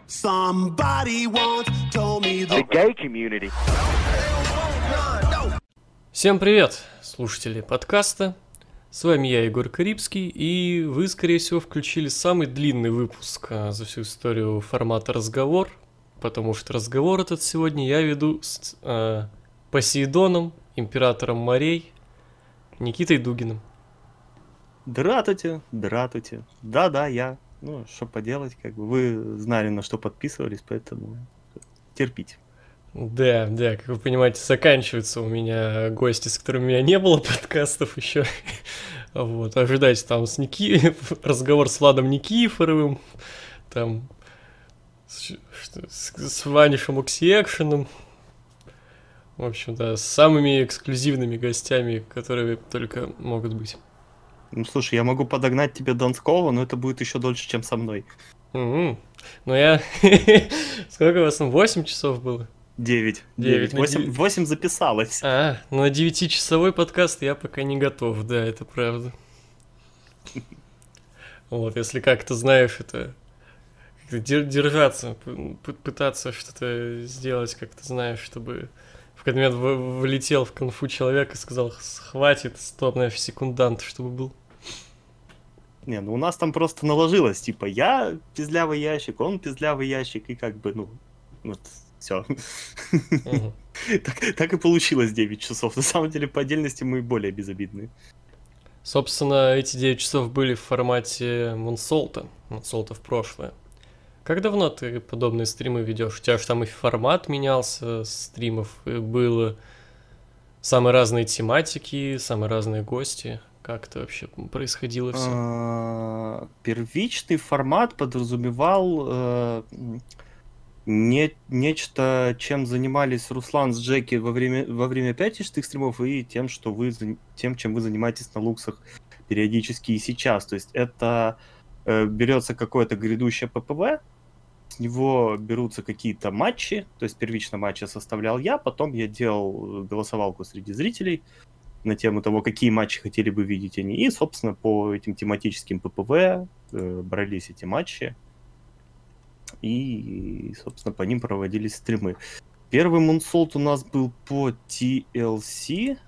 Somebody once told me the gay community. Всем привет, слушатели подкаста. С вами я, Егор Карибский, и вы, скорее всего, включили самый длинный выпуск за всю историю формата «Разговор», потому что разговор этот сегодня я веду с Посейдоном, императором морей, Никитой Дугиным. Дратуйте. Да, я. Ну, что поделать, как бы вы знали, на что подписывались, поэтому терпите. Да, как вы понимаете, заканчиваются у меня гости, с которыми у меня не было подкастов еще. Вот, ожидайте там разговор с Владом Никифоровым, там с Ванишем Оксиэкшеном. В общем-то, с самыми эксклюзивными гостями, которые только могут быть. Ну, слушай, я могу подогнать тебе Донского, но это будет еще дольше, чем со мной. Ну, я... Сколько у вас там, 8 часов было? 9. 8 записалось. На 9-часовой подкаст я пока не готов, да, это правда. Вот, если как-то, знаешь, это... Держаться, пытаться что-то сделать, как-то, знаешь, чтобы... В какой-то момент влетел в конфу человек и сказал, хватит, стоп, нафиг, секундант, чтобы был. Не, ну у нас там просто наложилось, типа, я пиздлявый ящик, он пиздлявый ящик, и как бы, ну, вот, все. Так и получилось 9 часов. На самом деле, по отдельности мы более безобидные. Собственно, эти 9 часов были в формате Мунсолта в прошлое. Как давно ты подобные стримы ведешь? У тебя же там и формат менялся стримов, и было самые разные тематики, самые разные гости. Как это вообще происходило все? Первичный формат подразумевал нечто, чем занимались Руслан с Джеки во время пятничных стримов, и тем, чем вы занимаетесь на луксах периодически и сейчас. То есть это берется какое-то грядущее ППВ, с него берутся какие-то матчи, то есть первично матчи составлял я, потом я делал голосовалку среди зрителей на тему того, какие матчи хотели бы видеть они, и, собственно, по этим тематическим ППВ брались эти матчи, и, собственно, по ним проводились стримы. Первый Moonsault у нас был по TLC,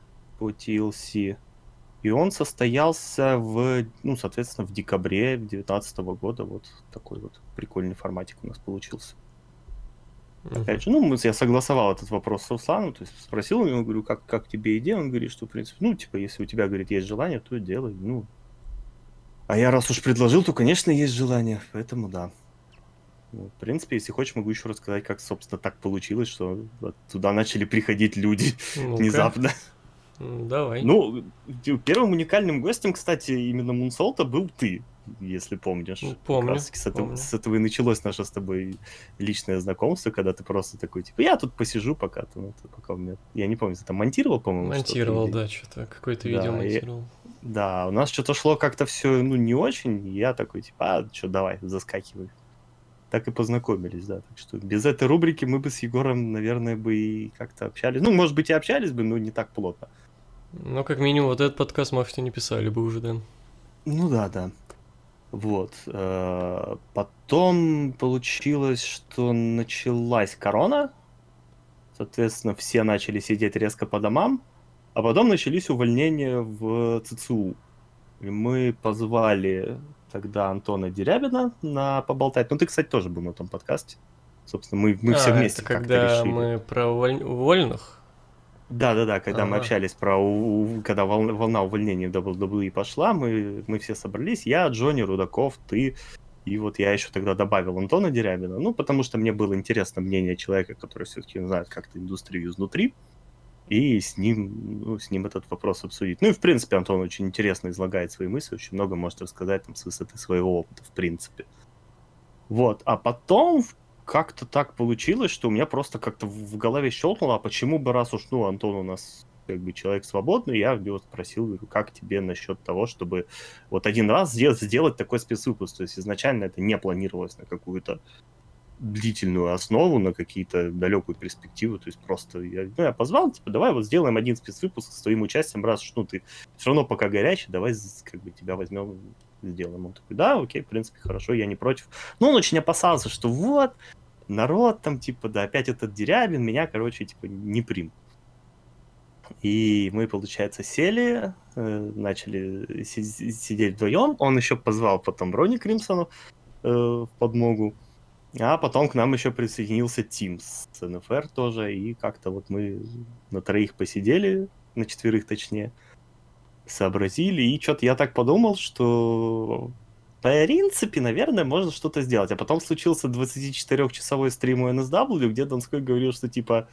и он состоялся соответственно, в декабре 2019 года. Вот такой вот прикольный форматик у нас получился. Опять же, я согласовал этот вопрос с Русланом, то есть спросил у него, говорю, как тебе идея? Он говорит, что, в принципе, если у тебя, говорит, есть желание, то делай, А я раз уж предложил, то, конечно, есть желание, поэтому да. В принципе, если хочешь, могу еще рассказать, как, собственно, так получилось, что туда начали приходить люди внезапно. Давай. Первым уникальным гостем, кстати, именно Мунсолта был ты, если помнишь. Помню. С этого и началось наше с тобой личное знакомство, когда ты просто такой, типа, я тут посижу пока у меня... Я не помню, ты там монтировал, по-моему? Монтировал, да, что-то, какое-то видео монтировал. Да, у нас что-то шло как-то все, не очень, и я такой, типа, давай, заскакивай. Так и познакомились, да. Так что без этой рубрики мы бы с Егором, наверное, бы и как-то общались. Может быть, и общались бы, но не так плотно. Как минимум, вот этот подкаст, может, и не писали бы уже, да. Да. Вот. Потом получилось, что началась корона. Соответственно, все начали сидеть резко по домам. А потом начались увольнения в ЦЦУ. И мы позвали тогда Антона Дерябина поболтать. Ты, кстати, тоже был на том подкасте. Собственно, мы все вместе это когда решили. Мы про уволенных? Да, когда мы общались когда волна увольнений в WWE пошла, мы все собрались, я, Джонни, Рудаков, ты, и вот я еще тогда добавил Антона Дерябина, потому что мне было интересно мнение человека, который все-таки знает как-то индустрию изнутри, и с ним этот вопрос обсудить. И, в принципе, Антон очень интересно излагает свои мысли, очень много может рассказать с высоты своего опыта, в принципе. Вот, а потом... Как-то так получилось, что у меня просто как-то в голове щелкнуло, а почему бы, раз уж, Антон у нас как бы человек свободный, я его спросил, говорю, как тебе насчет того, чтобы вот один раз сделать такой спецвыпуск. То есть изначально это не планировалось на какую-то длительную основу, на какие-то далекую перспективу, то есть просто я позвал, типа, давай вот сделаем один спецвыпуск с твоим участием, раз уж, ты все равно пока горячий, давай как бы тебя возьмем сделаем. Он такой, да, окей, в принципе, хорошо, я не против. Но он очень опасался, что вот, народ там, типа, да, опять этот Дерябин, меня, короче, типа, не примут. И мы, получается, сели, начали сидеть вдвоем. Он еще позвал потом Ронни Кримсону в подмогу. А потом к нам еще присоединился Тим с НФР тоже. И как-то вот мы на троих посидели, на четверых точнее, сообразили. И что-то я так подумал, что в принципе, наверное, можно что-то сделать. А потом случился 24-часовой стрим у NSW, где Донской говорил, что типа...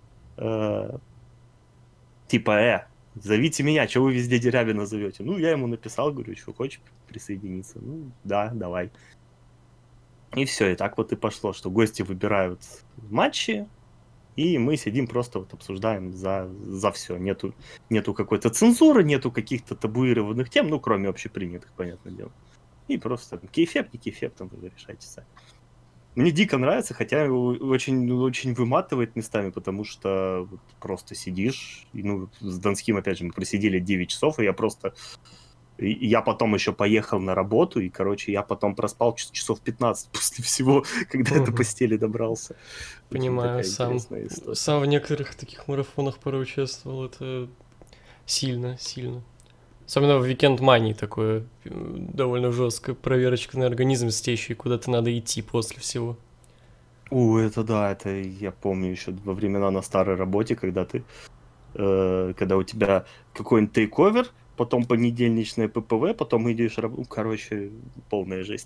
зовите меня, что вы везде Дерябина зовете? Ну, я ему написал, говорю, что хочешь присоединиться? Ну, да, давай. И все, и так вот и пошло, что гости выбирают матчи, и мы сидим просто вот обсуждаем за все. Нету какой-то цензуры, нету каких-то табуированных тем, ну, кроме общепринятых, понятное дело. И просто кейфеп, не кейфеп, там вы решайте сами. Мне дико нравится, хотя очень, очень выматывает местами, потому что вот просто сидишь, и, ну, с Донским, опять же, мы просидели 9 часов, и я потом еще поехал на работу, и, короче, я потом проспал часов 15 после всего, когда до постели добрался. Понимаю, сам в некоторых таких марафонах порой участвовал, это сильно. Особенно в Weekend Money такое довольно жесткая проверочка на организм, если тебе еще и куда-то надо идти после всего. Это да, это я помню еще во времена на старой работе, когда когда у тебя какой-нибудь тейковер, потом понедельничное ППВ, потом идешь работать, короче, полная жесть.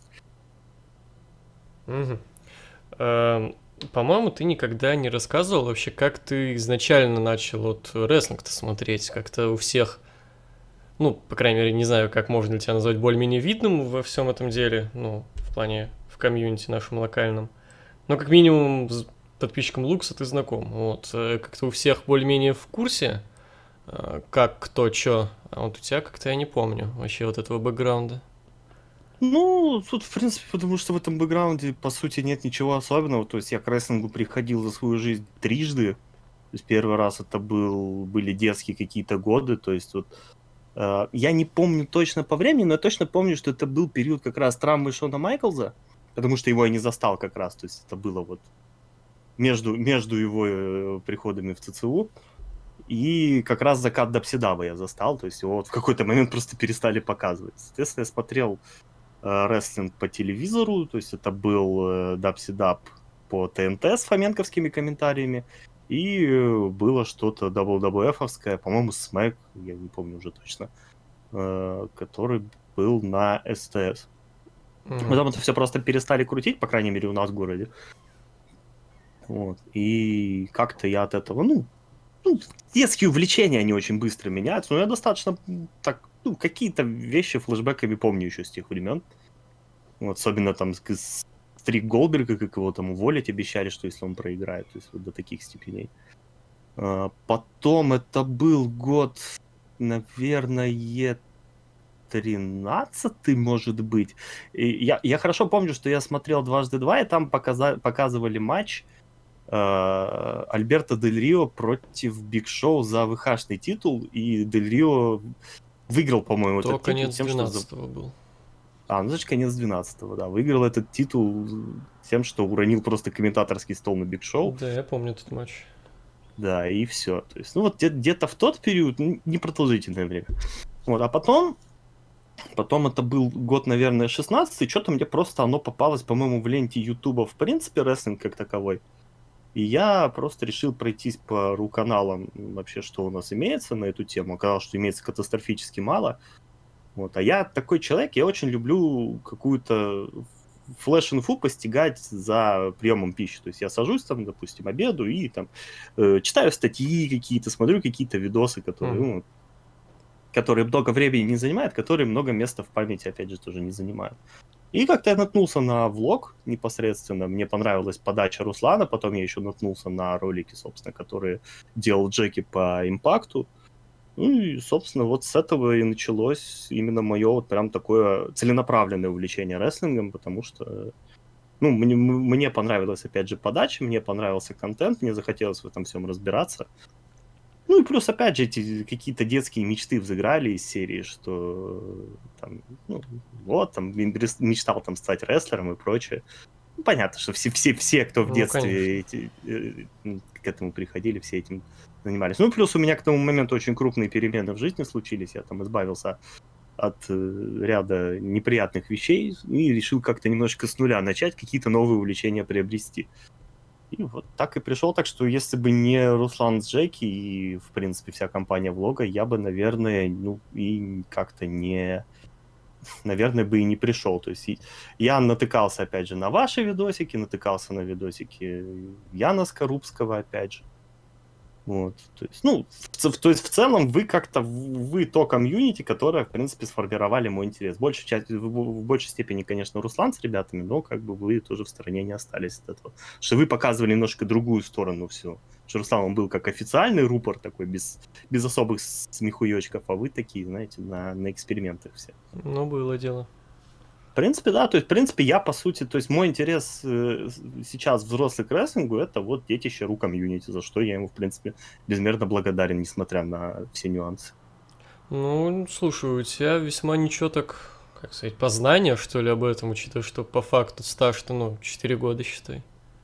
По-моему, ты никогда не рассказывал вообще, как ты изначально начал вот рестлинг-то смотреть, как-то у всех... Ну, по крайней мере, не знаю, как можно ли тебя назвать более-менее видным во всем этом деле, ну, в плане в комьюнити нашем локальном. Но как минимум с подписчиком Лукса ты знаком. Вот, как-то у всех более-менее в курсе, как, кто, чё. А вот у тебя как-то я не помню вообще вот этого бэкграунда. Ну, тут, в принципе, потому что в этом бэкграунде, по сути, нет ничего особенного. То есть я к рестлингу приходил за свою жизнь трижды. То есть первый раз это были детские какие-то годы, то есть вот я не помню точно по времени, но я точно помню, что это был период как раз травмы Шона Майклза, потому что его я не застал как раз, то есть это было вот между его приходами в ЦЦУ, и как раз закат Дабсидава я застал, то есть его вот в какой-то момент просто перестали показывать. Соответственно, я смотрел рестлинг по телевизору, то есть это был Дабсидаб по ТНТ с фоменковскими комментариями, и было что-то WWF-овское, по-моему, Смэк, я не помню уже точно, который был на СТС. Потом это все просто перестали крутить, по крайней мере, у нас в городе. Вот. И как-то я от этого, ну, детские увлечения, они очень быстро меняются, но я достаточно так, какие-то вещи флешбэками помню еще с тех времен. Вот, особенно там Стрик Голдберга, как его там уволить обещали, что если он проиграет, то есть вот до таких степеней. Потом это был год, наверное, 13-й, может быть. И я хорошо помню, что я смотрел «Дважды два», и там показывали матч Альберто Дель Рио против Биг Шоу за ВХ-шный титул, и Дель Рио выиграл, по-моему, этот титул. Конец 12-го был. Ну, значит, конец 12-го, да. Выиграл этот титул тем, что уронил просто комментаторский стол на Биг Шоу. Да, я помню этот матч. Да, и все. То есть, ну, вот где-то в тот период, непродолжительное время. Вот, а потом это был год, наверное, 16-й, что-то мне просто оно попалось, по-моему, в ленте Ютуба, в принципе, рестлинг как таковой. И я просто решил пройтись по ру-каналам вообще, что у нас имеется на эту тему. Оказалось, что имеется катастрофически мало. Вот. А я такой человек, я очень люблю какую-то флеш-инфу постигать за приемом пищи. То есть я сажусь там, допустим, обеду и там читаю статьи какие-то, смотрю какие-то видосы, которые много времени не занимают, которые много места в памяти, опять же, тоже не занимают. И как-то я наткнулся на влог непосредственно, мне понравилась подача Руслана, потом я еще наткнулся на ролики, собственно, которые делал Джеки по импакту. Ну и, собственно, вот с этого и началось именно мое вот прям такое целенаправленное увлечение рестлингом, потому что, ну, мне понравилась, опять же, подача, мне понравился контент, мне захотелось в этом всем разбираться. Ну Ну и плюс, опять же, эти какие-то детские мечты взыграли из серии, что там, ну, вот, там, мечтал там стать рестлером и прочее. Ну, понятно, что все, кто в Ну, конечно. детстве к этому приходили, все этим занимались. Ну, плюс у меня к тому моменту очень крупные перемены в жизни случились. Я там избавился от ряда неприятных вещей и решил как-то немножко с нуля начать, какие-то новые увлечения приобрести. И вот так и пришел. Так что если бы не Руслан с Джеки и, в принципе, вся компания влога, я бы, наверное, ну, и как-то не... Наверное, бы и не пришел. То есть я натыкался, опять же, на ваши видосики, натыкался на видосики Яна Скорубского, опять же. Вот, то есть, ну, то есть в целом вы как-то, вы то комьюнити, которое, в принципе, сформировали мой интерес. В большей степени, конечно, Руслан с ребятами, но как бы вы тоже в стороне не остались от этого. Что вы показывали немножко другую сторону всего. Что Руслан, он был как официальный рупор такой, без особых смехуёчков, а вы такие, знаете, на экспериментах все. Ну, было дело. В принципе, да, то есть, в принципе, я, по сути, то есть, мой интерес сейчас взрослый к рестлингу, это вот детище ру комьюнити, за что я ему, в принципе, безмерно благодарен, несмотря на все нюансы. Ну, слушай, у тебя весьма ничего так, как сказать, познания, что ли, об этом, учитывая, что по факту стаж-то, ну, 4 года, считай.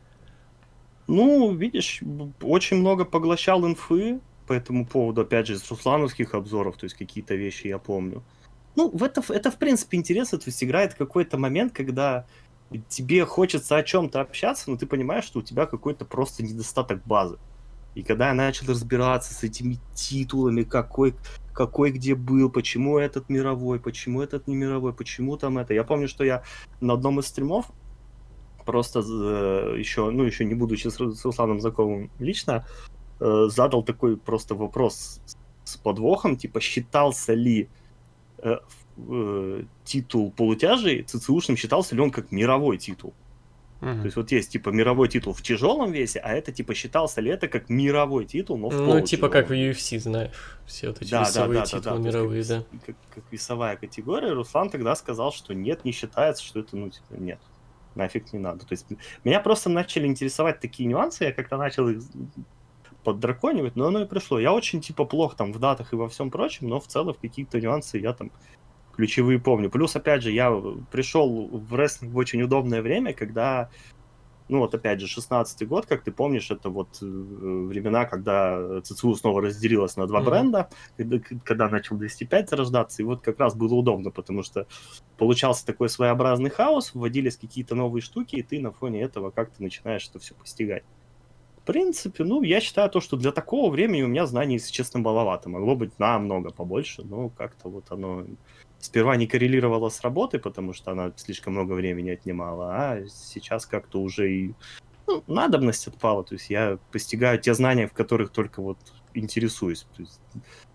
Ну, видишь, очень много поглощал инфы по этому поводу, опять же, из руслановских обзоров, то есть, какие-то вещи я помню. Ну, это в принципе интересно, то есть играет какой-то момент, когда тебе хочется о чем-то общаться, но ты понимаешь, что у тебя какой-то просто недостаток базы. И когда я начал разбираться с этими титулами, какой где был, почему этот мировой, почему этот не мировой, почему там это. Я помню, что я на одном из стримов просто еще не будучи с Русланом знакомым лично, задал такой просто вопрос с подвохом, типа, считался ли титул полутяжей ЦЦУшным, считался ли он как мировой титул. То есть вот есть типа мировой титул в тяжелом весе, а это типа считался ли это как мировой титул, но в Ну, типа как в UFC, знаешь, все вот эти весовые титулы мировые, да. Как весовая категория, Руслан тогда сказал, что нет, не считается, что это, ну, типа, нет, нафиг не надо. То есть меня просто начали интересовать такие нюансы, я как-то начал их поддраконивать, но оно и пришло. Я очень, типа, плох там в датах и во всем прочем, но в целом в какие-то нюансы я там ключевые помню. Плюс, опять же, я пришел в рестлинг в очень удобное время, когда, ну вот опять же, 16-й год, как ты помнишь, это вот времена, когда ЦЦУ снова разделилась на два бренда, когда начал 205 зарождаться, и вот как раз было удобно, потому что получался такой своеобразный хаос, вводились какие-то новые штуки, и ты на фоне этого как-то начинаешь это все постигать. В принципе, ну, я считаю то, что для такого времени у меня знаний, если честно, маловато. Могло быть намного побольше, но как-то вот оно сперва не коррелировало с работой, потому что она слишком много времени отнимала, а сейчас как-то уже и надобность отпала. То есть я постигаю те знания, в которых только вот интересуюсь. То есть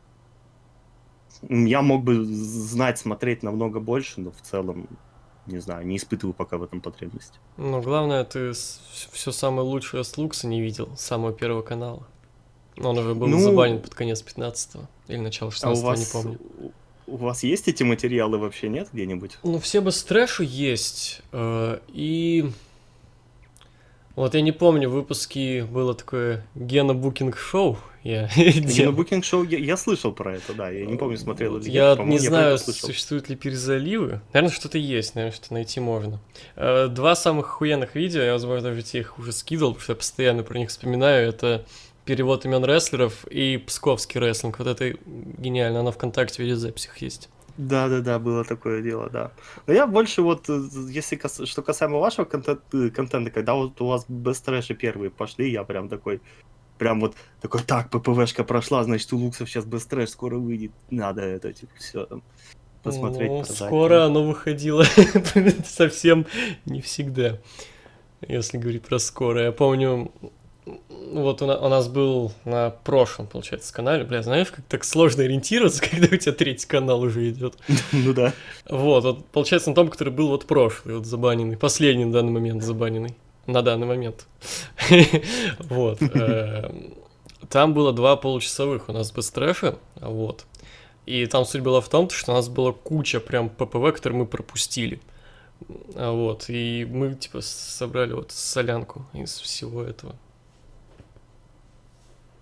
я мог бы знать, смотреть намного больше, но в целом, не знаю, не испытываю пока в этом потребности. Ну, главное, ты все самое лучшее с Лукса не видел, с самого первого канала. Он уже был забанен под конец 15-го или начало 16-го, не помню. У вас есть эти материалы вообще, нет, где-нибудь? Ну, все бы с трэшу есть. И вот я не помню, в выпуске было такое Гена Букинг Шоу. Гена Букинг Шоу, я слышал про это, да. Я не помню, смотрел или нет. Я не знаю, существуют ли перезаливы. Наверное, что-то есть, наверное, что найти можно. Два самых охуенных видео, я, возможно, даже тебе их уже скидывал, потому что я постоянно про них вспоминаю. Это перевод имен рестлеров и псковский рестлинг. Вот это гениально, оно ВКонтакте в видеозаписях есть. Да, было такое дело, да. Но я больше вот, если что касаемо вашего контента, когда вот у вас бест-трэши первые пошли, я прям такой, так, ППВшка прошла, значит, у Луксов сейчас бест-трэш скоро выйдет, надо это, типа, все там посмотреть. Ну, скоро оно выходило совсем не всегда, если говорить про скоро. Я помню, вот у нас был на прошлом, получается, канале, бля, знаешь, как так сложно ориентироваться, когда у тебя третий канал уже идет. Ну да. Вот, получается, на том, который был вот прошлый, вот забаненный, последний на данный момент забаненный, на данный момент. Вот. Там было 2 получасовых у нас без трэша, вот. И там суть была в том, что у нас была куча прям ППВ, которые мы пропустили. Вот, и мы, типа, собрали вот солянку из всего этого.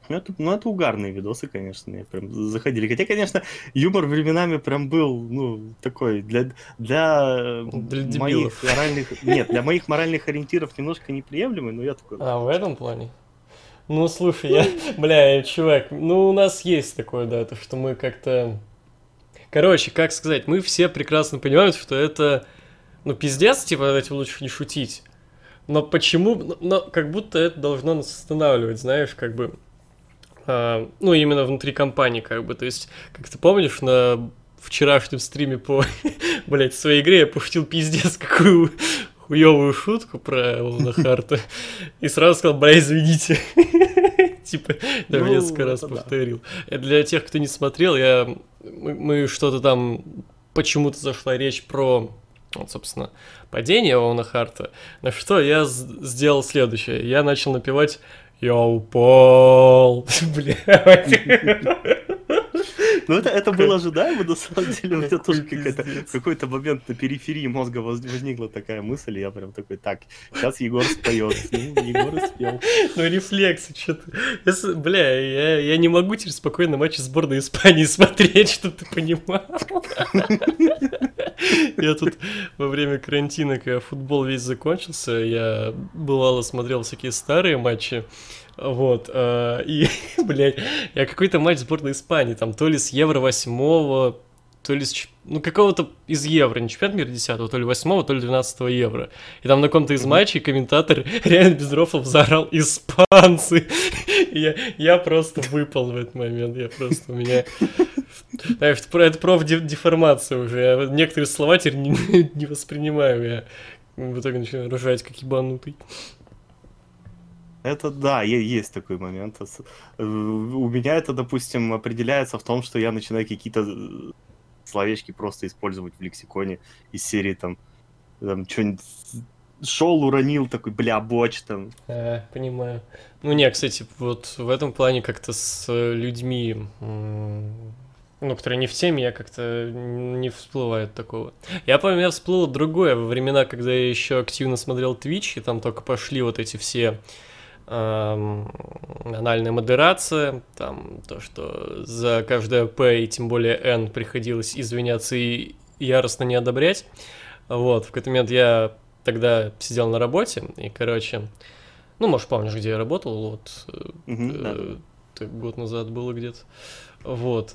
Это угарные видосы, конечно, мне прям заходили. Хотя, конечно, юмор временами прям был, ну, такой, для Для моих дебилов. моральных... Нет, для моих моральных ориентиров немножко неприемлемый, но я такой... А, в этом плане? Ну, слушай, бля, чувак, ну, у нас есть такое, да, то, что мы как-то... Короче, как сказать, мы все прекрасно понимаем, что это, ну, пиздец, типа, этим лучше не шутить. Но почему, но как будто это должно нас останавливать, знаешь, как бы, ну, именно внутри компании, как бы, то есть, как ты помнишь, на вчерашнем стриме по, блять, своей игре я пошутил пиздец какую хуёвую шутку про Луна Харта и сразу сказал, бля, извините. Типа, даже несколько раз повторил. Для тех, кто не смотрел, мы что-то там, почему-то зашла речь про, вот, собственно, падение Луна Харта, на что я сделал следующее. Я начал напевать «Я упал». Блядь. Ну, это было ожидаемо, на самом деле. У меня тоже в какой-то момент на периферии мозга возникла такая мысль, и я прям такой, так, сейчас Егор споет. Ну, Егор и спел. Ну, рефлексы, что-то. Бля, я не могу теперь спокойно матчи сборной Испании смотреть, чтобы ты понимал. Я тут во время карантина, когда футбол весь закончился, я бывало смотрел всякие старые матчи. Вот, и, блядь, я какой-то матч сборной Испании, там, то ли с Евро-8, то ли с, ну, какого-то из Евро, не чемпионат мира 10-го, то ли 8-го, то ли 12-го Евро. И там на каком-то из матчей комментатор реально без рофлов заорал «Испанцы!» И я просто выпал в этот момент, я просто, у меня... Это профдеформация уже, я некоторые слова теперь не воспринимаю, я в итоге начинаю ржать как ебанутый. Это да, есть такой момент. У меня это, допустим, определяется в том, что я начинаю какие-то словечки просто использовать в лексиконе из серии там что-нибудь шел, уронил, такой, бля, боч там. Понимаю. Ну не, кстати, вот в этом плане как-то с людьми, ну, которые не в теме, я как-то не всплывает такого. Я помню, я всплыло другое во времена, когда я еще активно смотрел Twitch, и там только пошли вот эти все анальная модерация, там то, что за каждое П и тем более Н приходилось извиняться и яростно не одобрять. Вот, в какой-то момент я тогда сидел на работе, и, короче, ну, может, помнишь, где я работал, вот, год назад было где-то. Вот,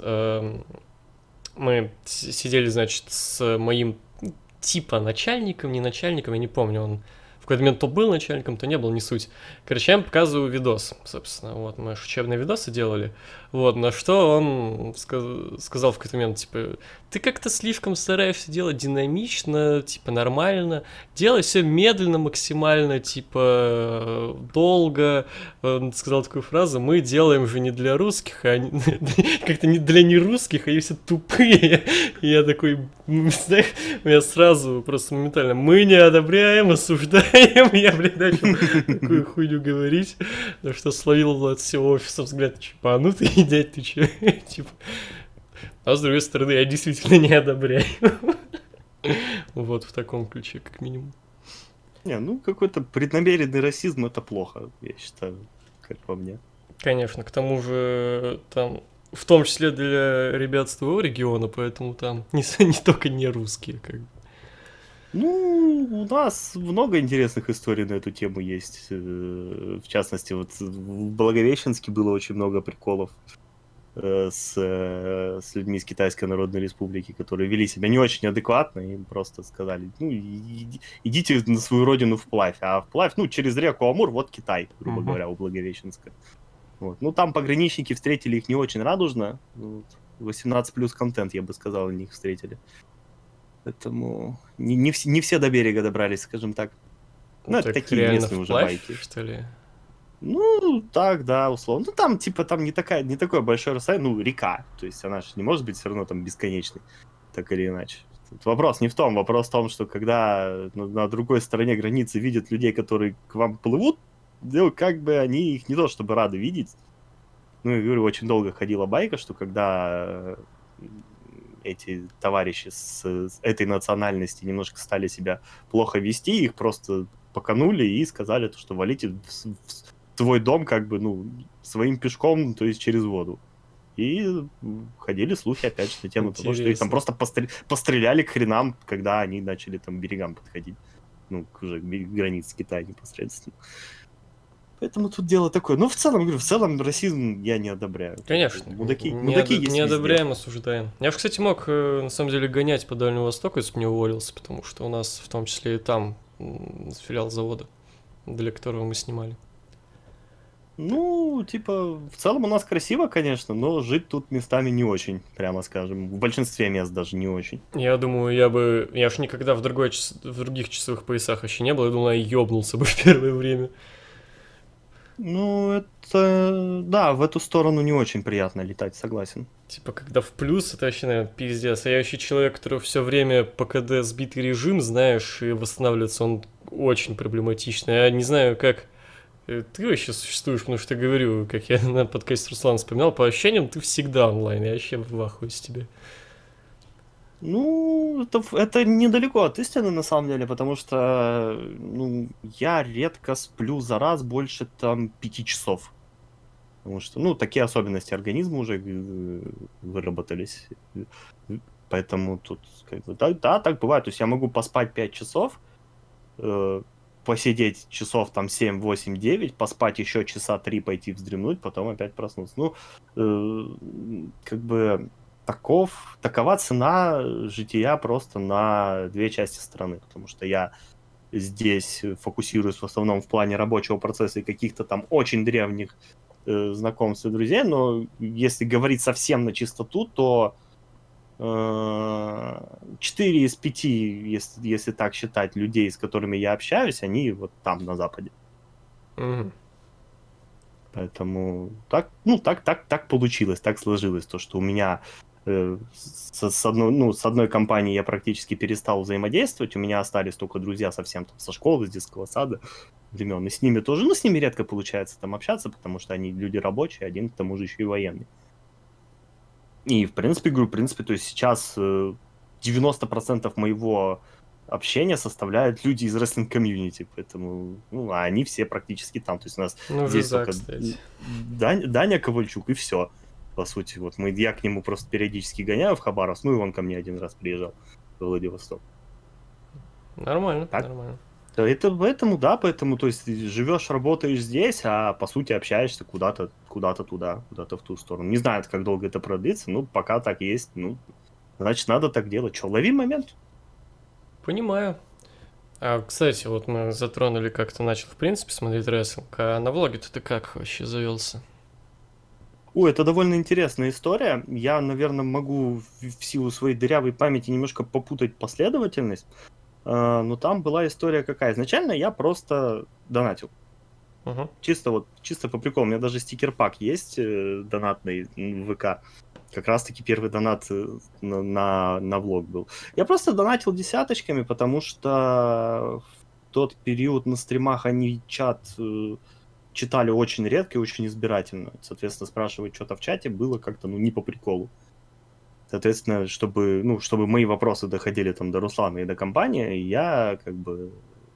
мы сидели, значит, с моим типа начальником, не начальником, я не помню, он в какой-то момент то был начальником, то не был, не суть. Короче, я им показываю видос, собственно, вот, мы же учебные видосы делали, вот, на что он сказал в какой-то момент, типа, ты как-то слишком стараешься делать динамично, типа, нормально, делай все медленно максимально, типа, долго. Он сказал такую фразу, мы делаем же не для русских, а как-то не для нерусских, они все тупые. И я такой, знаешь, у меня сразу просто моментально, мы не одобряем, осуждаем, я, блядь, начал такую хуйню говорить, на что словил от всего офиса взгляд, типа, а ну ты, дядь, ты че, типа... А с другой стороны, я действительно не одобряю. Вот в таком ключе, как минимум. Не, ну какой-то преднамеренный расизм — это плохо, я считаю, как по мне. Конечно, к тому же там, в том числе для ребят с твоего региона, поэтому там не только не русские, как бы. Ну, у нас много интересных историй на эту тему есть. В частности, вот в Благовещенске было очень много приколов с людьми из Китайской Народной Республики, которые вели себя не очень адекватно, им просто сказали, ну, идите на свою родину вплавь, а вплавь, ну, через реку Амур, вот Китай, грубо говоря, у Благовещенска. Вот. Ну, там пограничники встретили их не очень радужно, 18+ контент, я бы сказал, они их встретили. Поэтому не все до берега добрались, скажем так. Ну, это такие местные уже байки. Что ли? Ну, так, да, условно. Ну, там, типа, там не такое большое расстояние, ну, река. То есть она же не может быть все равно там бесконечной, так или иначе. Тут вопрос не в том, вопрос в том, что когда на другой стороне границы видят людей, которые к вам плывут, ну, как бы они их не то чтобы рады видеть. Ну, я говорю, очень долго ходила байка, что когда эти товарищи с этой национальности немножко стали себя плохо вести, их просто поканули и сказали, что валите свой дом как бы, ну, своим пешком, то есть через воду. И ходили слухи, опять же, на тему того, что их там просто постреляли к хренам, когда они начали там к берегам подходить. Ну, уже к границе Китая непосредственно. Поэтому тут дело такое. Ну, в целом, говорю, в целом расизм я не одобряю. Конечно. Мудаки есть не одобряем, везде. осуждаем. Я же, кстати, мог, на самом деле, гонять по Дальнему Востоку, если бы не уволился, потому что у нас, в том числе и там, филиал завода, для которого мы снимали. Ну, типа, в целом у нас красиво, конечно, но жить тут местами не очень, прямо скажем. В большинстве мест даже не очень. Я думаю, я ж никогда в других часовых поясах вообще не был, я думаю, я ёбнулся бы в первое время. Ну, это... Да, в эту сторону не очень приятно летать, согласен. Типа, когда в плюс, это вообще, наверное, пиздец. А я вообще человек, который все время по КД сбитый режим, знаешь, и восстанавливаться он очень проблематичный. Я не знаю, как ты вообще существуешь, потому что я говорю, как я на подкасте Руслана вспоминал, по ощущениям ты всегда онлайн, я вообще в ахуе с тебя. Ну, это недалеко от истины, на самом деле, потому что, ну, я редко сплю за раз больше, там, 5 часов. Потому что, ну, такие особенности организма уже выработались. Поэтому тут, как бы, да, так бывает. То есть я могу поспать 5 часов, посидеть часов там 7, 8, 9, поспать еще часа 3, пойти вздремнуть, потом опять проснуться. Ну, как бы такова цена жития просто на две части страны, потому что я здесь фокусируюсь в основном в плане рабочего процесса и каких-то там очень древних знакомств и друзей, но если говорить совсем на чистоту, то 4 из 5, если так считать, людей, с которыми я общаюсь, они вот там, на Западе. Угу. Поэтому так получилось, так сложилось, то, что у меня с одной компанией я практически перестал взаимодействовать, у меня остались только друзья совсем там со школы, с детского сада времен, и с ними тоже, ну, с ними редко получается там общаться, потому что они люди рабочие, один к тому же еще и военный. И, в принципе, то есть сейчас 90% моего общения составляют люди из рестлинг-комьюнити, поэтому, ну, а они все практически там, то есть у нас здесь только Даня Ковальчук и все, по сути, вот я к нему просто периодически гоняю в Хабаровск, ну и он ко мне один раз приезжал в Владивосток. Нормально, так? Нормально. Поэтому, то есть, живешь, работаешь здесь, а по сути общаешься куда-то туда, куда-то в ту сторону. Не знаю, как долго это продлится, ну, пока так есть, ну, значит, надо так делать. Че, лови момент. Понимаю. А, кстати, вот мы затронули, как ты начал, в принципе, смотреть рестлинг, а на влоге-то ты как вообще завелся? Ой, это довольно интересная история. Я, наверное, могу в силу своей дырявой памяти немножко попутать последовательность. Но там была история какая. Изначально я просто донатил. Угу. Чисто по приколу. У меня даже стикер-пак есть донатный в ВК. Как раз-таки первый донат на влог был. Я просто донатил десяточками, потому что в тот период на стримах они чат читали очень редко и очень избирательно. Соответственно, спрашивать что-то в чате было как-то, ну, не по приколу. Соответственно, чтобы мои вопросы доходили там до Руслана и до компании, я как бы...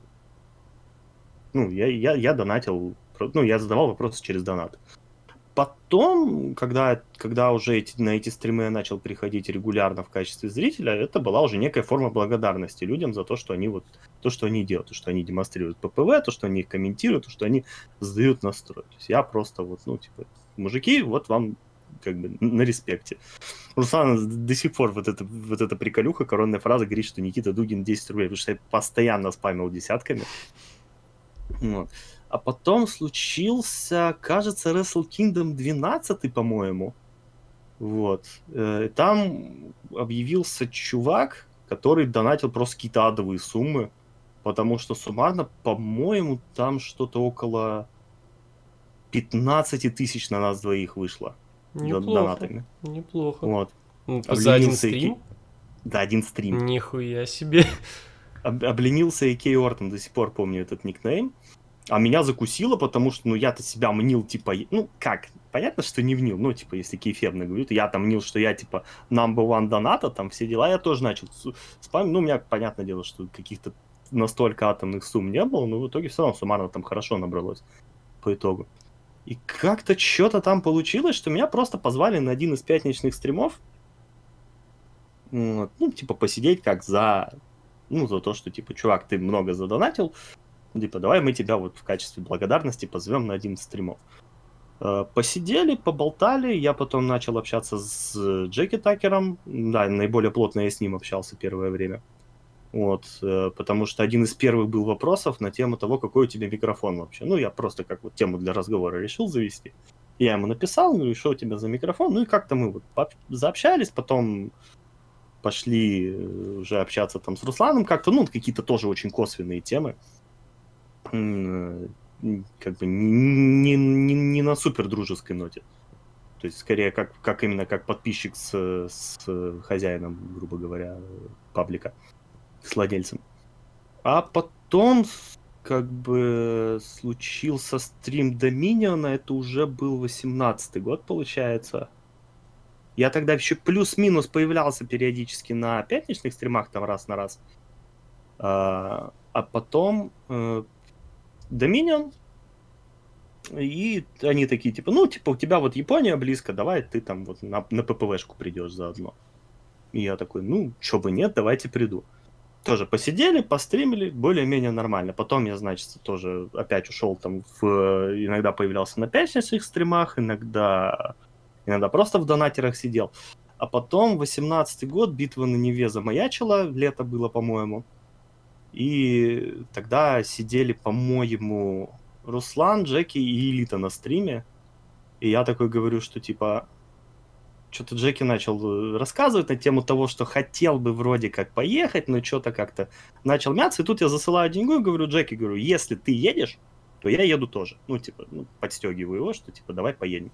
Ну, я донатил... Ну, я задавал вопросы через донат. Потом, когда уже на эти стримы я начал приходить регулярно в качестве зрителя, это была уже некая форма благодарности людям за то, что они делают, то, что они демонстрируют ППВ, то, что они их комментируют, то, что они сдают настрой. То есть я просто вот, ну, типа, мужики, вот вам как бы на респекте. Руслан до сих пор вот эта приколюха, коронная фраза говорит, что Никита Дугин 10 рублей, потому что я постоянно спамил десятками. Вот. А потом случился, кажется, Wrestle Kingdom 12, по-моему. Вот. Там объявился чувак, который донатил просто какие-то адовые суммы, потому что суммарно, по-моему, там что-то около 15 тысяч на нас двоих вышло. Донатами. Неплохо. Вот. За один стрим? Да, один стрим. Нихуя себе. Обленился Кей Ортон, до сих пор помню этот никнейм. А меня закусило, потому что, ну, я-то себя мнил, типа, ну, как, понятно, что не мнил, ну, типа, если кейфебно говорю, то я там мнил, что я, типа, number one доната, там, все дела, я тоже начал спамить, ну, у меня, понятное дело, что каких-то настолько атомных сумм не было, но в итоге все равно суммарно там хорошо набралось. по итогу. И как-то что-то там получилось, что меня просто позвали на один из пятничных стримов, ну, типа, посидеть как за то, что, типа, чувак, ты много задонатил, типа, давай мы тебя вот в качестве благодарности позовем на один из стримов. Посидели, поболтали, я потом начал общаться с Джеки Такером, да, наиболее плотно я с ним общался первое время. Вот, потому что один из первых был вопросов на тему того, какой у тебя микрофон вообще. Ну, я просто как вот тему для разговора решил завести. Я ему написал, говорю, что у тебя за микрофон, ну и как-то мы вот заобщались, потом пошли уже общаться там с Русланом как-то, ну, какие-то тоже очень косвенные темы. Как бы не на супер дружеской ноте. То есть, скорее, как именно как подписчик с хозяином, грубо говоря, паблика, с владельцем. А потом, как бы, случился стрим Доминиона, это уже был 18-й год, получается. Я тогда еще плюс-минус появлялся периодически на пятничных стримах, там раз на раз. А потом Доминион, и они такие, типа, ну, типа, у тебя вот Япония близко, давай ты там вот на ППВшку придешь заодно. И я такой, ну, чё бы нет, давайте приду. Тоже посидели, постримили, более-менее нормально. Потом я, значит, тоже опять ушел там иногда появлялся на пятничных стримах, иногда просто в донатерах сидел. А потом, 18-й год, битва на Неве замаячила, лето было, по-моему. И тогда сидели, по-моему, Руслан, Джеки и Элита на стриме. И я такой говорю, что типа... Что-то Джеки начал рассказывать на тему того, что хотел бы вроде как поехать, но что-то как-то начал мяться. И тут я засылаю деньгу и говорю, Джеки, говорю, если ты едешь, то я еду тоже. Ну, типа, подстегиваю его, что типа, давай поедем.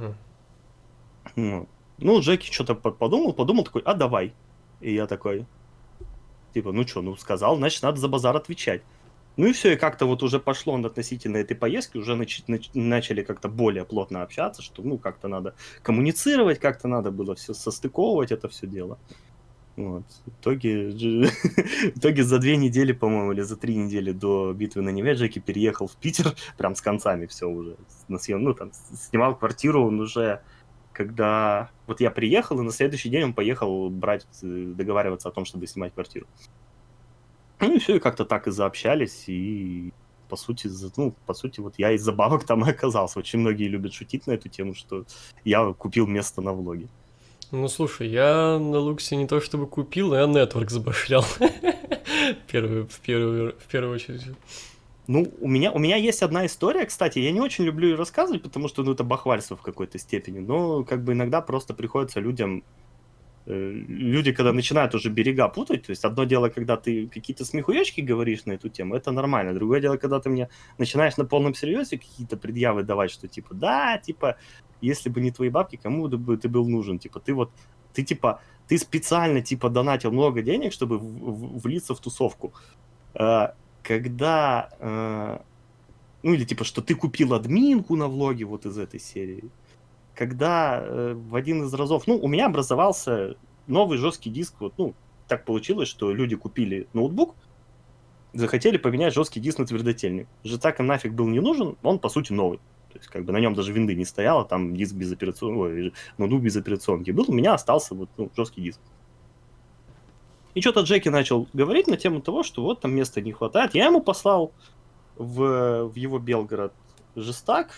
Ну, Джеки что-то подумал, такой, а давай. И я такой, типа, ну что, сказал, значит, надо за базар отвечать. Ну и все, и как-то вот уже пошло относительно этой поездки, уже начали как-то более плотно общаться, что, ну, как-то надо коммуницировать, как-то надо было все состыковывать это все дело. Вот. В итоге за 2 недели, по-моему, или за 3 недели до битвы на Неве Джеки переехал в Питер, прям с концами все уже. Ну, там, снимал квартиру он уже, когда... Вот я приехал, и на следующий день он поехал договариваться о том, чтобы снимать квартиру. Ну и все, и как-то так и заобщались, и по сути, вот я из-за бабок там и оказался. Очень многие любят шутить на эту тему, что я купил место на влоге. Ну, слушай, я на Луксе не то чтобы купил, я нетворк забашлял. В первую очередь. Ну, у меня есть одна история, кстати, я не очень люблю ее рассказывать, потому что, это бахвальство в какой-то степени, но как бы иногда просто приходится люди, когда начинают уже берега путать, то есть одно дело, когда ты какие-то смехуёчки говоришь на эту тему, это нормально. Другое дело, когда ты мне начинаешь на полном серьезе какие-то предъявы давать, что типа, да, типа, если бы не твои бабки, кому бы ты был нужен? Типа, ты специально, типа, донатил много денег, чтобы влиться в тусовку. Когда, ну или типа, что ты купил админку на влоге вот из этой серии. Когда в один из разов, у меня образовался новый жесткий диск, вот, так получилось, что люди купили ноутбук, захотели поменять жесткий диск на твердотельник. Так им нафиг был не нужен, он по сути новый. То есть как бы на нем даже винды не стояло, там диск без операционки, ноутбук без операционки был, у меня остался вот жесткий диск. И что-то Джеки начал говорить на тему того, что вот там места не хватает. Я ему послал в его Белгород жестак,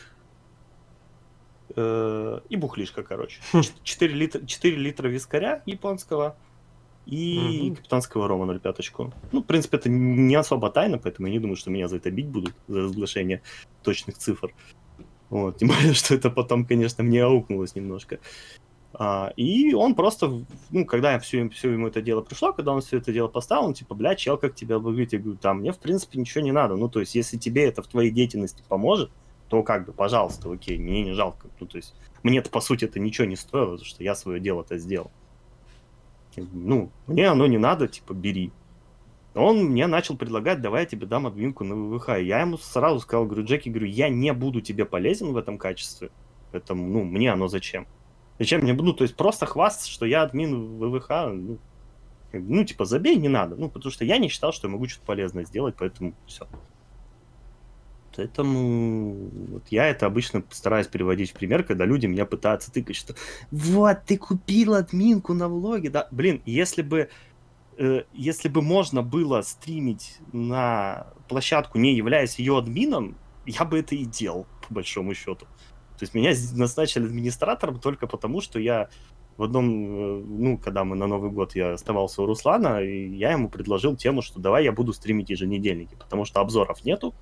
и бухлишка, короче. 4 литра вискаря японского и капитанского рома 0,5. Ну, в принципе, это не особо тайна, поэтому я не думаю, что меня за это бить будут, за разглашение точных цифр. Вот. Тем более, что это потом, конечно, мне аукнулось немножко. И он просто, когда все ему это дело пришло, когда он все это дело поставил, он типа, бля, чел, как тебя обыграть? Я говорю, мне, в принципе, ничего не надо. Ну, то есть, если тебе это в твоей деятельности поможет, то как бы, пожалуйста, окей, мне не жалко. Ну, то есть, мне-то, по сути, это ничего не стоило, потому что я свое дело-то сделал. Мне оно не надо, типа, бери. Он мне начал предлагать, давай я тебе дам админку на ВВХ. Я ему сразу сказал, говорю, Джеки, я не буду тебе полезен в этом качестве. Поэтому, мне оно зачем? Зачем мне, то есть, просто хвастаться, что я админ ВВХ, типа, забей, не надо. Потому что я не считал, что я могу что-то полезное сделать, поэтому все. Поэтому вот я это обычно стараюсь приводить в пример, когда люди меня пытаются тыкать, что вот, ты купил админку на влоге, да? Блин, если бы можно было стримить на площадку, не являясь ее админом, я бы это и делал, по большому счету. То есть меня назначили администратором только потому, что я в одном, когда мы на Новый год, я оставался у Руслана, и я ему предложил тему, что давай я буду стримить еженедельники, потому что обзоров нету.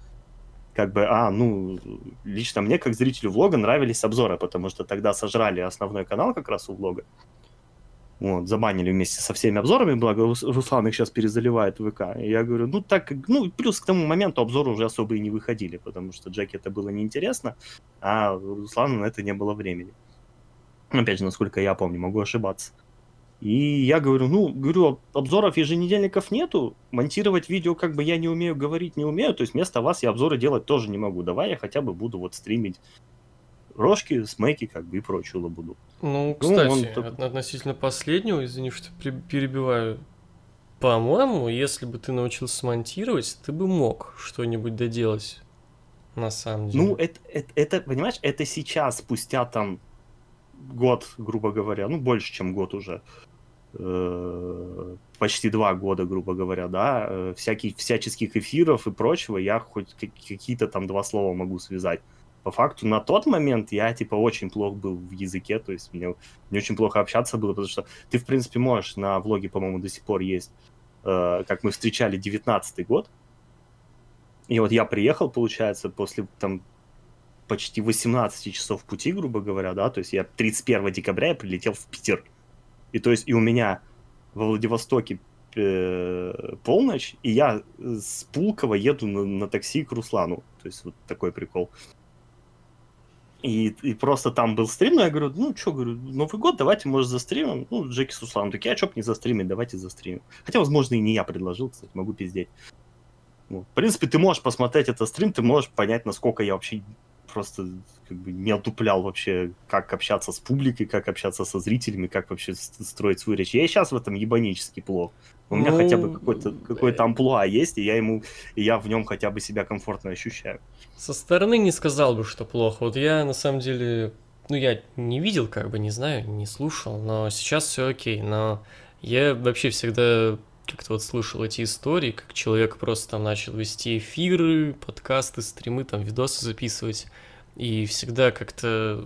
Лично мне, как зрителю влога, нравились обзоры, потому что тогда сожрали основной канал как раз у влога. Вот, забанили вместе со всеми обзорами, благо Руслан их сейчас перезаливает в ВК. И я говорю, плюс к тому моменту обзоры уже особо и не выходили, потому что Джеки это было неинтересно, а у Руслана на это не было времени. Опять же, насколько я помню, могу ошибаться. И я говорю, обзоров еженедельников нету, монтировать видео как бы я не умею, говорить не умею, то есть вместо вас я обзоры делать тоже не могу. Давай я хотя бы буду вот стримить рожки, смеки, как бы и прочую лабуду. Кстати, относительно последнего, извини, что перебиваю, по-моему, если бы ты научился монтировать, ты бы мог что-нибудь доделать, на самом деле. Это понимаешь, это сейчас, спустя там год, грубо говоря, больше, чем год уже, почти 2 года, грубо говоря, да, всяческих эфиров и прочего, я хоть какие-то там 2 слова могу связать. По факту, на тот момент я, очень плох был в языке, то есть мне очень плохо общаться было, потому что ты, в принципе, можешь, на влоге, по-моему, до сих пор есть, как мы встречали 19-й год, и вот я приехал, получается, после там почти 18 часов пути, грубо говоря, да, то есть я 31 декабря я прилетел в Питер, и у меня во Владивостоке полночь, и я с Пулково еду на такси к Руслану, то есть вот такой прикол. И просто там был стрим, но я говорю, Новый год, давайте, может, застримим. Джеки с Русланом такие, а чё б не застримить, давайте застримим. Хотя, возможно, и не я предложил, кстати, могу пиздеть. В принципе, ты можешь посмотреть этот стрим, ты можешь понять, насколько я вообще просто не отуплял вообще, как общаться с публикой, как общаться со зрителями, как вообще строить свою речь. Я и сейчас в этом ебанически плох. У меня хотя бы какой-то амплуа есть, и я в нем хотя бы себя комфортно ощущаю. Со стороны не сказал бы, что плохо. Вот я, на самом деле, я не видел, не знаю, не слушал, но сейчас все окей. Но я вообще всегда как-то вот слышал эти истории, как человек просто там начал вести эфиры, подкасты, стримы, там видосы записывать, и всегда как-то,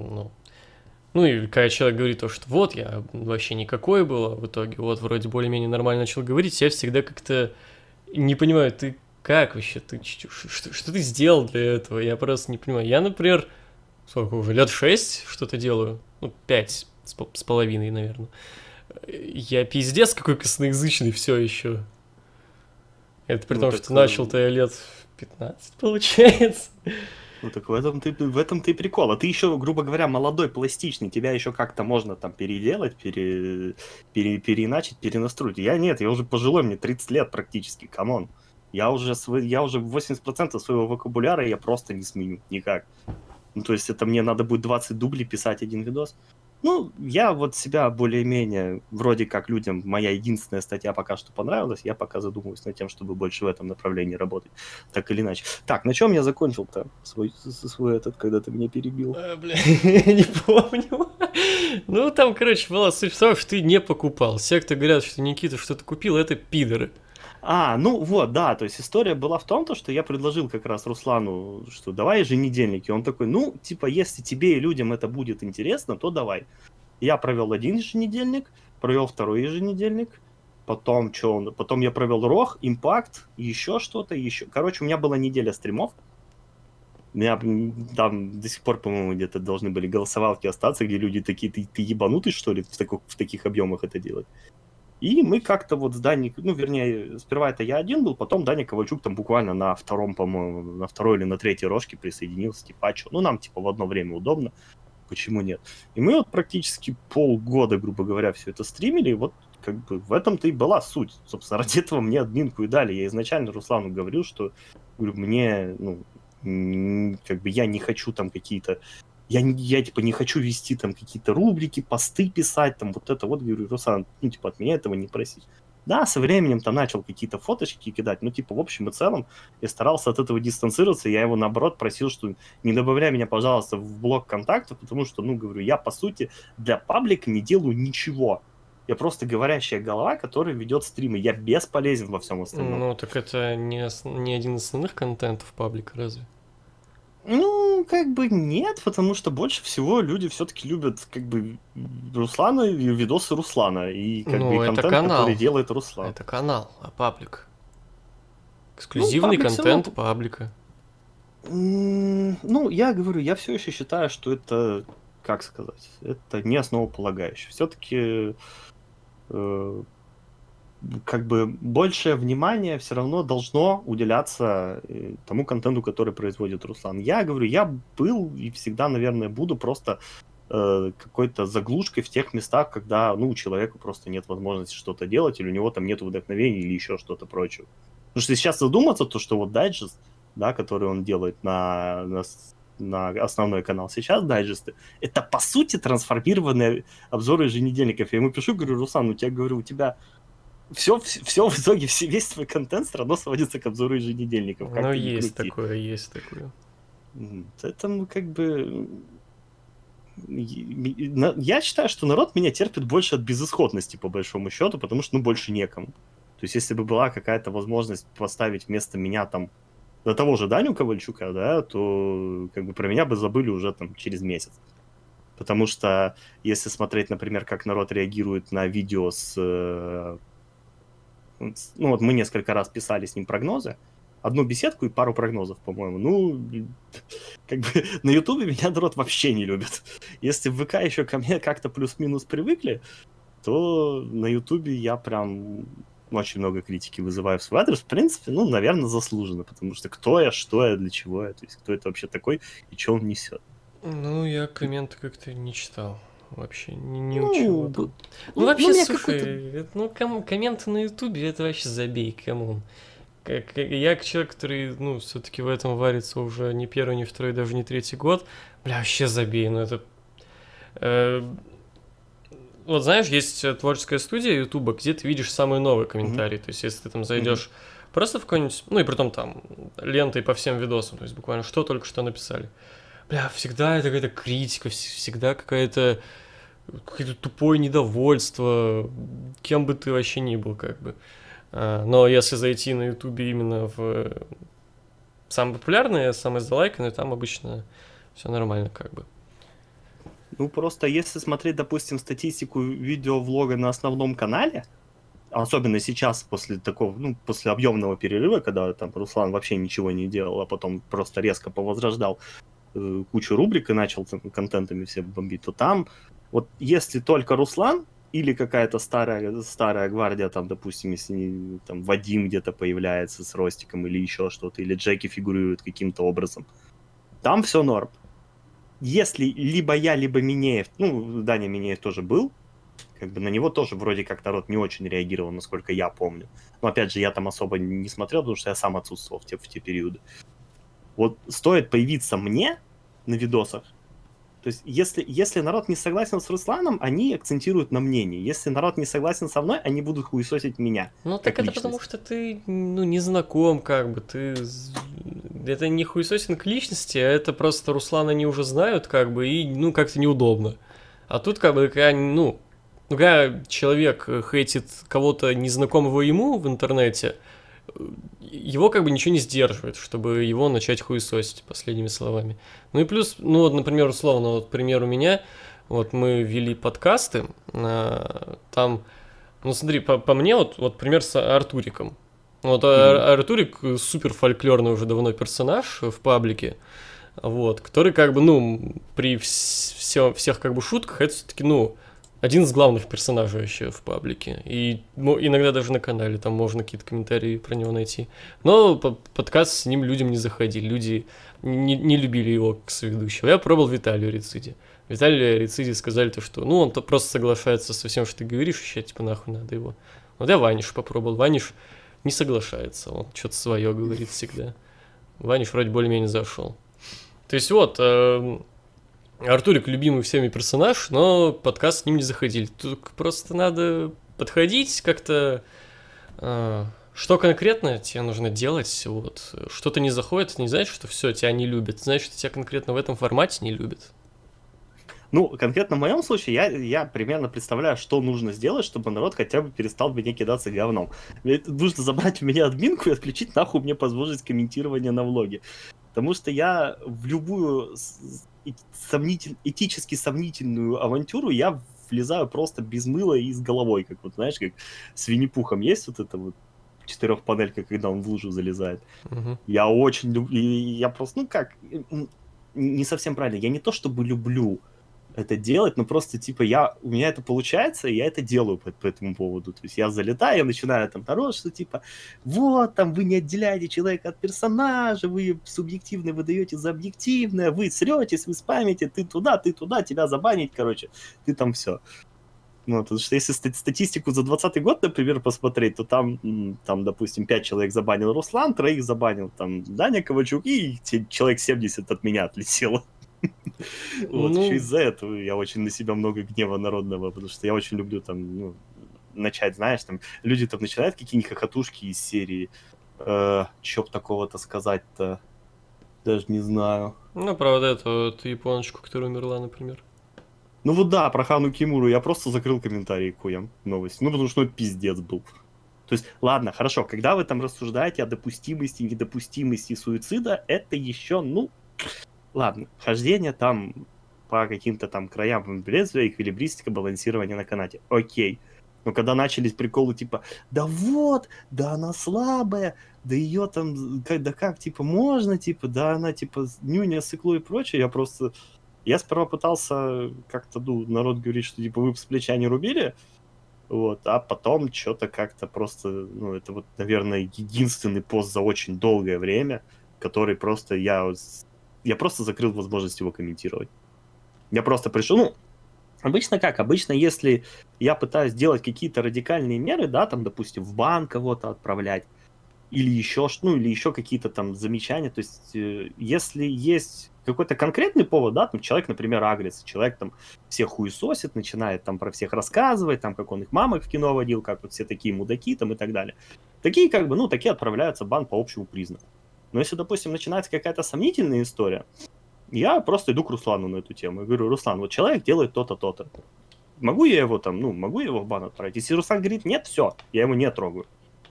и когда человек говорит то, что вот, я вообще никакой был, а в итоге вот вроде более-менее нормально начал говорить, я всегда как-то не понимаю, ты как вообще, что ты сделал для этого, я просто не понимаю. Я, например, сколько уже, лет 6 что-то делаю, 5 с половиной, наверное. Я пиздец какой косноязычный все еще. Это при том, что начал-то я лет 15, получается. Так в этом-то и прикол. А ты еще, грубо говоря, молодой, пластичный. Тебя еще как-то можно там переделать, переиначить, перенастроить. Я нет, я уже пожилой, мне 30 лет практически, камон. Я уже 80% своего вокабуляра я просто не сменю никак. То есть это мне надо будет 20 дублей писать один видос. Я вот себя более-менее, вроде как людям, моя единственная статья пока что понравилась, я пока задумываюсь над тем, чтобы больше в этом направлении работать, так или иначе. Так, на чем я закончил-то свой когда ты меня перебил? Не помню. Там, была суть в том, что ты не покупал. Все, кто говорят, что Никита что-то купил, это пидоры. Да, то есть история была в том, что я предложил как раз Руслану, что давай еженедельники. Он такой, если тебе и людям это будет интересно, то давай. Я провел один еженедельник, провел второй еженедельник, потом я провел Рох, Импакт, еще что-то, еще. Короче, у меня была неделя стримов. У меня там до сих пор, по-моему, где-то должны были голосовалки остаться, где люди такие, ты ебанутый, что ли, в таких объемах это делать? И мы как-то вот с Даней, сперва это я один был, потом Даня Ковальчук там буквально на втором, по-моему, на второй или на третьей рожке присоединился, нам в одно время удобно, почему нет. И мы вот практически полгода, грубо говоря, все это стримили, и вот в этом-то и была суть. Собственно, ради этого мне админку и дали. Я изначально Руслану говорил, что, мне, я не хочу там какие-то... Я не хочу вести там какие-то рубрики, посты писать, там вот это вот, говорю, Руслан, от меня этого не проси. Да, со временем там начал какие-то фоточки кидать, ну, типа, в общем и целом, я старался от этого дистанцироваться, я его, наоборот, просил, что не добавляй меня, пожалуйста, в блок контактов, потому что, ну, говорю, я, по сути, для паблика не делаю ничего. Я просто говорящая голова, которая ведет стримы. Я бесполезен во всем остальном. Ну, так это не один из основных контентов паблика, разве? Ну, как бы нет, потому что больше всего люди все-таки любят, как бы, Руслана и видосы Руслана. И, как бы, и это контент, канал. который делает Руслан. Это канал, а паблик. Эксклюзивный паблик контент равно... паблика. Ну, я говорю, я все еще считаю, что это, как сказать, это не основополагающее. Все-таки как бы большее внимание все равно должно уделяться тому контенту, который производит Руслан. Я говорю, я был и всегда, наверное, буду просто какой-то заглушкой в тех местах, когда, ну, у человека просто нет возможности что-то делать, или у него там нет вдохновения, или еще что-то прочее. Потому что сейчас задуматься, то, что вот дайджест, да, который он делает на основной канал сейчас, дайджесты, это, по сути, трансформированные обзоры еженедельников. Я ему пишу, говорю, Руслан, у тебя все в итоге, весь твой контент все равно сводится к обзору еженедельников. Ну, есть такое, есть такое. Поэтому, как бы... Я считаю, что народ меня терпит больше от безысходности, по большому счету, потому что, ну, больше некому. То есть, если бы была какая-то возможность поставить вместо меня там до того же Даню Ковальчука, да, то как бы про меня бы забыли уже там через месяц. Потому что если смотреть, например, как народ реагирует на видео ну вот мы несколько раз писали с ним прогнозы, одну беседку и пару прогнозов, по-моему. Ну, как бы на Ютубе меня народ вообще не любит. Если в ВК еще ко мне как-то плюс-минус привыкли, то на Ютубе я прям очень много критики вызываю в свой адрес. В принципе, ну, наверное, заслуженно, потому что кто я, что я, для чего я, то есть кто это вообще такой и что он несет. Ну, я комменты как-то не читал. Вообще не учил. Ну, вообще, ну, слушай, комменты на Ютубе, это вообще забей, камон. Я человек, который, ну, все-таки в этом варится уже не первый, не второй, даже не третий год. Бля, вообще забей, ну это... Вот знаешь, есть творческая студия Ютуба, где ты видишь самые новые комментарии. То есть, если ты там зайдешь просто в какой-нибудь... Ну, и притом там лентой по всем видосам, то есть буквально что только что написали. Бля, всегда это какая-то критика, всегда какое-то тупое недовольство, кем бы ты вообще ни был, как бы. Но если зайти на Ютубе именно в самые популярные, самые залайканные, там обычно все нормально, как бы. Ну, просто если смотреть, допустим, статистику видеовлога на основном канале, особенно сейчас, после такого, ну, после объемного перерыва, когда там Руслан вообще ничего не делал, а потом просто резко повозрождал кучу рубрик и начал там контентами все бомбить, то там, вот если только Руслан или какая-то старая гвардия, там, допустим, если там Вадим где-то появляется с Ростиком или еще что-то, или Джеки фигурирует каким-то образом, там все норм. Если либо я, либо Минеев, ну, Даня Минеев тоже был, как бы на него тоже вроде как народ не очень реагировал, насколько я помню. Но опять же, я там особо не смотрел, потому что я сам отсутствовал в те периоды. Вот стоит появиться мне на видосах, то есть если народ не согласен с Русланом, они акцентируют на мнении. Если народ не согласен со мной, они будут хуесосить меня. Ну так это личность. потому что ты, ну, не знаком, как бы, ты... Это не хуесосин к личности, а это просто Руслана они уже знают, как бы, и, ну, как-то неудобно. А тут, как бы, когда человек хейтит кого-то незнакомого ему в интернете, его как бы ничего не сдерживает, чтобы его начать хуесосить последними словами. Ну и плюс, ну вот, например, условно, вот пример у меня, вот мы вели подкасты, там, ну смотри, по мне, вот пример с Артуриком. Вот Артурик супер фольклорный уже давно персонаж в паблике, вот, который как бы, ну, при всех как бы шутках, это все-таки, ну, один из главных персонажей вообще в паблике. И иногда даже на канале там можно какие-то комментарии про него найти. Но подкаст с ним людям не заходили. Люди не любили его как соведущего. Я пробовал Виталию Рициди. Виталию Рициди сказали то, что, ну, он то просто соглашается со всем, что ты говоришь, еще типа нахуй надо его. Вот я Ваниш попробовал. Ваниш не соглашается. Он что-то свое говорит всегда. Ваниш вроде более-менее зашел. То есть вот... Артурик любимый всеми персонаж, но подкаст с ним не заходили. Тут просто надо подходить как-то Что конкретно тебе нужно делать? Вот, что-то не заходит, не знаешь, что все, тебя не любят. Знаешь, что тебя конкретно в этом формате не любят. Ну, конкретно в моем случае я примерно представляю, что нужно сделать, чтобы народ хотя бы перестал в меня кидаться говном. Нужно забрать у меня админку и отключить нахуй мне возможность комментирования на влоге. Потому что я в любую этически сомнительную авантюру я влезаю просто без мыла и с головой. Как вот, знаешь, как с Винни-Пухом есть вот эта вот четырехпанелька, когда он в лужу залезает. Угу. Я очень люблю... Я просто, ну как... Не совсем правильно. Я не то чтобы люблю это делать, но просто, типа, у меня это получается, и я это делаю по этому поводу. То есть я залетаю, я начинаю там народ, что, типа, вот, там, вы не отделяете человека от персонажа, вы субъективное выдаете за объективное, вы сретесь, вы спамите, ты туда, тебя забанить, короче, ты там все. Ну, потому что если статистику за 2020 год, например, посмотреть, то там, допустим, 5 человек забанил Руслан, 3 забанил там Даня Ковальчук, и человек 70 от меня отлетело. Вот, еще из-за этого я очень на себя много гнева народного, потому что я очень люблю там, начать, знаешь, там, люди там начинают какие-нибудь хохотушки из серии, чё б такого-то сказать-то, даже не знаю. Ну, правда, эту японочку, которая умерла, например. Ну вот да, про Хану Кимуру я просто закрыл комментарий к хуям новость, ну потому что это пиздец был. То есть, ладно, хорошо, когда вы там рассуждаете о допустимости и недопустимости суицида, это еще, ладно, хождение там по каким-то там краям лезвия, эквилибристика, балансирование на канате. Окей. Но когда начались приколы типа, да вот, да она слабая, да ее там, да как, типа, можно, типа, да она, типа, нюня, сыкло и прочее, я сперва пытался как-то, народ говорит, что, типа, вы с плеча не рубили, вот, а потом что-то как-то просто, это вот, наверное, единственный пост за очень долгое время, который просто я просто закрыл возможность его комментировать. Я просто пришел, обычно как? Обычно, если я пытаюсь делать какие-то радикальные меры, да, там, допустим, в бан кого-то отправлять, или еще какие-то там замечания, то есть, если есть какой-то конкретный повод, да, там человек, например, агрится, человек там всех хуесосит, начинает там про всех рассказывать, там, как он их мамок в кино водил, как вот все такие мудаки там и так далее. Такие, как бы, такие отправляются в бан по общему признаку. Но если, допустим, начинается какая-то сомнительная история, я просто иду к Руслану на эту тему. Я говорю, Руслан, вот человек делает то-то, то-то. Могу я его там, могу я его в бан отправить? Если Руслан говорит нет, все, я его не трогаю.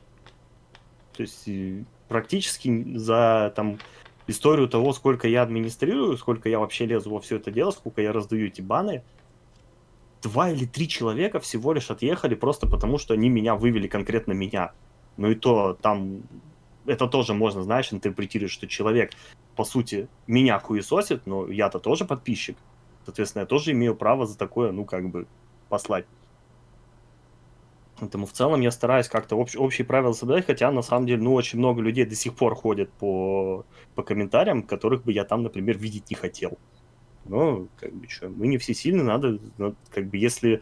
То есть практически за там историю того, сколько я администрирую, сколько я вообще лезу во все это дело, сколько я раздаю эти баны, 2 или 3 человека всего лишь отъехали просто потому, что они вывели конкретно меня. Ну и то там... Это тоже можно, знаешь, интерпретировать, что человек, по сути, меня хуесосит, но я-то тоже подписчик. Соответственно, я тоже имею право за такое, послать. Поэтому в целом я стараюсь как-то общие правила соблюдать, хотя на самом деле, очень много людей до сих пор ходят по комментариям, которых бы я там, например, видеть не хотел. Но, мы не всесильны, надо, если,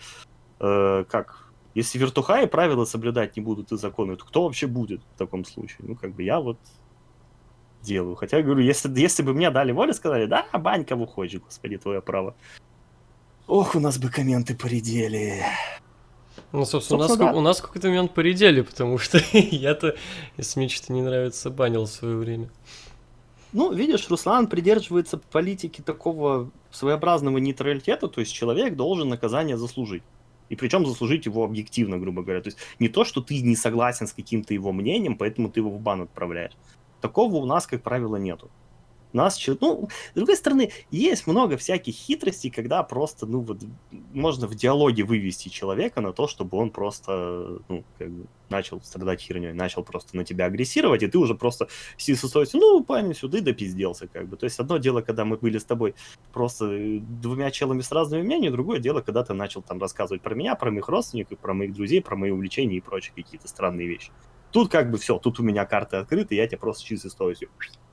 если вертухаи правила соблюдать не будут и законы, то кто вообще будет в таком случае? Я вот делаю. Хотя, говорю, если бы мне дали волю, сказали, да, бань кого хочешь, господи, твое право. Ох, у нас бы комменты поредели. Собственно, у нас в какой-то момент поредели, потому что я-то, если мне что-то не нравится, банил в свое время. Видишь, Руслан придерживается политики такого своеобразного нейтралитета, то есть человек должен наказание заслужить. И причем заслужить его объективно, грубо говоря. То есть не то, что ты не согласен с каким-то его мнением, поэтому ты его в бан отправляешь. Такого у нас, как правило, нету. С другой стороны, есть много всяких хитростей, когда просто, можно в диалоге вывести человека на то, чтобы он просто, начал страдать херней, начал просто на тебя агрессировать, и ты уже просто со совестью, парень, сюда допизделся, То есть одно дело, когда мы были с тобой просто 2 челами с разными мнениями, другое дело, когда ты начал там рассказывать про меня, про моих родственников, про моих друзей, про мои увлечения и прочие какие-то странные вещи. Тут все, тут у меня карты открыты, я тебя просто чистой совестью...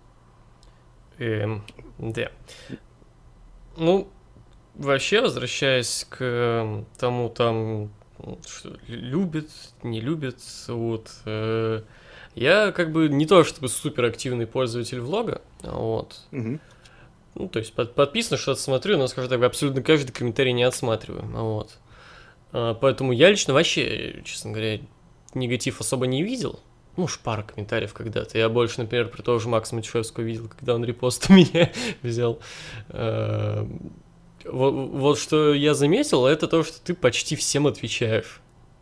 Да. Вообще, возвращаясь к тому, что любит, не любит, я не то чтобы суперактивный пользователь влога, вот. Угу. То есть подписано, что-то смотрю, но, скажем так, абсолютно каждый комментарий не отсматриваю, вот. Поэтому я лично вообще, честно говоря, негатив особо не видел. Ну уж пара комментариев когда-то. Я больше, например, про того же Макса Матюшевского видел, когда он репост у меня взял. Вот что я заметил, это то, что ты почти всем отвечаешь.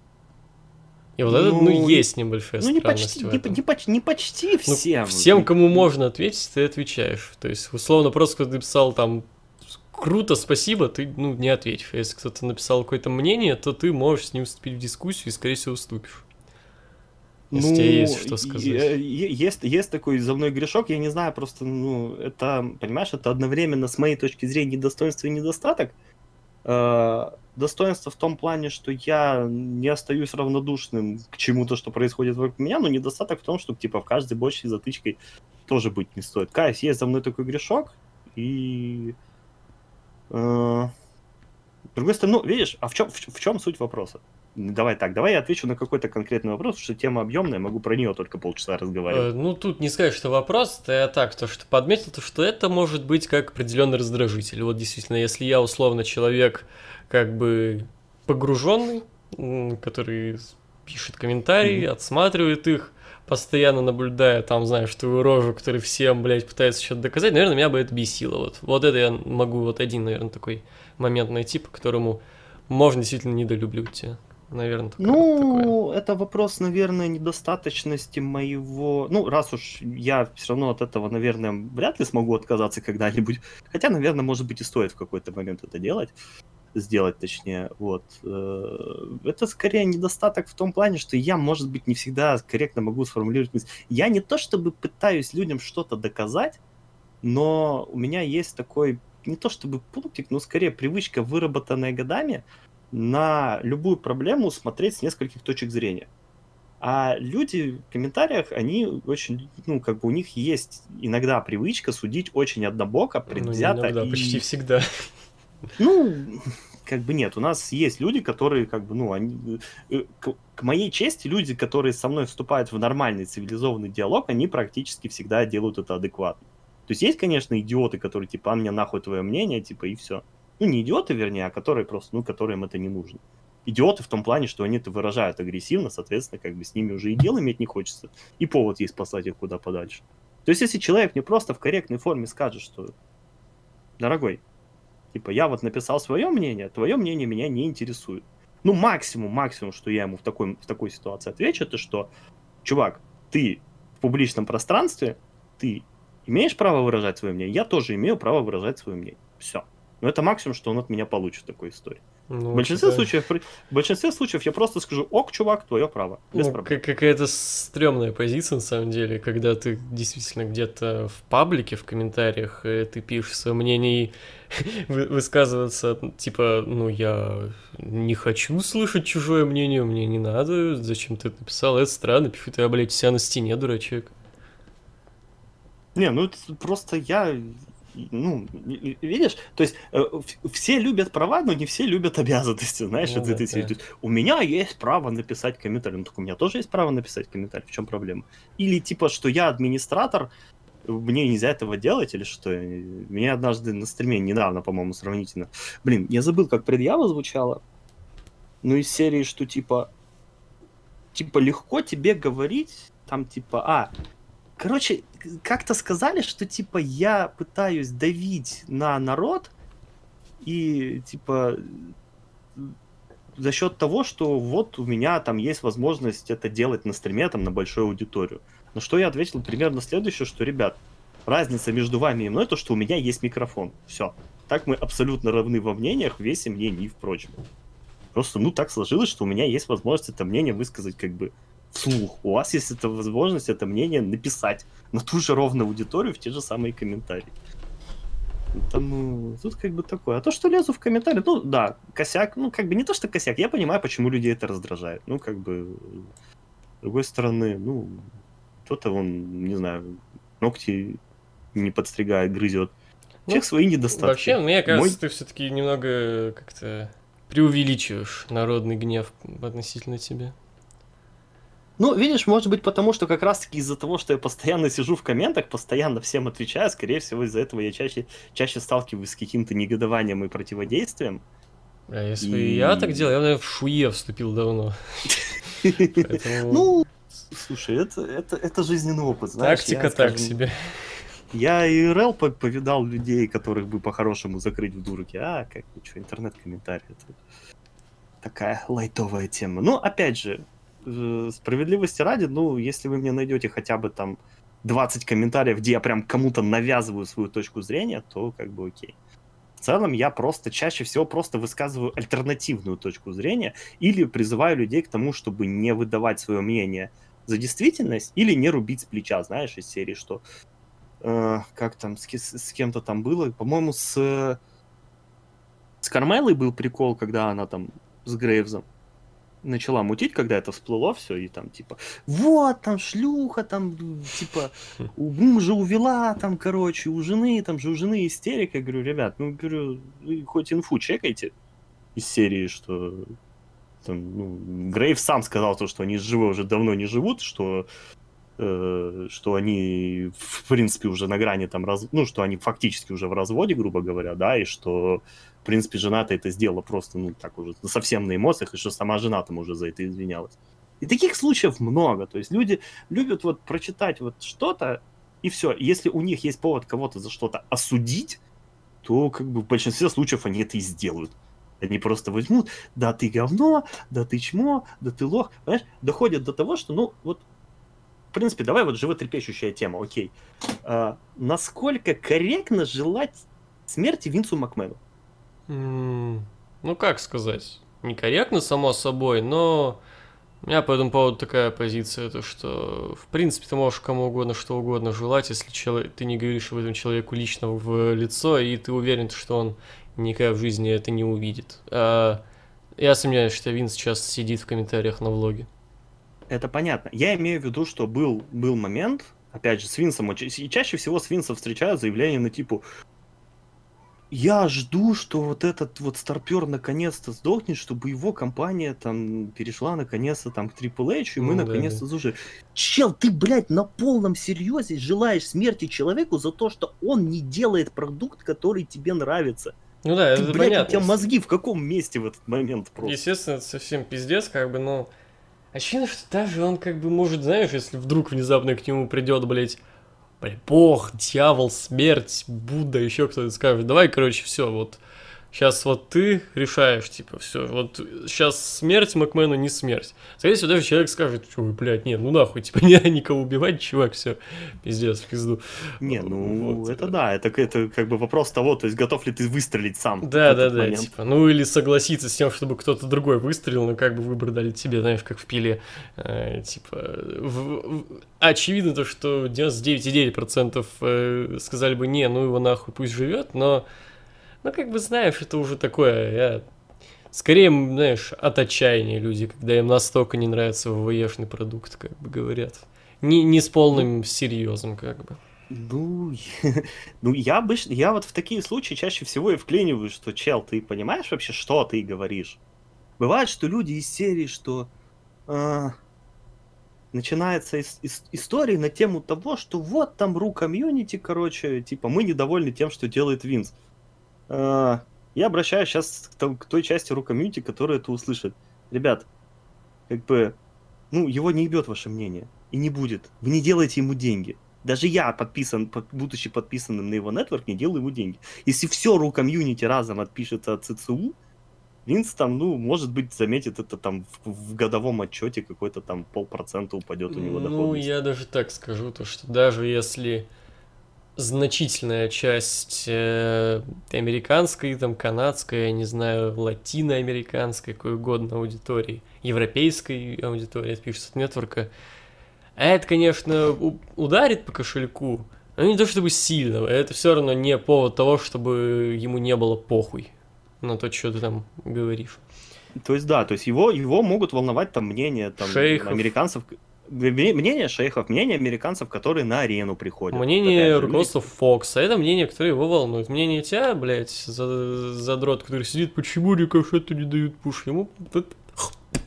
И вот это, есть небольшая странность в этом. Не почти всем. Всем, кому можно ответить, ты отвечаешь. То есть, условно, просто кто-то написал там «круто, спасибо», ты, не ответишь. А если кто-то написал какое-то мнение, то ты можешь с ним вступить в дискуссию и, скорее всего, уступишь. Если тебе есть что сказать. Есть такой за мной грешок, я не знаю, просто, это, понимаешь, это одновременно, с моей точки зрения, достоинство и недостаток. Достоинство в том плане, что я не остаюсь равнодушным к чему-то, что происходит вокруг меня, но недостаток в том, что, типа, в каждой бочке затычкой тоже быть не стоит. Кайф, есть за мной такой грешок, и... С другой стороны, видишь, а в чем суть вопроса? Давай я отвечу на какой-то конкретный вопрос, потому что тема объемная, могу про нее только полчаса разговаривать. Тут не сказать, что вопрос, я так, то, что подметил, то, что это может быть как определенный раздражитель. Вот действительно, если я условно человек как бы погруженный, который пишет комментарии, отсматривает их, постоянно наблюдая там, знаешь, твою рожу, который всем, блядь, пытается что-то доказать, наверное, меня бы это бесило. Вот это я могу один, наверное, такой момент найти, по которому можно действительно недолюбливать тебя. Наверное, такое. Это вопрос, наверное, недостаточности моего... раз уж я все равно от этого, наверное, вряд ли смогу отказаться когда-нибудь. Хотя, наверное, может быть, и стоит в какой-то момент это сделать, точнее. Вот. Это скорее недостаток в том плане, что я, может быть, не всегда корректно могу сформулировать мысль. Я не то чтобы пытаюсь людям что-то доказать, но у меня есть такой, не то чтобы пунктик, но скорее привычка, выработанная годами, на любую проблему смотреть с нескольких точек зрения. А люди в комментариях, они очень, у них есть иногда привычка судить очень однобоко, предвзято. Иногда, почти всегда. Нет, у нас есть люди, которые, они... К моей чести, люди, которые со мной вступают в нормальный цивилизованный диалог, они практически всегда делают это адекватно. То есть, конечно, идиоты, которые, а мне нахуй твое мнение, и все. Не идиоты, вернее, а которые просто, которым это не нужно. Идиоты в том плане, что они это выражают агрессивно, соответственно, с ними уже и дел иметь не хочется, и повод есть послать их куда подальше. То есть, если человек мне просто в корректной форме скажет, что, дорогой, я вот написал свое мнение, твое мнение меня не интересует. Максимум, что я ему в такой ситуации отвечу, это что, чувак, ты в публичном пространстве, ты имеешь право выражать свое мнение, я тоже имею право выражать свое мнение. Все. Но это максимум, что он от меня получит в такой истории. В большинстве случаев я просто скажу: ок, чувак, твое право. Без проблем. Какая-то стрёмная позиция, на самом деле, когда ты действительно где-то в паблике, в комментариях, ты пишешь свое мнение и высказываться, я не хочу слышать чужое мнение, мне не надо, зачем ты это написал, это странно, пишу тебя, блядь, у себя на стене, дурачок. Это просто я... видишь, то есть все любят права, но не все любят обязанности, знаешь, То есть, у меня есть право написать комментарий, так у меня тоже есть право написать комментарий, в чем проблема? Или что я администратор, мне нельзя этого делать, или что? Меня однажды на стриме, недавно, по-моему, сравнительно, я забыл, как предъява звучала, из серии, что легко тебе говорить, короче, как-то сказали, что, я пытаюсь давить на народ и, за счет того, что вот у меня там есть возможность это делать на стриме, на большую аудиторию. На что я ответил примерно следующее, что, ребят, разница между вами и мной то, что у меня есть микрофон. Все. Так мы абсолютно равны во мнениях, весе, мнении и в прочем. Просто, так сложилось, что у меня есть возможность это мнение высказать вслух. У вас есть эта возможность, это мнение написать на ту же ровную аудиторию в те же самые комментарии. Тут такое. А то, что лезу в комментарии, да, косяк, не то, что косяк, я понимаю, почему людей это раздражает. С другой стороны, кто-то, не знаю, ногти не подстригает, грызет. У всех свои недостатки. Вообще, мне кажется, ты все-таки немного как-то преувеличиваешь народный гнев относительно тебя. Видишь, может быть, потому что как раз-таки из-за того, что я постоянно сижу в комментах, постоянно всем отвечаю, скорее всего, из-за этого я чаще сталкиваюсь с каким-то негодованием и противодействием. А если я так делал, я, наверное, в шуе вступил давно. Ну, слушай, это жизненный опыт, знаешь. Тактика так себе. Я ИРЛ повидал людей, которых бы по-хорошему закрыть в дурке. Как бы что, интернет-комментарий. Это такая лайтовая тема. Ну, опять же, справедливости ради, ну, если вы мне найдете хотя бы там 20 комментариев, где я прям кому-то навязываю свою точку зрения, то как бы окей. В целом я просто чаще всего просто высказываю альтернативную точку зрения или призываю людей к тому, чтобы не выдавать свое мнение за действительность или не рубить с плеча, знаешь, из серии, что как там, с кем-то там было, по-моему, с Кармелой был прикол, когда она там с Грейвзом начала мутить, когда это всплыло все, и там, типа, вот, там, шлюха, там, типа, мужа увела, там, короче, у жены истерика. Я говорю, ребят, ну, говорю, вы хоть инфу чекайте из серии, что там, ну, Грейв сам сказал то, что они живы уже давно не живут, что они, в принципе, уже на грани там, ну, что они фактически уже в разводе, грубо говоря, да, и что, в принципе, жена-то это сделала просто, ну, так уже, совсем на эмоциях, и что сама жена там уже за это извинялась. И таких случаев много, то есть люди любят вот прочитать вот что-то, и все. Если у них есть повод кого-то за что-то осудить, то, как бы, в большинстве случаев они это и сделают. Они просто возьмут, да ты говно, да ты чмо, да ты лох, понимаешь, доходят до того, что, ну, вот, в принципе, давай вот животрепещущая тема, окей. Насколько корректно желать смерти Винсу Макмену? Ну, как сказать? Некорректно, само собой, но у меня по этому поводу такая позиция, то что, в принципе, ты можешь кому угодно что угодно желать, если ты не говоришь об этом человеку лично в лицо, и ты уверен, что он никогда в жизни это не увидит. Я сомневаюсь, что Винс сейчас сидит в комментариях на влоге. Это понятно. Я имею в виду, что был момент, опять же, с Винсом, и чаще всего с Винсом встречают заявления на типу я жду, что вот этот вот старпер наконец-то сдохнет, чтобы его компания там перешла наконец-то там к Triple H, и мы наконец-то зажили. Чел, ты, блядь, на полном серьезе желаешь смерти человеку за то, что он не делает продукт, который тебе нравится. Ну да, ты, это блядь, понятно. У тебя мозги в каком месте в этот момент просто? Естественно, это совсем пиздец, как бы, но... Ощущение, что даже он как бы может, знаешь, если вдруг внезапно к нему придет, блядь, Бог, дьявол, смерть, Будда, еще кто-то скажет, давай, короче, все, вот сейчас вот ты решаешь, типа, все, вот сейчас смерть Макмену не смерть. Скорее всего, даже человек скажет, что, блядь, нет, ну нахуй, типа, не никого убивать, чувак, все, пиздец, в пизду. Не, ну, вот, это да, это как бы вопрос того, то есть готов ли ты выстрелить сам. Да, типа, ну или согласиться с тем, чтобы кто-то другой выстрелил, но как бы выбор дали тебе, знаешь, как в Пиле, типа, очевидно то, что 99,9% сказали бы, не, ну его нахуй, пусть живет, но, ну как бы, знаешь, это уже такое, скорее, знаешь, от отчаяния люди, когда им настолько не нравится ВВЕшный продукт, как бы говорят, не с полным серьезом, как бы. Ну, я вот в такие случаи чаще всего и вклиниваю, что, чел, ты понимаешь вообще, что ты говоришь? Бывает, что люди из серии, что начинается история на тему того, что вот там ру-комьюнити, короче, типа, мы недовольны тем, что делает Винс. Я обращаюсь сейчас к той части ру-комьюнити, которая это услышит. Ребят, как бы, ну, его не ебет ваше мнение. И не будет. Вы не делаете ему деньги. Даже я, будучи подписанным на его нетворк, не делаю ему деньги. Если все ру-комьюнити разом отпишется от ЦЦУ, Винс там, ну, может быть, заметит это там в годовом отчете какой-то там 0,5% упадет у него доходность. Ну, я даже так скажу, то что даже если значительная часть американской, там, канадской, я не знаю, латиноамериканской, какой угодно аудитории, европейской аудитории отпишется от нетворка, это, конечно, ударит по кошельку, но не то чтобы сильно, это все равно не повод того, чтобы ему не было похуй на то, что ты там говоришь. То есть, да, то есть его могут волновать там мнения там, американцев, мнение шейхов, мнение американцев, которые на арену приходят. Мнение руководства Fox, а это мнение, которое его волнует. Мнение тебя, блядь, задрот, который сидит, почему рикошету не дают пуш, ему...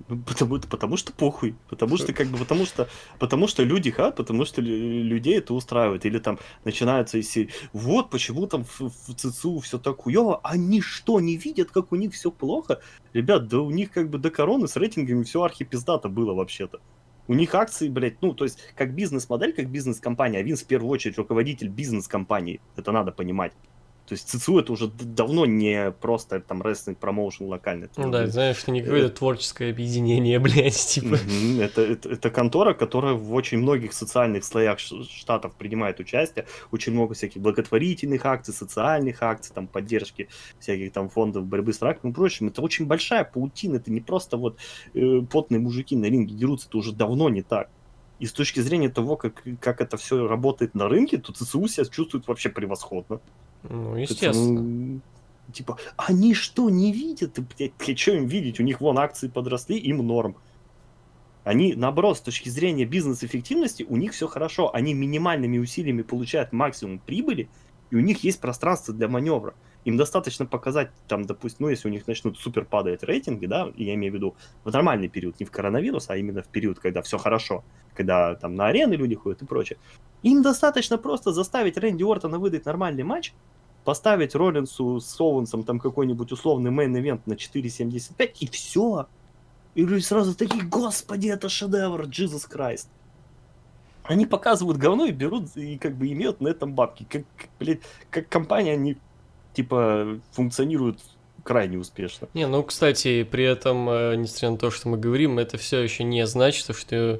Ну, потому что похуй. Потому что, потому что люди потому что людей это устраивает. Или там начинаются из серии, вот почему там в ЦЦУ все так хуёво. Они что, не видят, как у них все плохо? Ребят, да у них как бы до короны с рейтингами все архипиздато было вообще-то. У них акции, блядь, ну, то есть, как бизнес-модель, как бизнес-компания, а Винс в первую очередь руководитель бизнес-компании. Это надо понимать. То есть ЦЦУ это уже давно не просто там рестлинг промоушен локальный. Ну да, знаешь, что не какое-то творческое объединение, блядь, типа. Это контора, которая в очень многих социальных слоях штатов принимает участие. Очень много всяких благотворительных акций, социальных акций, там поддержки всяких там фондов борьбы с раком и прочим. Это очень большая паутина, это не просто вот потные мужики на ринге дерутся, это уже давно не так. И с точки зрения того, как это все работает на рынке, то ЦЦУ себя чувствует вообще превосходно. Ну, естественно. Типа, они что, не видят? Блядь, что им видеть? У них вон акции подросли, им норм. Они, наоборот, с точки зрения бизнес-эффективности, у них все хорошо. Они минимальными усилиями получают максимум прибыли, и у них есть пространство для маневра. Им достаточно показать, там, допустим, ну, если у них начнут супер падать рейтинги, да, я имею в виду в нормальный период, не в коронавирус, а именно в период, когда все хорошо, когда там на арены люди ходят и прочее. Им достаточно просто заставить Рэнди Ортона выдать нормальный матч, поставить Роллинсу с Оуэнсом там какой-нибудь условный мейн-ивент на 4.75, и все. И люди сразу такие, господи, это шедевр, Jesus Christ. Они показывают говно и берут, и как бы имеют на этом бабки. Как компания, они типа функционируют крайне успешно. Не, ну, кстати, при этом, несмотря на то, что мы говорим, это все еще не значит, что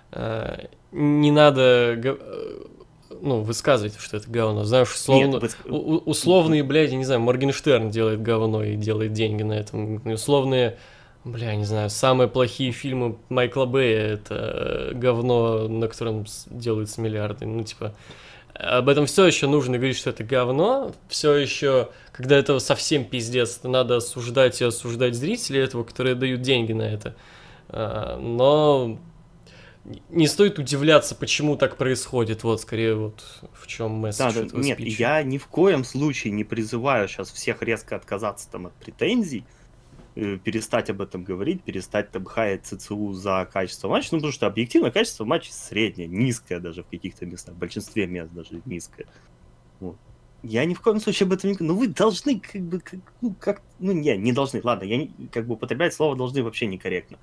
не надо высказывать, что это говно. Знаешь, условные, блядь, я не знаю, Моргенштерн делает говно и делает деньги на этом. Условные, бля, не знаю, самые плохие фильмы Майкла Бэя — это говно, на котором делаются миллиарды. Ну, типа, об этом все еще нужно говорить, что это говно. Все еще, когда это совсем пиздец, это надо осуждать зрителей этого, которые дают деньги на это. Но не стоит удивляться, почему так происходит. Вот, скорее, вот в чем месседж этого нет, спича. я ни в коем случае не призываю сейчас всех резко отказаться там от претензий, перестать об этом говорить, перестать там хаять ЦЦУ за качество матча, ну, потому что объективно качество матча среднее, низкое даже в каких-то местах, в большинстве мест даже низкое. Вот. Я ни в коем случае об этом не говорю. Но вы должны не должны, ладно, я как бы употреблять слово должны вообще некорректно.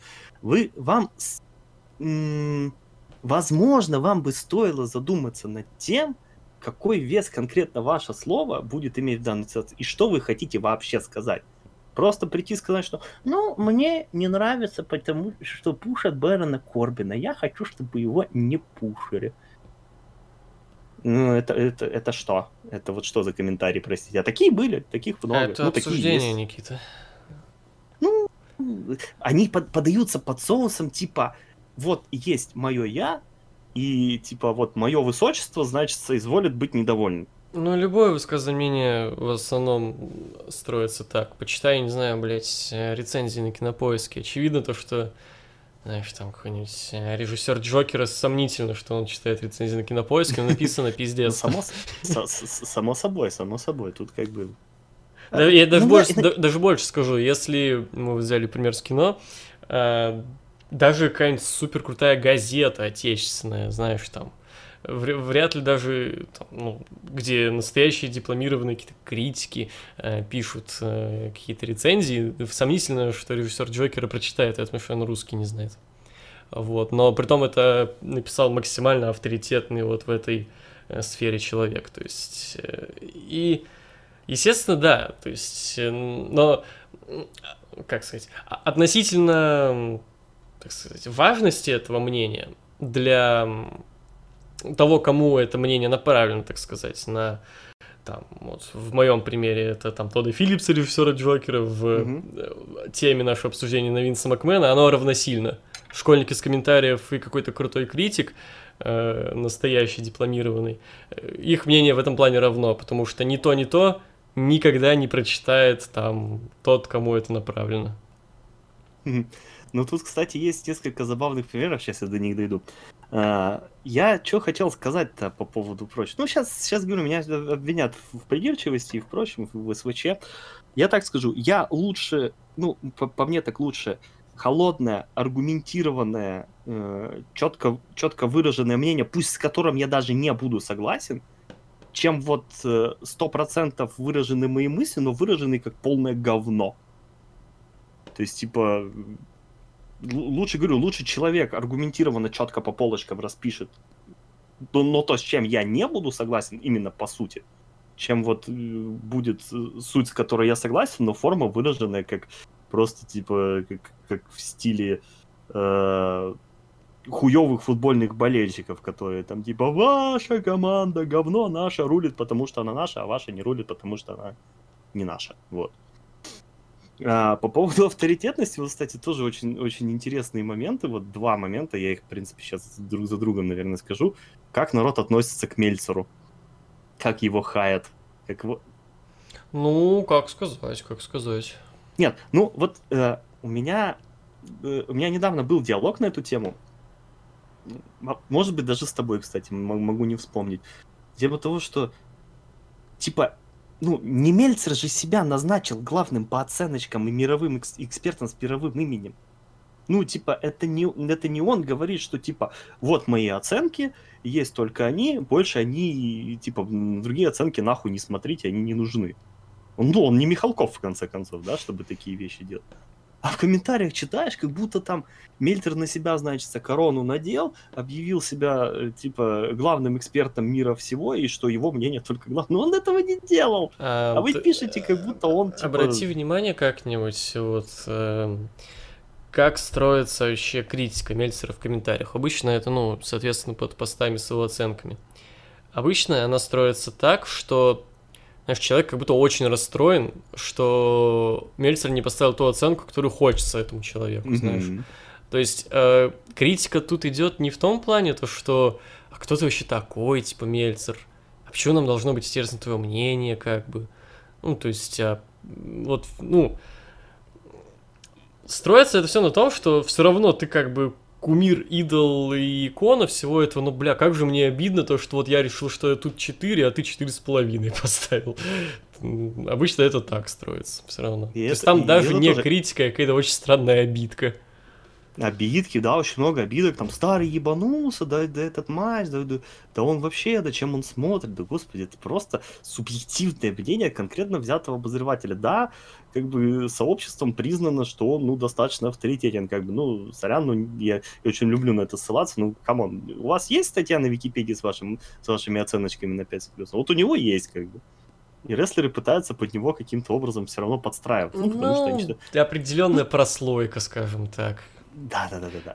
Возможно, вам бы стоило задуматься над тем, какой вес конкретно ваше слово будет иметь в данной ситуации, и что вы хотите вообще сказать. Просто прийти и сказать, что мне не нравится, потому что пушат Бэрона Корбина, я хочу, чтобы его не пушили. Ну, это что? Это вот что за комментарии, простите? А такие были, таких много. Это обсуждение, Никита. Ну, они подаются под соусом, типа, вот есть мое я, и типа вот мое высочество, значит, соизволит быть недовольным. Ну, любое высказывание в основном строится так. Почитай, не знаю, блядь, рецензии на Кинопоиске. Очевидно то, что, знаешь, там какой-нибудь режиссер Джокера, сомнительно, что он читает рецензии на Кинопоиске, но написано пиздец. Само собой, тут как бы... Я даже больше скажу, если мы взяли пример с кино, даже какая-нибудь супер крутая газета отечественная, знаешь, там, вряд ли даже, там, где настоящие дипломированные какие-то критики пишут какие-то рецензии, сомнительно, что режиссер Джокера прочитает это, потому что он русский не знает. Вот. Но при том это написал максимально авторитетный вот в этой сфере человек. То есть, и, естественно, да, то есть, но, как сказать, относительно, так сказать, важности этого мнения для того, кому это мнение направлено, так сказать, на, там, вот, в моем примере, это там Тодда Филлипса, режиссера Джокера, в теме нашего обсуждения на Винса Макмена, оно равносильно. Школьник из комментариев и какой-то крутой критик, настоящий, дипломированный, их мнение в этом плане равно, потому что ни то никогда не прочитает там тот, кому это направлено. Ну, тут, кстати, есть несколько забавных примеров, сейчас я до них дойду. Я что хотел сказать-то по поводу прочего. Ну, сейчас говорю, меня обвинят в придирчивости и впрочем, в СВЧ. Я так скажу, я лучше, по мне так лучше холодное, аргументированное, четко выраженное мнение, пусть с которым я даже не буду согласен, чем вот 100% выражены мои мысли, но выражены как полное говно. То есть, типа, лучше человек аргументированно, четко по полочкам распишет, но то, с чем я не буду согласен, именно по сути, чем вот будет суть, с которой я согласен, но форма выраженная как просто, типа, как в стиле хуёвых футбольных болельщиков, которые там, типа, ваша команда говно, наша рулит, потому что она наша, а ваша не рулит, потому что она не наша. Вот. По поводу авторитетности, вот, кстати, тоже очень, очень интересные моменты. Вот два момента, я их, в принципе, сейчас друг за другом, наверное, скажу. Как народ относится к Мельцеру? Как его хаят? Как его... Ну, как сказать. Нет, ну вот у меня недавно был диалог на эту тему. Может быть, даже с тобой, кстати, могу не вспомнить. Тема того, что, типа, ну, не Мельцер же себя назначил главным по оценочкам и мировым экспертом с мировым именем. Ну, типа, это не он говорит, что, типа, вот мои оценки, есть только они, больше они, типа, другие оценки нахуй не смотрите, они не нужны. Он не Михалков, в конце концов, да, чтобы такие вещи делать. А в комментариях читаешь, как будто там Мельцер на себя, значит, корону надел, объявил себя, типа, главным экспертом мира всего, и что его мнение только главное. Но он этого не делал. А вы пишете, как будто он, типа... Обрати внимание как-нибудь, вот, как строится вообще критика Мельцера в комментариях. Обычно это, ну, соответственно, под постами с его оценками. Обычно она строится так, что... Знаешь, человек как будто очень расстроен, что Мельцер не поставил ту оценку, которую хочется этому человеку, знаешь. То есть критика тут идет не в том плане, то что а кто ты вообще такой, типа Мельцер, а почему нам должно быть интересно твое мнение, как бы. Ну, то есть, вот, ну, строится это все на том, что все равно ты как бы кумир, идол и икона всего этого, ну, бля, как же мне обидно то, что вот я решил, что я тут 4, а ты 4,5 поставил. Обычно это так строится все равно. То есть там даже не критика, а какая-то очень странная обидка. Обидки, да, очень много обидок, там старый ебанулся, да этот матч, да он вообще, да чем он смотрит, да господи, это просто субъективное мнение конкретно взятого обозревателя, да, как бы сообществом признано, что он, ну, достаточно авторитетен, как бы, ну, сорян, ну, я очень люблю на это ссылаться, ну, камон, у вас есть статья на Википедии с вашими оценочками на 5+, вот у него есть, как бы. И рестлеры пытаются под него каким-то образом все равно подстраиваться. Ну, потому что они что... определенная прослойка, скажем так. Да.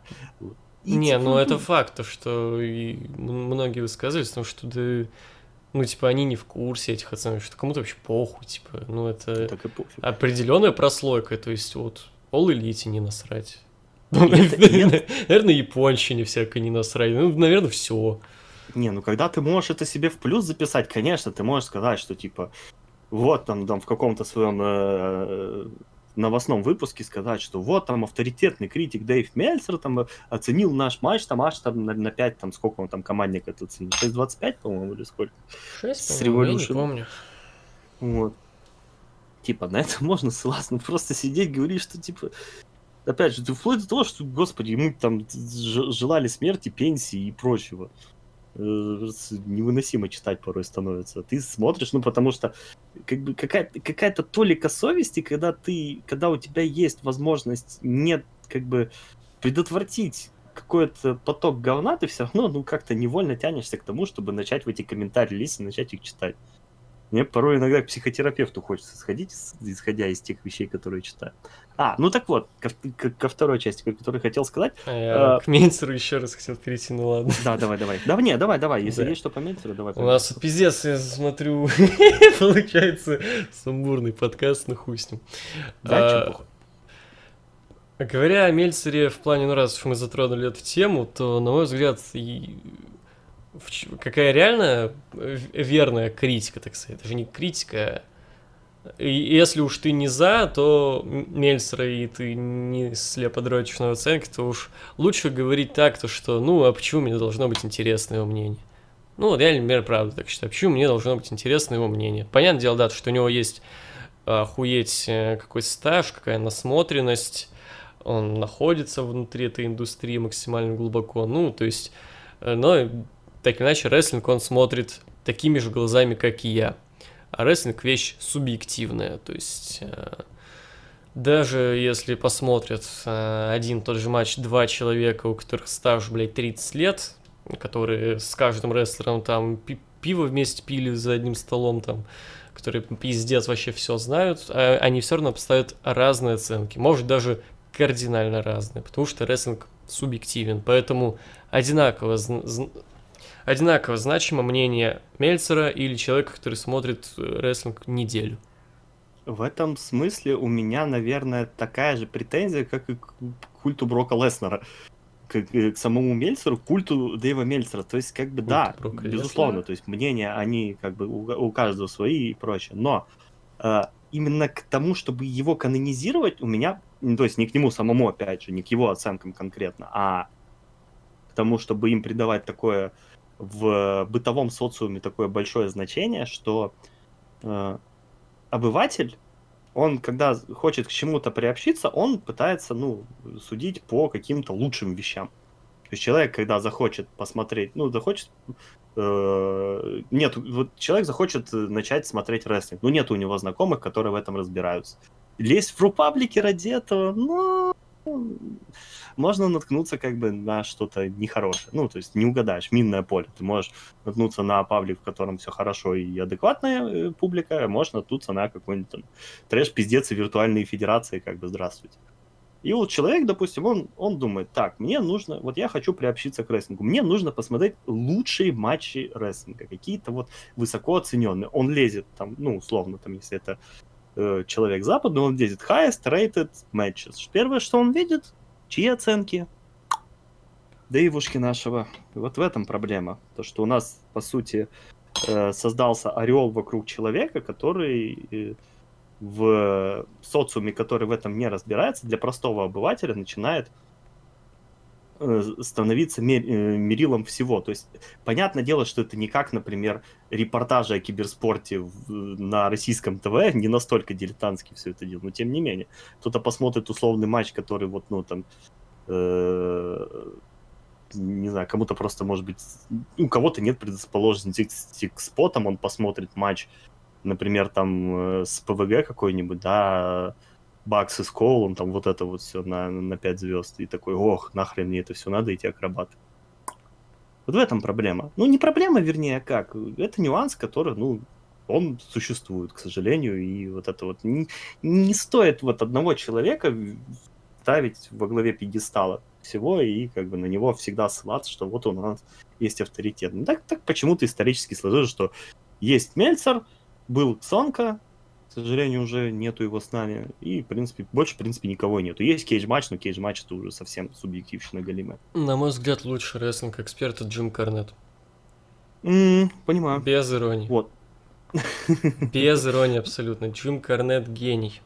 Не, типа, ну это факт, то, что и многие высказывались, потому что, да, ну, типа, они не в курсе этих оценок, что кому-то вообще похуй, типа, ну, это определенная прослойка, то есть, вот, All Elite не насрать. Наверное, японщине всякой не насрать, ну, наверное, все. Не, ну, когда ты можешь это себе в плюс записать, конечно, ты можешь сказать, что, типа, вот там в каком-то своем... новостном выпуске сказать, что вот там авторитетный критик Дэйв Мельцер там оценил наш матч там аж там на 5, там сколько он там командник это оценил? 6.25, по-моему, или сколько? 6, по-моему, я не помню. Вот. Типа, на это можно ссылаться, ну просто сидеть, говорить, что типа... Опять же, вплоть до того, что, господи, ему там желали смерти, пенсии и прочего. Невыносимо читать порой становится. Ты смотришь, ну, потому что как бы какая-то толика совести, когда у тебя есть возможность не как бы предотвратить какой-то поток говна, ты все равно, ну, как-то невольно тянешься к тому, чтобы начать в эти комментарии лезть и начать их читать. Мне порой иногда к психотерапевту хочется сходить, исходя из тех вещей, которые читаю. Ну так вот, ко второй части, которую хотел сказать. К Мельцеру еще раз хотел перейти, ну ладно. Да, давай. Давай, если есть что по Мельцеру, давай. У нас пиздец, я смотрю, получается сумбурный подкаст, ну хуй с ним. Да, чё похуй. Говоря о Мельцере в плане, ну раз уж мы затронули эту тему, то, на мой взгляд, какая реально верная критика, так сказать, это же не критика. И если уж ты не за, то Мельцера и ты не слепо дрочишь на оценки, то уж лучше говорить так, то что, ну, а почему мне должно быть интересно его мнение? Ну, вот я, например, правда так считаю, почему мне должно быть интересно его мнение? Понятное дело, да, что у него есть охуеть какой стаж, какая насмотренность, он находится внутри этой индустрии максимально глубоко. Ну, то есть, но так или иначе, рестлинг он смотрит такими же глазами, как и я. А рестлинг вещь субъективная, то есть даже если посмотрят один тот же матч два человека, у которых стаж, блядь, 30 лет, которые с каждым рестлером там пиво вместе пили за одним столом, там, которые пиздец вообще все знают, они все равно поставят разные оценки, может даже кардинально разные, потому что рестлинг субъективен, поэтому одинаково значимо мнение Мельцера или человека, который смотрит рестлинг неделю. В этом смысле у меня, наверное, такая же претензия, как и к культу Брока Леснера. К самому Мельцеру, к культу Дэйва Мельцера. То есть, как бы, да, безусловно, то есть мнения, они как бы у каждого свои и прочее. Но именно к тому, чтобы его канонизировать, у меня, то есть не к нему самому, опять же, не к его оценкам конкретно, а к тому, чтобы им придавать такое в бытовом социуме такое большое значение, что обыватель, он, когда хочет к чему-то приобщиться, он пытается, судить по каким-то лучшим вещам. То есть человек, когда захочет посмотреть, человек захочет начать смотреть рестлинг, нет у него знакомых, которые в этом разбираются. Лезть в рупаблики ради этого, можно наткнуться как бы на что-то нехорошее. То есть не угадаешь, минное поле. Ты можешь наткнуться на паблик, в котором все хорошо и адекватная публика, а можешь наткнуться на какой-нибудь там трэш, пиздец и виртуальные федерации, как бы здравствуйте. И вот человек, допустим, он думает, так, мне нужно, я хочу приобщиться к рестлингу, мне нужно посмотреть лучшие матчи рестлинга, какие-то высоко оцененные. Он лезет там, условно, там, если это человек западный, он лезет highest rated matches. Первое, что он видит, чьи оценки? Дэйвушки нашего. Вот в этом проблема. То, что у нас, по сути, создался ореол вокруг человека, который в социуме, который в этом не разбирается, для простого обывателя начинает становиться мерилом всего. То есть, понятное дело, что это не как, например, репортажи о киберспорте на российском ТВ, не настолько дилетантски все это дело, но тем не менее. Кто-то посмотрит условный матч, который не знаю, кому-то просто, может быть, у кого-то нет предрасположенности к спотам, он посмотрит матч, например, там с ПВГ какой-нибудь, да, Бакс и с Коулом, там вот это вот все на 5 звезд, и такой, нахрен мне это все надо, эти акробаты. Вот в этом проблема. Не проблема, вернее, а как? Это нюанс, который, он существует, к сожалению, и вот это вот не стоит одного человека ставить во главе пьедестала всего и как бы на него всегда ссылаться, что вот у нас есть авторитет. Так почему-то исторически сложилось, что есть Мельцер, был Ксонка, к сожалению, уже нету его с нами. И, больше, никого нету. Есть кейдж-матч, но кейдж-матч это уже совсем субъективщина галимая. На мой взгляд, лучший рестлинг-эксперт это Джим Корнет. Понимаю. Без иронии. Вот. Без иронии абсолютно. Джим Корнет гений.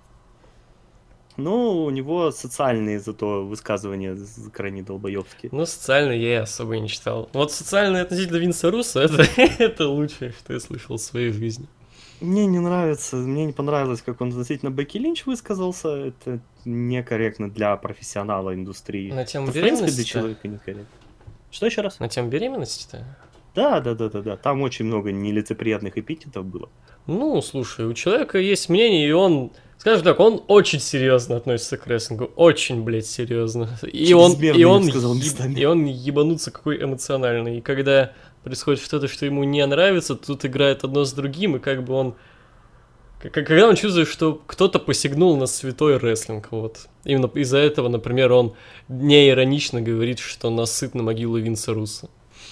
У него социальные зато высказывания крайне долбоёбские. Социальные я особо и не читал. Вот социальные относительно Винса Руссо это лучшее, что я слышал в своей жизни. Мне не нравится, мне не понравилось, как он относительно Бекки Линч высказался. Это некорректно для профессионала индустрии. На тему это, беременности? В принципе, для человека некорректно. Что еще раз? На тему беременности-то? Да. Там очень много нелицеприятных эпитетов было. Слушай, у человека есть мнение, и он, скажем так, он очень серьезно относится к рестлингу. Очень, блядь, серьезно. И он ебануться какой эмоциональный. И когда происходит что-то, что ему не нравится, тут играет одно с другим, и как бы он... Когда он чувствует, что кто-то посягнул на святой рестлинг, вот. Именно из-за этого, например, он не иронично говорит, что насыт на могилу Винса Руссо.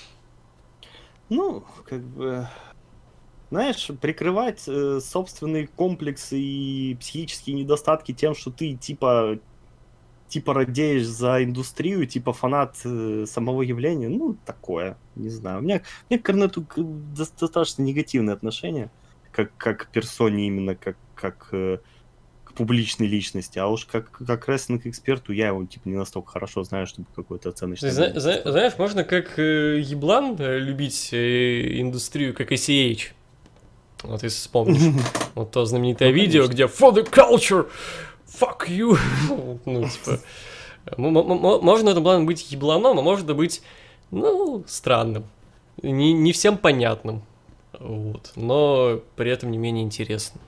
Знаешь, прикрывать собственные комплексы и психические недостатки тем, что ты типа радеешь за индустрию, типа фанат самого явления, такое, не знаю. У меня к Корнету достаточно негативное отношение, как к персоне именно, как к публичной личности, а уж как рестлинг-эксперту я его не настолько хорошо знаю, чтобы какой-то оценочный... Знаешь, можно как еблан любить индустрию, как ACH. Вот если вспомнишь. Вот то знаменитое видео, где for the culture, fuck you. Ну, типа, можно это план быть ебланом, а можно быть, ну, странным. Не всем понятным. Вот. Но при этом не менее интересным.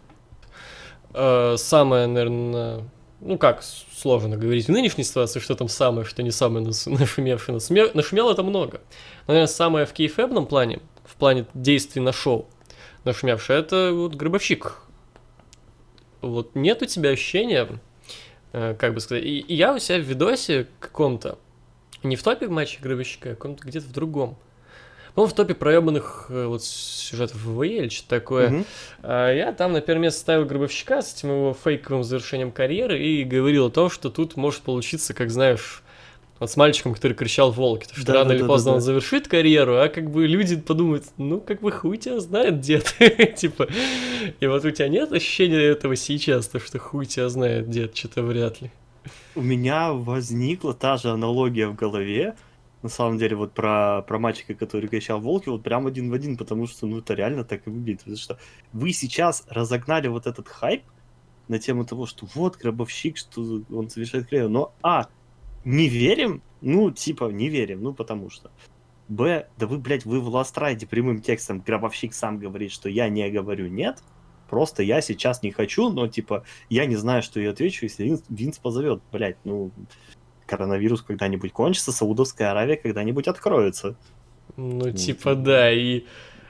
Самое, наверное, ну как сложно говорить в нынешней ситуации, что там самое, что не самое нашумевшее. Нашумело это много. Но, наверное, самое в кейфэбном плане, в плане действий на шоу, нашумевшее, это вот Гробовщик. Вот нет у тебя ощущения, как бы сказать, и я у себя в видосе каком-то, не в топе матча Гробовщика, а каком-то где-то в другом, ну, в топе проебанных вот сюжетов ВВЕ или что-то такое. Я там на первое место ставил Гробовщика с этим его фейковым завершением карьеры и говорил о том, что тут может получиться, как знаешь, вот с мальчиком, который кричал «Волки», что да, рано или поздно он завершит карьеру, а как бы люди подумают, ну, как бы хуй тебя знает, дед. Типа, и вот у тебя нет ощущения этого сейчас, то, что хуй тебя знает, дед, что-то вряд ли. У меня возникла та же аналогия в голове, на самом деле, вот про мальчика, который кричал «Волки», вот прям один в один, потому что, ну, это реально так и выглядит. Потому что вы сейчас разогнали вот этот хайп на тему того, что вот Гробовщик, что он совершает карьеру, но не верим? Ну, типа, не верим, ну, потому что. Б, да вы, блядь, вы в Ластрайде прямым текстом Гробовщик сам говорит, что я не говорю нет, просто я сейчас не хочу, но, типа, я не знаю, что я отвечу, если Винс позовет, блядь, ну... Коронавирус когда-нибудь кончится, Саудовская Аравия когда-нибудь откроется. Ну, типа, да, и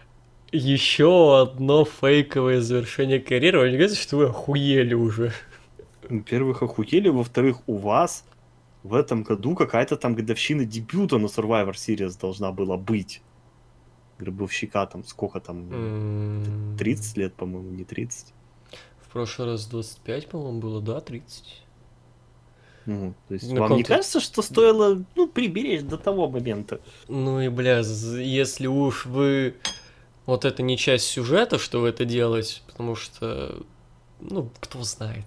еще одно фейковое завершение карьеры. Вы не говорите, что вы охуели уже? Во-первых, охуели, во-вторых, у вас в этом году какая-то там годовщина дебюта на Survivor Series должна была быть. Гробовщика там, сколько там? 30 лет, по-моему, не 30. В прошлый раз 25, по-моему, было, да, 30. Ну, то есть вам не кажется, что стоило, ну, приберечь до того момента? Ну и, бля, если уж вы... Вот это не часть сюжета, что вы это делаете, потому что, ну, кто знает.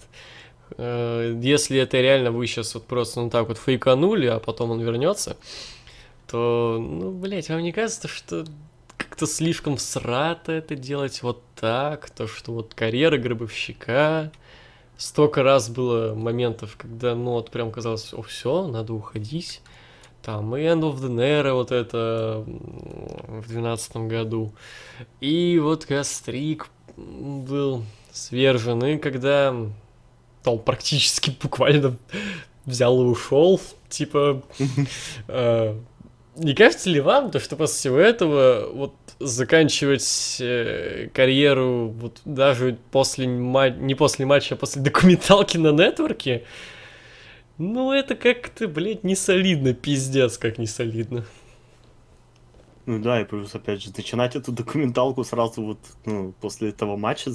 Если это реально вы сейчас вот просто, ну, так вот фейканули, а потом он вернется, то, ну, блядь, вам не кажется, что как-то слишком срато это делать вот так, то, что вот карьера Гробовщика... Столько раз было моментов, когда, ну, вот прям казалось, о, все, надо уходить. Там и End of the Era вот это в 2012 году. И вот Кастрик был свержен, и когда он практически буквально взял и ушел, типа... Не кажется ли вам, то, что после всего этого вот заканчивать карьеру вот даже после не после матча, а после документалки на нетворке, ну это как-то, блядь, не солидно, пиздец, как не солидно. Ну да, и плюс, опять же, начинать эту документалку сразу вот, ну, после этого матча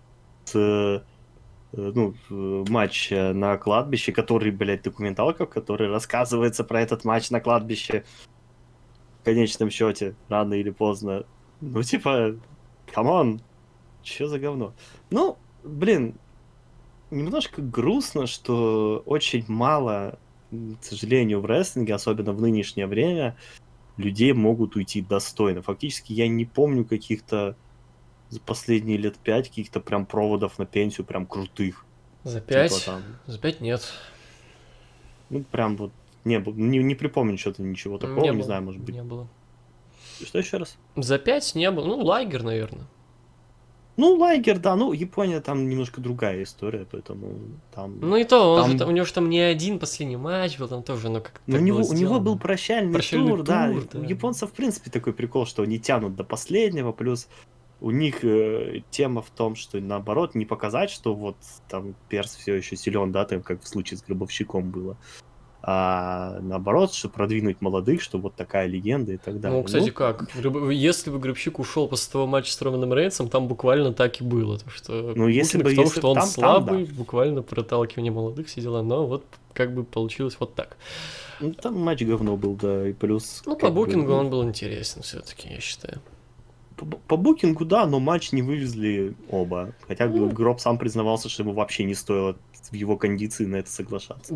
матч на кладбище, который, блядь, документалка, в которой рассказывается про этот матч на кладбище. В конечном счете, рано или поздно. Ну, типа, камон, чё за говно? Ну, блин, немножко грустно, что очень мало, к сожалению, в рестлинге, особенно в нынешнее время, людей могут уйти достойно. Фактически я не помню каких-то за последние лет 5 каких-то прям проводов на пенсию прям крутых. За 5? Типа, там... За 5 нет. Ну, прям вот не было. Не припомню что-то ничего такого, не знаю, может быть. Не было. Что еще раз? За 5 не было. Ну, Лайгер, наверное. Ну, Лайгер, да, ну, Япония там немножко другая история, поэтому там... Ну и то, у него же там не один последний матч был, там тоже, ну как-то у него был прощальный тур, да. Да. У японцев, в принципе, такой прикол, что они тянут до последнего, плюс у них тема в том, что наоборот, не показать, что вот там перс все еще силен, да, там, как в случае с Гробовщиком было. А наоборот, чтобы продвинуть молодых, что вот такая легенда и так далее. Ну, кстати, как? Если бы Гробовщик ушел после того матча с Романом Рейнсом, там буквально так и было. То, что ну, если бы, в том, что он там, слабый, да. Буквально проталкивание молодых, все дела, но вот как бы получилось вот так. Ну, там матч говно был, да, и плюс... Ну, по букингу он был интересен все-таки, я считаю. По букингу, да, но матч не вывезли оба. Хотя Гроб сам признавался, что ему вообще не стоило в его кондиции на это соглашаться.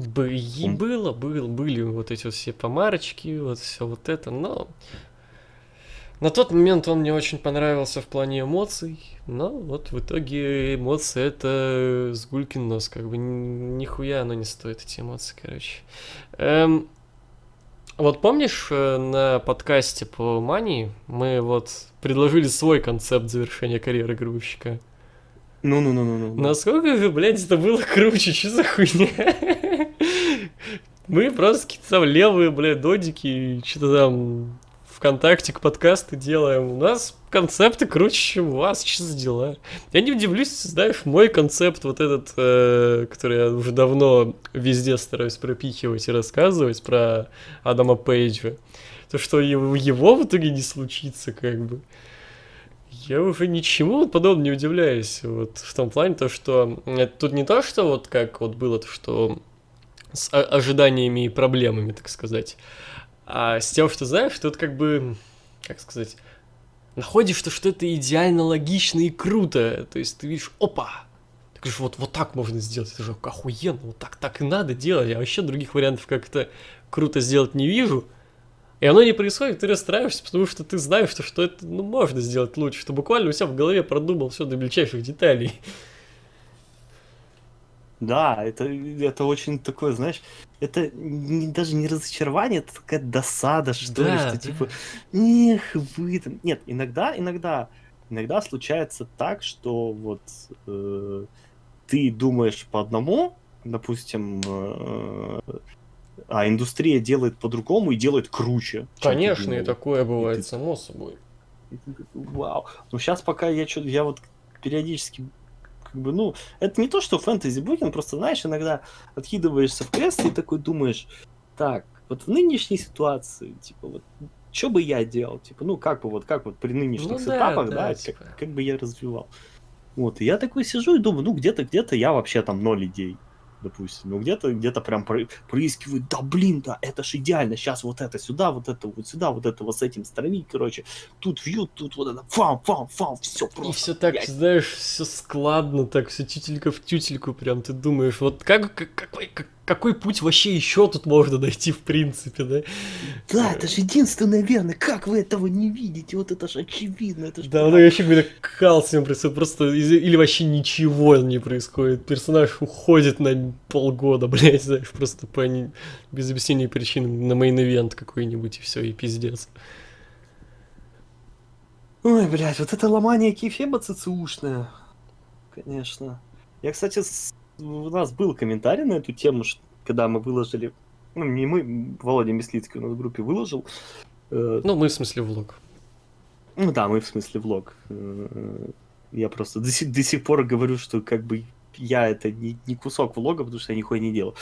Были вот эти вот все помарочки, вот все вот это, но... На тот момент он мне очень понравился в плане эмоций, но вот в итоге эмоции это сгулькин нос, как бы нихуя оно не стоит, эти эмоции, короче. Вот помнишь, на подкасте по Мании мы вот предложили свой концепт завершения карьеры грузчика? Ну. Насколько же, блядь, это было круче, что за хуйня? Мы просто какие-то там левые, блядь, додики, что-то там ВКонтакте подкасты делаем. У нас концепты круче, чем у вас. Что за дела? Я не удивлюсь, знаешь, мой концепт вот этот, который я уже давно везде стараюсь пропихивать и рассказывать про Адама Пейджа, то, что его в итоге не случится, как бы. Я уже ничему подобному не удивляюсь. Вот в том плане, то, что тут не то, что вот как вот было то, что с ожиданиями и проблемами, так сказать, а с тем, что, знаешь, что это как бы, как сказать, находишь, что это идеально логично и круто. То есть ты видишь, опа, ты говоришь, вот так можно сделать, это же охуенно, вот так и надо делать. Я вообще других вариантов, как это круто сделать, не вижу. И оно не происходит, ты расстраиваешься, потому что ты знаешь, что это можно сделать лучше, что буквально у себя в голове продумал все до мельчайших деталей. Да, это очень такое, знаешь, это даже не разочарование, это такая досада, что ли, что типа, эх, вы там... Нет, иногда случается так, что вот ты думаешь по одному, допустим, а индустрия делает по-другому и делает круче. Конечно, и такое бывает, само собой. Вау. Ну, сейчас пока я вот периодически как бы, ну, это не то, что фэнтези букинг, просто, знаешь, иногда откидываешься в кресло и такой думаешь, так, вот в нынешней ситуации, типа, вот, что бы я делал, типа, ну, как вот при нынешних сетапах, да, типа. как бы я развивал. Вот, и я такой сижу и думаю, ну, где-то я вообще там 0 идей, допустим, ну, где-то прям проискиваю, да, блин, да, это ж идеально, сейчас вот это сюда, вот это вот сюда, вот это вот с этим стороны, короче, тут вью, тут вот это, фам, все просто. И все так, знаешь, все складно, так, все тютелька в тютельку, прям ты думаешь, вот какой путь вообще еще тут можно найти, в принципе, да? Да, это же единственное верно, как вы этого не видите, вот это же очевидно, это же... Да, ну вообще какой-то кал с ним происходит, просто или вообще ничего не происходит, персонаж уходит на полгода, блядь, знаешь, просто без объяснения причин на мейн-ивент какой-нибудь, и все, и пиздец. Ой, блядь, вот это ломание кейфеба ЦЦУшное, конечно. Я, кстати, у нас был комментарий на эту тему, когда мы выложили, ну, не мы, Володя Мяслицкий у нас в группе выложил. Ну, мы в смысле влог. Ну да, мы в смысле влог. Я просто до сих пор говорю, что как бы я это не кусок влога, потому что я нихуя не делал.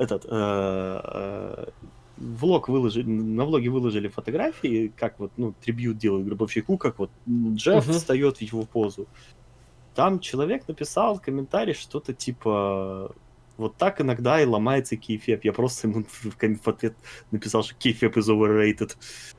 На влоге выложили фотографии, как вот, ну, трибьют делают Гробовщику, как вот Джефф встает в его позу. Там человек написал комментарий что-то типа вот так иногда и ломается кейфеп. Я просто ему в ответ написал, что кейфеп is overrated.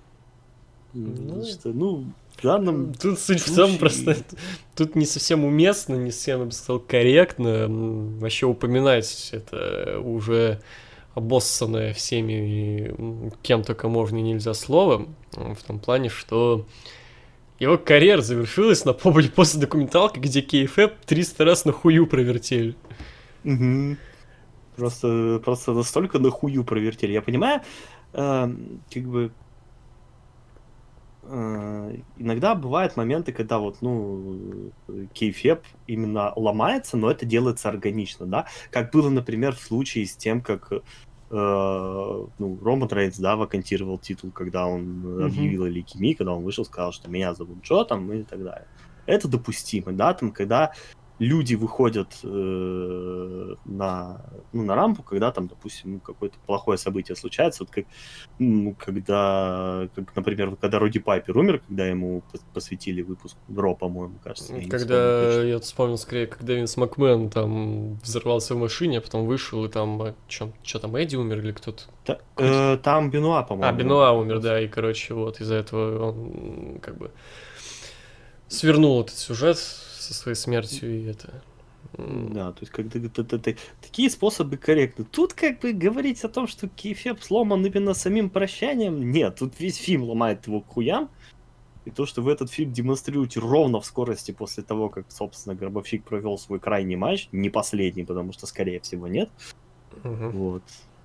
Ну, в данном тут суть в том, просто тут не совсем уместно, не совсем, я бы сказал, корректно вообще упоминать это уже обоссанное всеми кем только можно и нельзя слово, в том плане, что его карьера завершилась на после документалки, где KFAB 300 раз на хую провертели. Угу. Просто настолько на хую провертели. Я понимаю, как бы иногда бывают моменты, когда вот, ну, кейфеп именно ломается, но это делается органично, да? Как было, например, в случае с тем, как ну, Роман Рейнс, да, вакантировал титул, когда он объявил о лейкемии, когда он вышел, сказал, что меня зовут Джо, там, и так далее. Это допустимо, да, там, когда люди выходят на рампу, когда там, допустим, какое-то плохое событие случается, вот как, например, когда Роди Пайпер умер, когда ему посвятили выпуск Ро, по-моему, кажется. Я вспомнил скорее, когда Винс Макмен там взорвался в машине, а потом вышел, и там, что там, Эдди умер или кто-то? Там Бенуа, по-моему. Бенуа умер, да, и, короче, вот из-за этого он как бы свернул этот сюжет со своей смертью, и это... Да, то есть когда такие способы корректны. Тут как бы говорить о том, что кейфеп сломан именно самим прощанием, нет, тут весь фильм ломает его к хуям. И то, что вы этот фильм демонстрируете ровно в скорости после того, как, собственно, Гробовщик провел свой крайний матч, не последний, потому что, скорее всего, нет. Вот.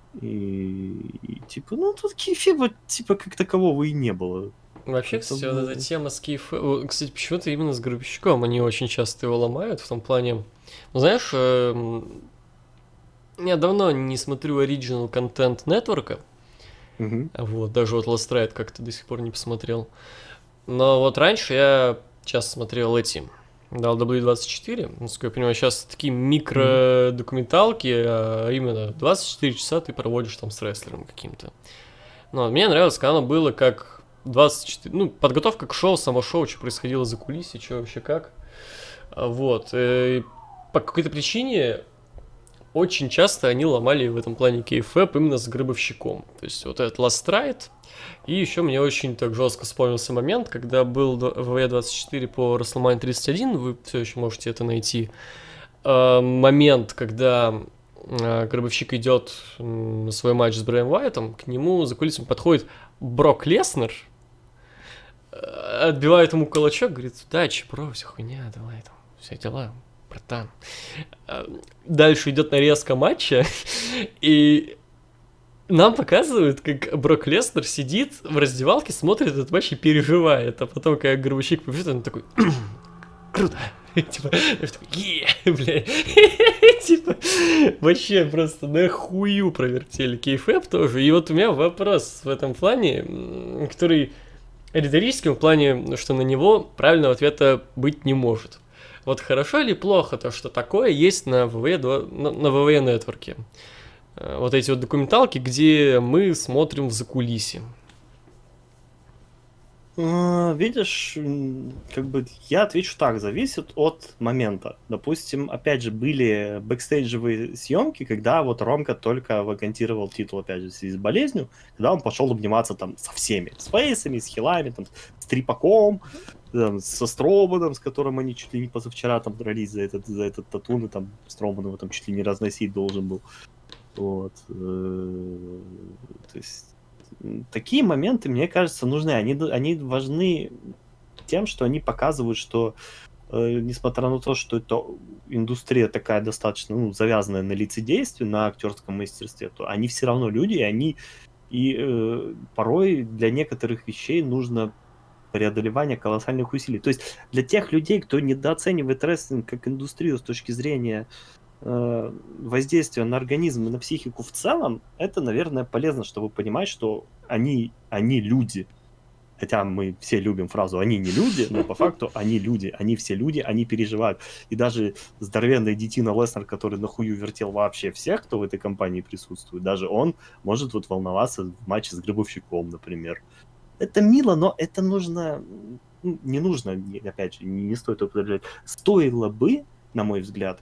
И типа, ну, тут кейфеба, типа, как такового и не было. Вообще, кстати, вот эта тема с кейфебом... Кстати, почему-то именно с Гробовщиком они очень часто его ломают, в том плане... Ну, знаешь, я давно не смотрю оригинал контент нетворка. Вот, даже вот Last Ride как-то до сих пор не посмотрел. Но вот раньше я часто смотрел эти WWE24, насколько я понимаю, сейчас такие микродокументалки, а именно 24 часа ты проводишь там с рестлером каким-то. Но мне нравилось, когда оно было как 24... Ну, подготовка к шоу, само шоу, что происходило за кулисами, что вообще как. Вот. И по какой-то причине очень часто они ломали в этом плане кейфэп именно с Гробовщиком. То есть вот этот Last Ride. И еще мне очень так жестко вспомнился момент, когда был ВВЕ-24 по WrestleMania 31, вы все еще можете это найти. Момент, когда Гробовщик идет на свой матч с Брэем Уайтом, к нему за кулисами подходит Брок Леснер, отбивает ему кулачок, говорит: удачи, бро, вся хуйня, давай там, все дела, братан. Дальше идет нарезка матча, и нам показывают, как Брок Леснер сидит в раздевалке, смотрит этот матч и переживает, а потом, когда Гробовщик побежит, он такой: круто. Типа, бля. Типа, вообще просто нахую провертели кейфэп тоже. И вот у меня вопрос в этом плане, который риторический, в плане, что на него правильного ответа быть не может. Вот хорошо или плохо то, что такое есть на ВВЕ Нетворке? Вот эти вот документалки, где мы смотрим в закулисье. Видишь, как бы я отвечу так, зависит от момента. Допустим, опять же, были бэкстейджевые съемки, когда вот Ромка только вакантировал титул, опять же, в связи с болезнью, когда он пошел обниматься там со всеми, с фейсами, с хилами, там, с Трипаком, там, со Строманом, с которым они чуть ли не позавчера там дрались за этот татун, и там Строман его там чуть ли не разносить должен был. Вот. То есть такие моменты, мне кажется, нужны. Они важны тем, что они показывают, что несмотря на то, что это индустрия такая достаточно завязанная на лицедействе, на актерском мастерстве, то они все равно люди, и порой для некоторых вещей нужно преодолевание колоссальных усилий. То есть для тех людей, кто недооценивает рестлинг как индустрию с точки зрения воздействия на организм и на психику в целом, это, наверное, полезно, чтобы понимать, что они люди. Хотя мы все любим фразу «они не люди», но по факту они люди, они все люди, они переживают. И даже здоровенный Детина Леснер, который нахую вертел вообще всех, кто в этой компании присутствует, даже он может вот волноваться в матче с Гробовщиком, например. Это мило, но это нужно... Не нужно, опять же, не стоит употреблять. Стоило бы, на мой взгляд,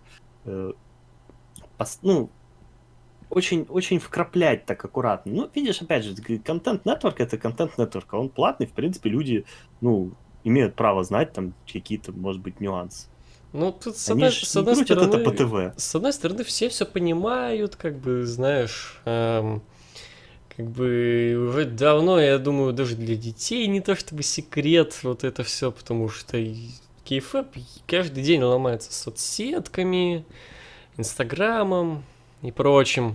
очень вкраплять так аккуратно. Ну, видишь, опять же, контент-нетворк — это контент-нетворк, он платный, в принципе, люди, имеют право знать там какие-то, может быть, нюансы. Ну, тут с одной стороны, это по ТВ. С одной стороны, все понимают, как бы, знаешь, как бы уже давно, я думаю, даже для детей не то чтобы секрет вот это все, потому что кейфэп каждый день ломается соцсетками, Инстаграмом и прочим.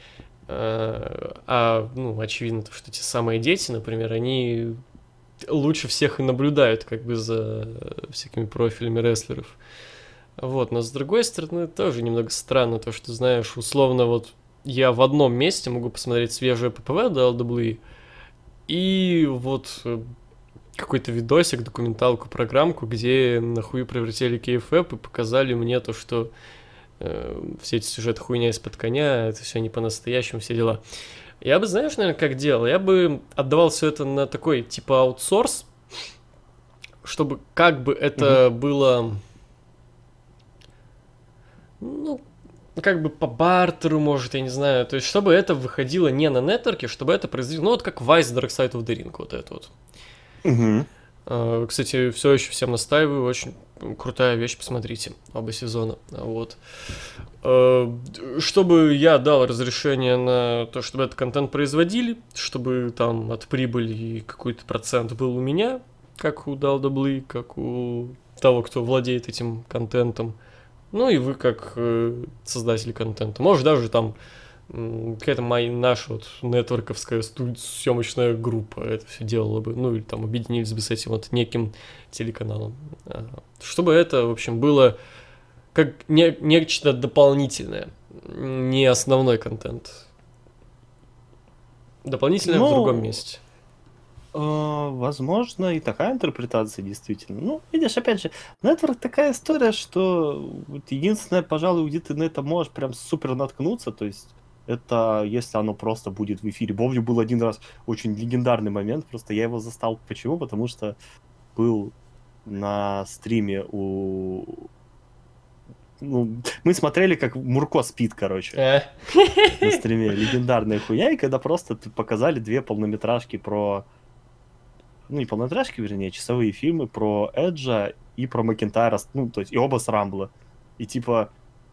Очевидно, то, что те самые дети, например, они лучше всех и наблюдают как бы за всякими профилями рестлеров. Вот, но с другой стороны, тоже немного странно то, что, знаешь, условно, вот я в одном месте могу посмотреть свежее ППВ до LWE, и вот какой-то видосик, документалку, программку, где нахуй превратили кейфэп и показали мне то, что все эти сюжеты хуйня из-под коня, это все не по-настоящему, все дела. Я бы, знаешь, наверное, как делал? Я бы отдавал все это на такой, типа, аутсорс, чтобы как бы это было, как бы по бартеру, может, я не знаю. То есть, чтобы это выходило не на нетворке, чтобы это произвело, вот как Vice Dark Side of the Ring, вот это вот. Кстати, все еще всем настаиваю, очень крутая вещь, посмотрите, оба сезона. Вот. Чтобы я дал разрешение на то, чтобы этот контент производили, чтобы там от прибыли какой-то процент был у меня, как у WWE, как у того, кто владеет этим контентом. Ну и вы как создатель контента. Может, даже там какая-то наша вот нетворковская съемочная группа это все делала бы. Ну или там объединились бы с этим вот неким телеканалом. Чтобы это, в общем, было как нечто дополнительное, не основной контент. Дополнительное в другом месте. Возможно, и такая интерпретация действительно. Ну, видишь, опять же, Network такая история, что вот единственное, пожалуй, где ты на это можешь прям супер наткнуться, то есть это если оно просто будет в эфире. Помню, был один раз очень легендарный момент, просто я его застал. Почему? Потому что был на стриме мы смотрели, как Мурко спит, короче, на стриме. Легендарная хуйня, и когда просто показали 2 полнометражки про... Ну, не полнометражки, вернее, часовые фильмы про Эджа и про Макентайра, ну, то есть и оба с Рамбла. И типа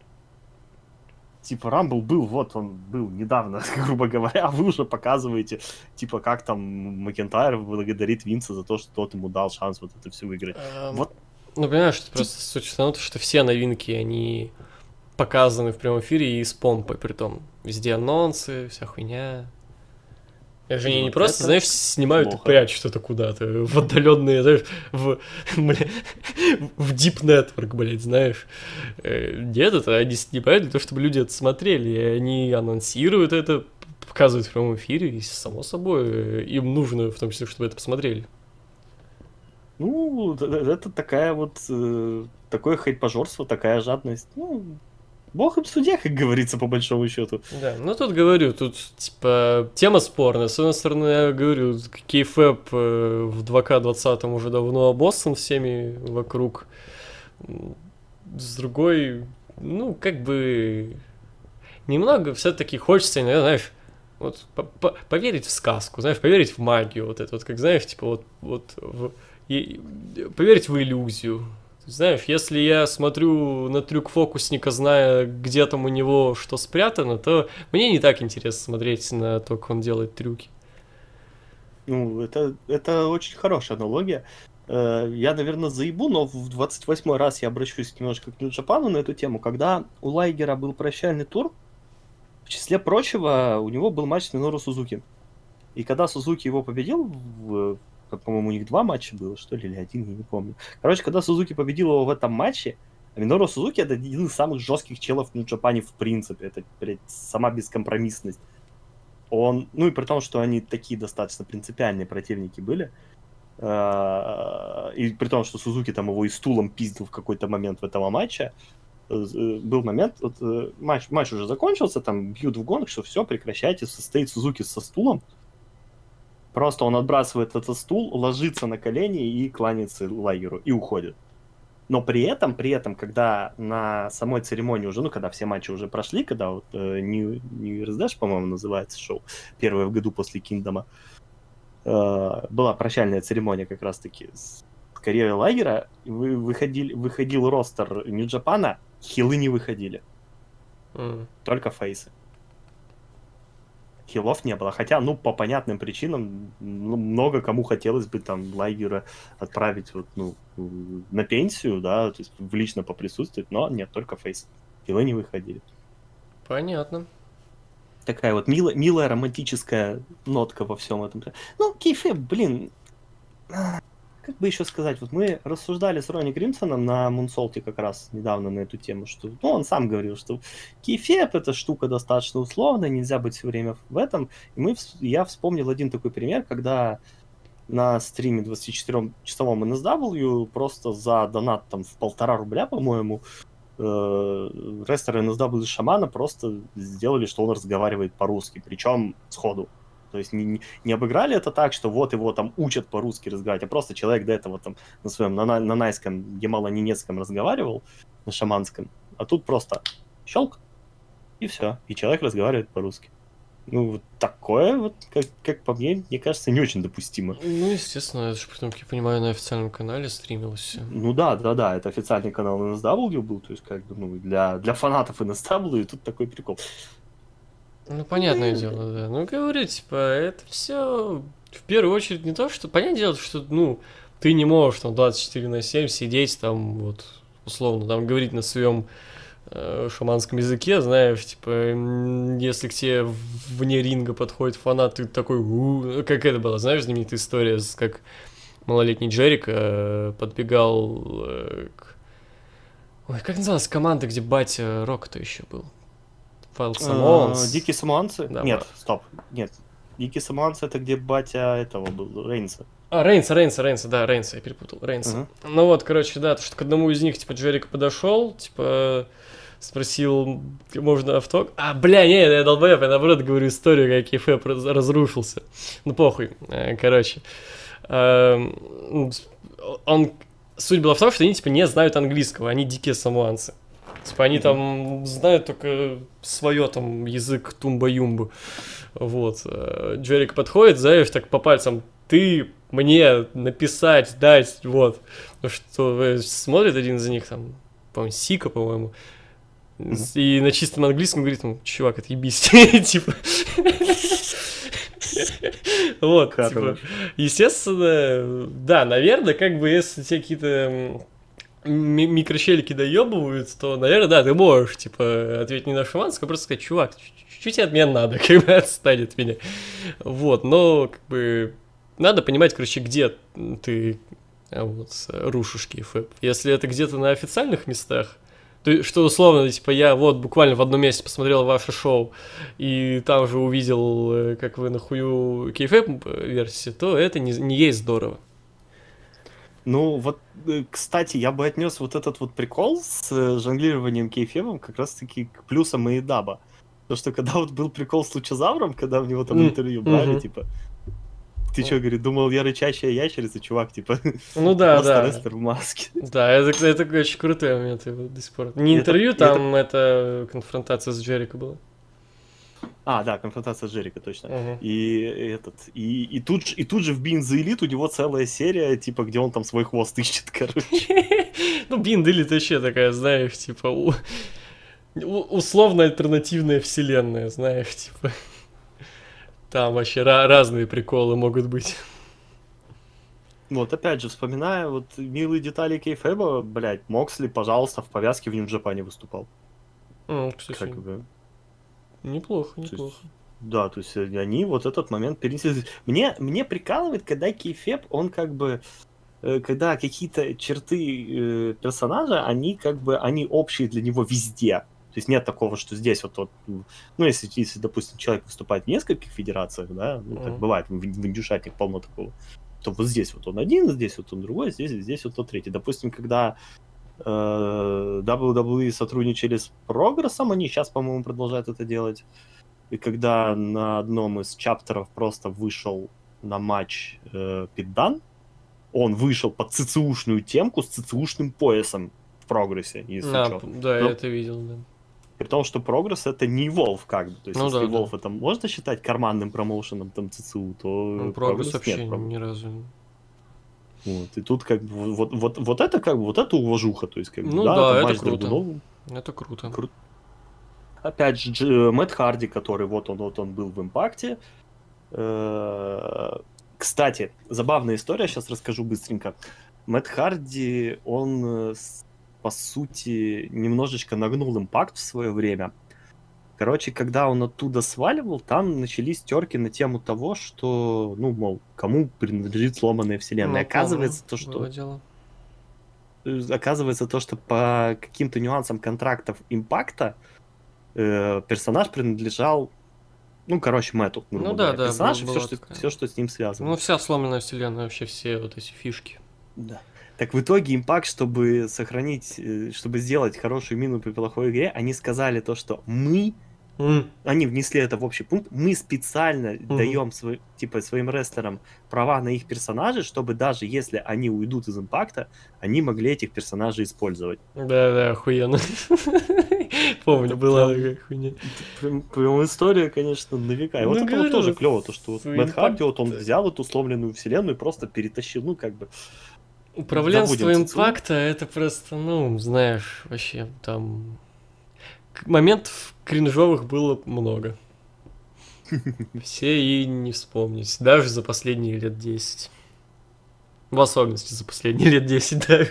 Рамбл был, вот он был недавно, грубо говоря, а вы уже показываете, типа, как там Макентайр благодарит Винса за то, что тот ему дал шанс вот это все выиграть. Вот. Ну, понимаешь, что просто суть в том, что все новинки, они показаны в прямом эфире и с помпой, притом везде анонсы, вся хуйня. Я же не просто, знаешь, снимают плохо. И прячут это куда-то в отдаленные, знаешь, в Deep Network, блядь, знаешь. Нет, это они снимают для того, чтобы люди это смотрели, и они анонсируют это, показывают в прямом эфире, и, само собой, им нужно, в том числе, чтобы это посмотрели. Ну, это такая вот, такое хейт-пожорство, такая жадность, ну... Бог им судья, как говорится, по большому счету. Да, ну тут говорю, тут типа тема спорная. С одной стороны, я говорю, кейфэп в 2К20 уже давно обоссан всеми вокруг. С другой, ну, как бы немного все-таки хочется, иногда, знаешь, вот поверить в сказку, знаешь, поверить в магию, вот это вот, как знаешь, типа поверить в иллюзию. Знаешь, если я смотрю на трюк фокусника, зная, где там у него что спрятано, то мне не так интересно смотреть на то, как он делает трюки. Ну, это очень хорошая аналогия. Я, наверное, заебу, но в 28-й раз я обращусь немножко к Нью-Джапану на эту тему. Когда у Лайгера был прощальный тур, в числе прочего, у него был матч с Минору Сузуки. И когда Сузуки его победил по-моему, у них 2 матча было, что ли, или 1, я не помню. Короче, когда Сузуки победил его в этом матче, Минору Сузуки — это один из самых жестких челов в Нью-Джапане в принципе. Это, блядь, сама бескомпромиссность. Ну и при том, что они такие достаточно принципиальные противники были. И при том, что Сузуки там его и стулом пиздил в какой-то момент в этого матча. Был момент, вот матч уже закончился, там бьют в гонг, что все, прекращайте, стоит Сузуки со стулом. Просто он отбрасывает этот стул, ложится на колени и кланяется Лайгеру, и уходит. Но при этом, когда на самой церемонии уже, ну, когда все матчи уже прошли, когда вот New Year's Dash, по-моему, называется шоу, первое в году после Кингдома, была прощальная церемония как раз-таки с карьерой Лайгера, выходил ростер Нью-Джапана, хилы не выходили. Только фейсы. Хилов не было. Хотя, ну, по понятным причинам, много кому хотелось бы там Лайгера отправить вот, ну, на пенсию, да, то есть лично поприсутствовать, но нет, только фейс. Хилы не выходили. Понятно. Такая вот милая романтическая нотка во всем этом. Ну, кейфэп, блин, как бы еще сказать, вот мы рассуждали с Ронни Гримсоном на Мунсолте как раз недавно на эту тему, что, ну, он сам говорил, что кейфэп — это штука достаточно условная, нельзя быть все время в этом. И я вспомнил один такой пример, когда на стриме 24-часовом NSW просто за донат там в 1,5 рубля, по-моему, рестлеры NSW Шамана просто сделали, что он разговаривает по-русски, причем сходу. То есть не обыграли это так, что вот его там учат по-русски разговаривать, а просто человек до этого там на своем нанайском, ямало-ненецком разговаривал, на шаманском, а тут просто щелк, и все, и человек разговаривает по-русски. Ну, вот такое, вот, как по мне кажется, не очень допустимо. Ну, естественно, это же, при том, как я понимаю, на официальном канале стримилось. Ну да, это официальный канал NSW был, то есть как бы, ну, для фанатов NSW тут такой прикол. Ну, понятное дело, да. Ну, говорю, типа, это все в первую очередь не то, что... Понятное дело, что, ну, ты не можешь там 24/7 сидеть там, вот, условно, там говорить на своем шаманском языке, знаешь, типа, если к тебе вне ринга подходит фанат, ты такой, как это было, знаешь, знаменитая история, как малолетний Джерико подбегал к... Ой, как называлась команда, где батя Рока-то еще был? Файл Самоанс. Дикие самоанцы? Да, Нет, стоп, нет. Дикие самоанцы это где батя этого был, Рейнса. Рейнса, я перепутал, Рейнса. Ну вот, короче, да, то, что к одному из них, типа, Джерико подошел, типа, спросил, можно автограф? Бля, не, я долбоеб, я наоборот говорю историю, как Ефэп разрушился. Ну, похуй, короче. Суть была в том, что они, типа, не знают английского, они дикие самоанцы. Типа, они там знают только свое там язык тумба-юмбу. Вот. Джерик подходит, знаешь, так по пальцам, ты мне написать, дать, вот. Что смотрит один из них, там, по-моему, Сика, по-моему, и на чистом английском говорит, ну, чувак, отъебись, типа. Вот, типа, естественно, да, наверное, как бы, если тебе какие-то микрощелики доебывают, то, наверное, да, ты можешь, типа, ответить не на шаманскую, а просто сказать, чувак, чуть-чуть от меня надо, как бы, отстань от меня. Вот, но, как бы, надо понимать, короче, где ты вот рушишь кейфэп. Если это где-то на официальных местах, то, что условно, типа, я вот буквально в одном месте посмотрел ваше шоу, и там же увидел, как вы нахую кейфэп-версии, то это не есть здорово. Ну, вот, кстати, я бы отнес вот этот вот прикол с жонглированием кейфебом как раз-таки к плюсам и даба. Потому что когда вот был прикол с Лучезавром, когда в него там интервью брали, типа, ты что, говорит, думал, я рычащая ящерица, чувак, типа, ну да, просто да. рестлер в маске. Да, это очень крутой момент его до сих пор. Не интервью, там это конфронтация с Джерико была. Да, конфронтация с Джерико, точно. И тут же в Being the Elite у него целая серия, типа, где он там свой хвост ищет, короче. Ну, Being the Elite вообще такая, знаешь, типа, условно альтернативная вселенная, знаешь, типа. Там вообще разные приколы могут быть. Вот, опять же, вспоминая вот милые детали кейфэба, блядь, Моксли, пожалуйста, в повязке в Нью-Джапане выступал. Кстати, как бы... Неплохо. Да, то есть они вот этот момент перенесли. Мне прикалывает, когда кейфэб, он как бы... Когда какие-то черты персонажа, они как бы, они общие для него везде. То есть нет такого, что здесь вот ну, если, допустим, человек выступает в нескольких федерациях, да, ну, так бывает, в индюшатник полно такого, то вот здесь вот он один, здесь вот он другой, здесь вот он третий. Допустим, когда WWE сотрудничали с Прогрессом, они сейчас, по-моему, продолжают это делать, и когда на одном из чаптеров просто вышел на матч Питдан, он вышел под ЦЦУшную темку с ЦЦУшным поясом в Прогрессе, если что. Да, я это видел, да. При том, что Прогресс это не Evolve, как бы. То есть, если Evolve да. это можно считать карманным промоушеном там ЦЦУ, то Прогресс вообще ни разу. Вот. И тут как бы вот это как бы вот это уважуха, то есть как бы, ну да, это матч круто. Драгунов. Это круто. Опять же, Мэтт Харди, который вот он был в Импакте. Кстати, забавная история, сейчас расскажу быстренько. Мэтт Харди, он по сути немножечко нагнул Импакт в свое время. Короче, когда он оттуда сваливал, там начались терки на тему того, что, ну, мол, кому принадлежит сломанная вселенная. Оказывается, то, что по каким-то нюансам контрактов Импакта персонаж принадлежал, ну, короче, Мэтту, грубо говоря. Персонаж и все, что с ним связано. Ну, вся сломанная вселенная, вообще все вот эти фишки. Да. Так в итоге Импакт, чтобы сохранить, чтобы сделать хорошую мину при плохой игре, они сказали то, что они внесли это в общий пункт, мы специально даем своим рестлерам права на их персонажей, чтобы даже если они уйдут из Импакта, они могли этих персонажей использовать. Да, охуенно. Помню, была такая хуйня. Прям история, конечно, на века. И вот это вот тоже клево, то, что Мэтт Харди, вот он взял эту сломленную вселенную и просто перетащил, ну, как бы... Управленство Импакта, это просто, ну, знаешь, вообще, там... Моментов кринжовых было много. Все и не вспомнить. Даже за последние лет 10. В особенности за последние лет 10, да.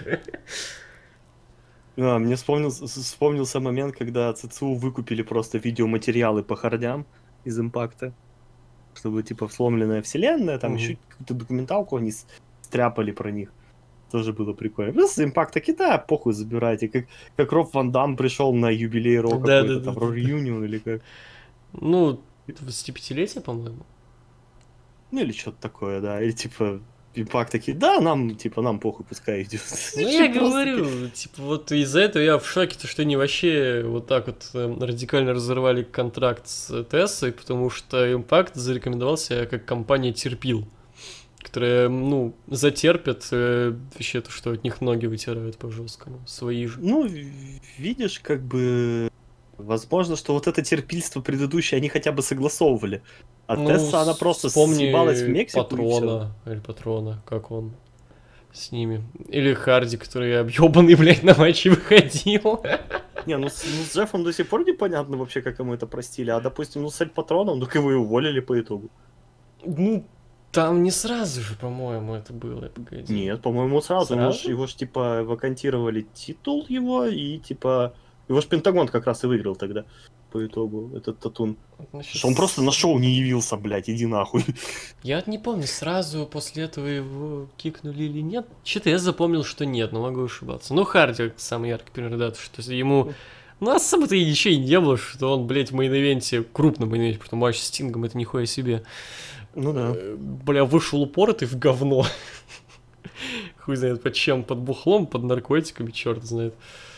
Мне вспомнился момент, когда ЦЦУ выкупили просто видеоматериалы по хардям из импакта. Чтобы, типа, сломленная вселенная, там еще какую-то документалку они стряпали про них. Тоже было прикольно. Просто импакт таки, да, похуй забирайте. Как Роб Ван Дам пришел на юбилей Ро какой-то, там, Ро Реюнион или как. Ну, 25-летие, по-моему. Ну, или что-то такое, да. Или, типа, импакт такие, да, нам похуй, пускай идет. Ну, я говорю, типа, вот из-за этого я в шоке, то, что они вообще вот так вот радикально разорвали контракт с Тессой, потому что Impact зарекомендовал себя как компания терпил, которая, ну, затерпят вообще то, что от них ноги вытирают по-жесткому, свои же. Ну, видишь, как бы, возможно, что вот это терпильство предыдущее они хотя бы согласовывали. А Ну, Тесса, она просто съебалась в Мексику Патрона, как он с ними. Или Харди, который объебанный, блядь, на матче выходил. Не, ну с Джеффом до сих пор непонятно вообще, как ему это простили. А, допустим, ну с Эль Патроном, ну его и уволили по итогу. Ну, там не сразу же, по-моему, это было, погоди. Нет, по-моему, сразу. Его ж, типа, вакантировали титул его, и, типа, его ж Пентагон как раз и выиграл тогда, по итогу, этот Татун. Значит, что он просто на шоу не явился, блядь, иди нахуй. Я вот не помню, сразу после этого его кикнули или нет. Что-то я запомнил, что нет, но могу ошибаться. Ну, Харди самый яркий пример, да, что ему... Ну, особо-то ничего и не было, что он, блядь, в мейн-ивенте, крупном мейн-ивенте, потому матч с Стингом, это нихуя себе. Ну да. Бля, вышел упоротый в говно. Хуй знает под чем, под бухлом, под наркотиками, черт знает.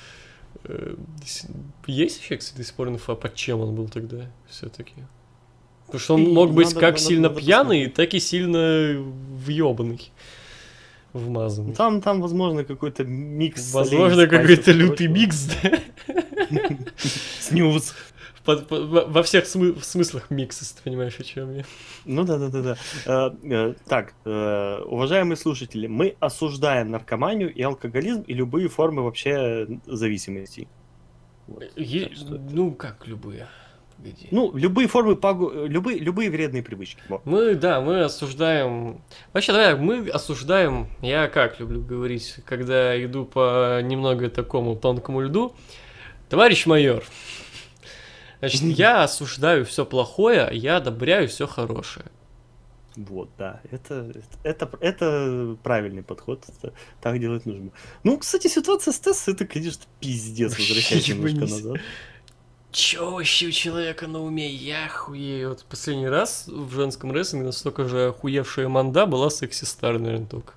Есть вообще, кстати, до сих пор инфа, под чем он был тогда все-таки? Потому что он мог быть как сильно пьяный, так и сильно въебанный. Вмазанный. Там, возможно, какой-то микс. Возможно, какой-то лютый микс, да? Снюс. Во всех смыслах микс, если ты понимаешь, о чем я. Ну да. Так, уважаемые слушатели, мы осуждаем наркоманию и алкоголизм и любые формы вообще зависимостей. Вот. Ну, как любые? Погоди. Ну, любые формы, любые вредные привычки. Мы осуждаем... Вообще, давай, мы осуждаем, я как люблю говорить, когда иду по немного такому тонкому льду, товарищ майор, значит, я осуждаю все плохое, я одобряю все хорошее. Вот, да, это правильный подход, так делать нужно. Ну, кстати, ситуация с Тессой, это, конечно, пиздец, возвращаясь немножко назад. Чё вообще у человека на уме? Я охуею. Вот последний раз в женском рестлинге настолько же охуевшая Манда была Секси Стар, наверное, только.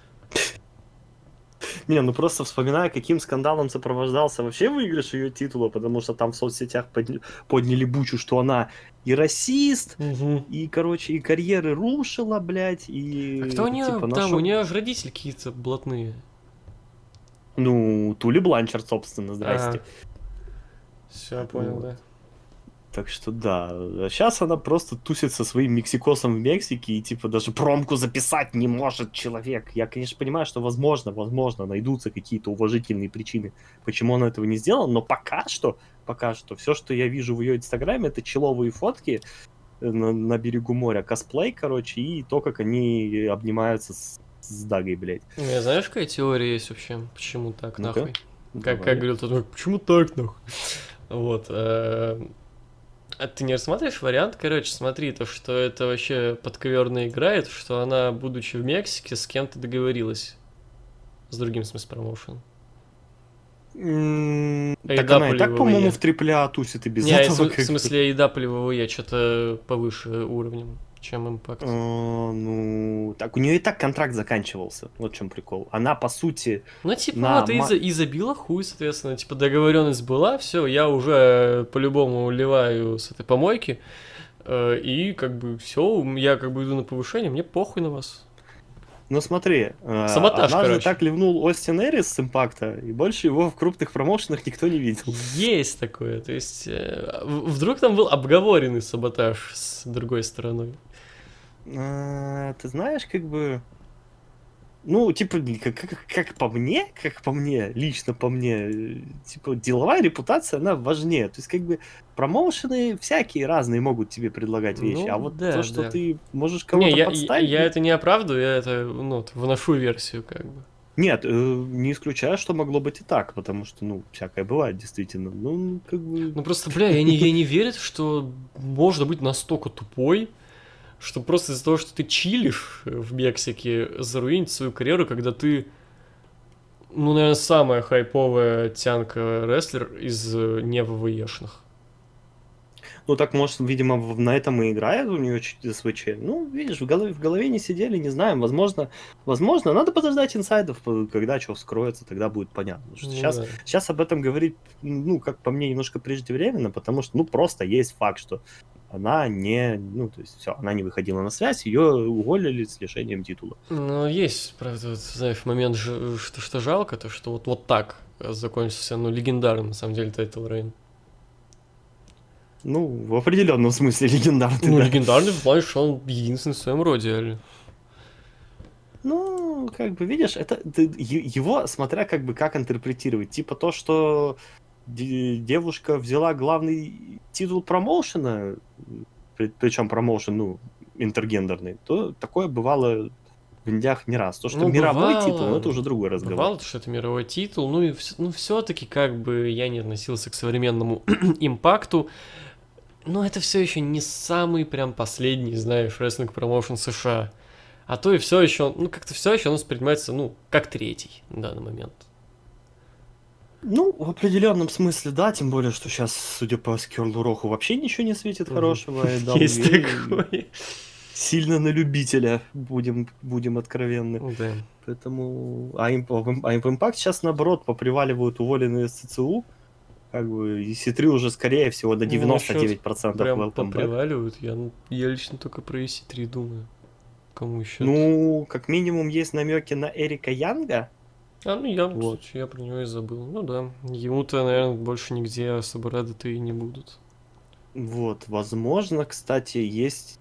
Не, ну просто вспоминаю, каким скандалом сопровождался вообще выигрыш ее титула, потому что там в соцсетях подняли бучу, что она и расист, и, короче, и карьеры рушила, блядь, и... А кто у нее типа, там? У нее же родители какие-то блатные. Ну, Тули Бланчард, собственно, здрасте. Все, я понял, да. Так что да, сейчас она просто тусит со своим мексикосом в Мексике и типа даже промку записать не может человек. Я, конечно, понимаю, что возможно, найдутся какие-то уважительные причины, почему она этого не сделала, но пока что, все, что я вижу в ее инстаграме, это человые фотки на берегу моря, косплей, короче, и то, как они обнимаются с Дагой, блядь. Знаешь, какая теория есть вообще? Почему так, Ну-ка. нахуй? Как говорил тот, почему так, нахуй? Вот. А ты не рассматриваешь вариант? Короче, смотри, то, что это вообще подковерная игра, это что она, будучи в Мексике, с кем-то договорилась. С другим, в смысле, промоушеном. Так она и так, по-моему, в AAA тусит и без этого. В смысле, AEW что-то повыше уровнем, чем Impact. Ну, так у нее и так контракт заканчивался. Вот в чем прикол. Она, по сути... Ну, типа, вот и забила хуй, соответственно. Типа, договоренность была, все, я уже по-любому уливаю с этой помойки. И как бы все, я как бы иду на повышение, мне похуй на вас. Ну смотри, саботаж, однажды так ливнул Остин Эрис с Импакта, и больше его в крупных промоушенах никто не видел. Есть такое, то есть вдруг там был обговоренный саботаж с другой стороной. Ты знаешь, как бы... Ну, типа, как по мне, лично по мне, типа, деловая репутация, она важнее. То есть, как бы, промоушены всякие разные могут тебе предлагать вещи, Ну, а вот то, да, что да. ты можешь Не, кого-то подставить... я это не оправдываю, я это, ну, выношу версию, как бы. Нет, не исключаю, что могло быть и так, потому что, ну, всякое бывает, действительно. Ну, как бы... Ну просто, бля, я не верю, что можно быть настолько тупой, что просто из-за того, что ты чилишь в Мексике, заруинить свою карьеру, когда ты, ну, наверное, самая хайповая тянка рестлер из не ВВЕшных. Ну, так, может, видимо, на этом и играет у нее СВЧ. Ну, видишь, в голове не сидели, не знаем. Возможно, надо подождать инсайдов, когда что вскроется, тогда будет понятно. Ну, Сейчас об этом говорить, ну, как по мне, немножко преждевременно, потому что, ну, просто есть факт, что она ну, то есть, все, она не выходила на связь, ее уволили с лишением титула. Ну, есть, правда, вот, знаешь, момент, что жалко, то, что вот так закончился, ну, легендарный, на самом деле, тайтл Рейн. Ну, в определенном смысле легендарный. Ну, да. легендарный в плане, что он единственный в своем роде, реально. Ну, как бы, видишь, его, смотря как бы как интерпретировать. Типа то, что девушка взяла главный титул промоушена, причем промоушен, ну, интергендерный, то такое бывало в Индиях не раз. То, что Ну, мировой бывало, титул, это уже другой разговор. Бывало, что это мировой титул, ну и все-таки как бы я не относился к современному импакту, но это все еще не самый прям последний, знаешь, рестлинг промоушен США. А то и все еще, ну как-то все еще он воспринимается, ну, как третий на данный момент. Ну, в определенном смысле, да, тем более, что сейчас, судя по Скерлу Роху, вообще ничего не светит хорошего. Есть такое. Сильно на любителя, будем откровенны. Да. Поэтому... А в Impact сейчас, наоборот, поприваливают уволенные с ЦЦУ. Как бы, и C3 уже, скорее всего, до 99% Прям welcome back. поприваливают, я лично только про EC3 думаю. Кому еще? Ну, как минимум, есть намеки на Эрика Янга. Ну я, Вот. кстати, я про него и забыл. Ну да, ему-то, наверное, больше нигде особо рады-то и не будут. Вот, возможно, кстати, есть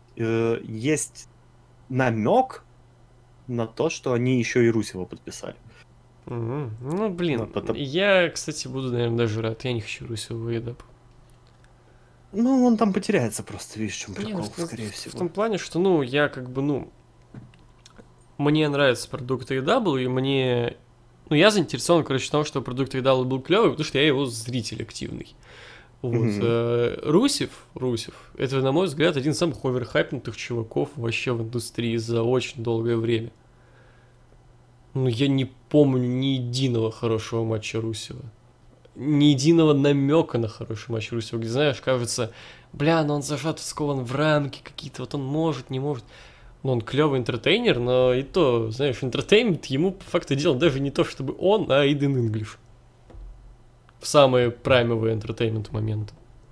намек на то, что они еще и Русева подписали. Ну, блин, я, кстати, буду, наверное, даже рад. Я не хочу Русева в AEW. Ну, он там потеряется просто, видишь, в чем прикол, Нет, скорее всего. В том плане, что, ну, я как бы, ну, мне нравится продукт AEW, и мне... Ну, я заинтересован, короче, в том, что продукт AEW был клевый, потому что я его зритель активный. Вот. Русев, это, на мой взгляд, один из самых оверхайпнутых чуваков вообще в индустрии за очень долгое время. Ну, я не помню ни единого хорошего матча Русева. Ни единого намека на хороший матч Русева, где, знаешь, кажется, бля, ну он зажат, скован в рамки какие-то, вот он может, не может. Ну, он клевый интертейнер, но и то, знаешь, интертеймент ему по факту дела даже не то, чтобы он, а Эйден Инглиш. В самые праймовые интертеймент моменты.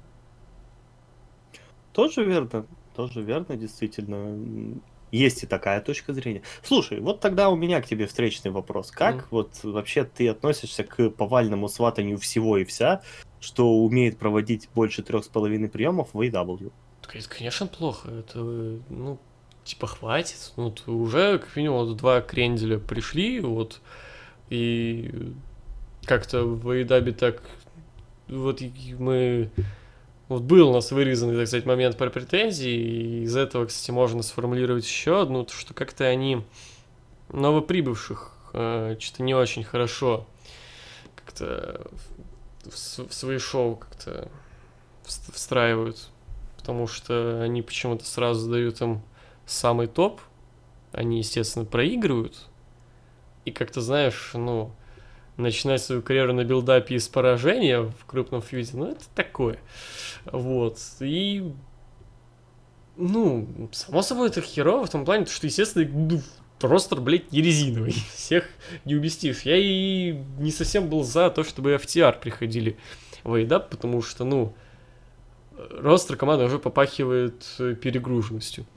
Тоже верно, действительно. Есть и такая точка зрения. Слушай, вот тогда у меня к тебе встречный вопрос. Как вот вообще ты относишься к повальному сватанию всего и вся, что умеет проводить больше 3,5 приемов в AEW? Это, конечно, плохо. Это, ну, типа, хватит. Вот уже, как минимум, вот 2 кренделя пришли, вот, и как-то в AEW так, вот мы... Вот был у нас вырезанный, так сказать, момент про претензии, и из этого, кстати, можно сформулировать еще одну, что как-то они новоприбывших что-то не очень хорошо как-то в свои шоу как-то встраивают, потому что они почему-то сразу дают им самый топ, они, естественно, проигрывают, и как-то, знаешь, ну, начинать свою карьеру на билдапе из поражения в крупном фьюде, ну, это такое. Вот. И, ну, само собой, это херово в том плане, что, естественно, ну, ростер, блядь, не резиновый. Всех не уместишь. Я и не совсем был за то, чтобы FTR приходили в AEW, потому что, ну, ростер команды уже попахивает перегруженностью.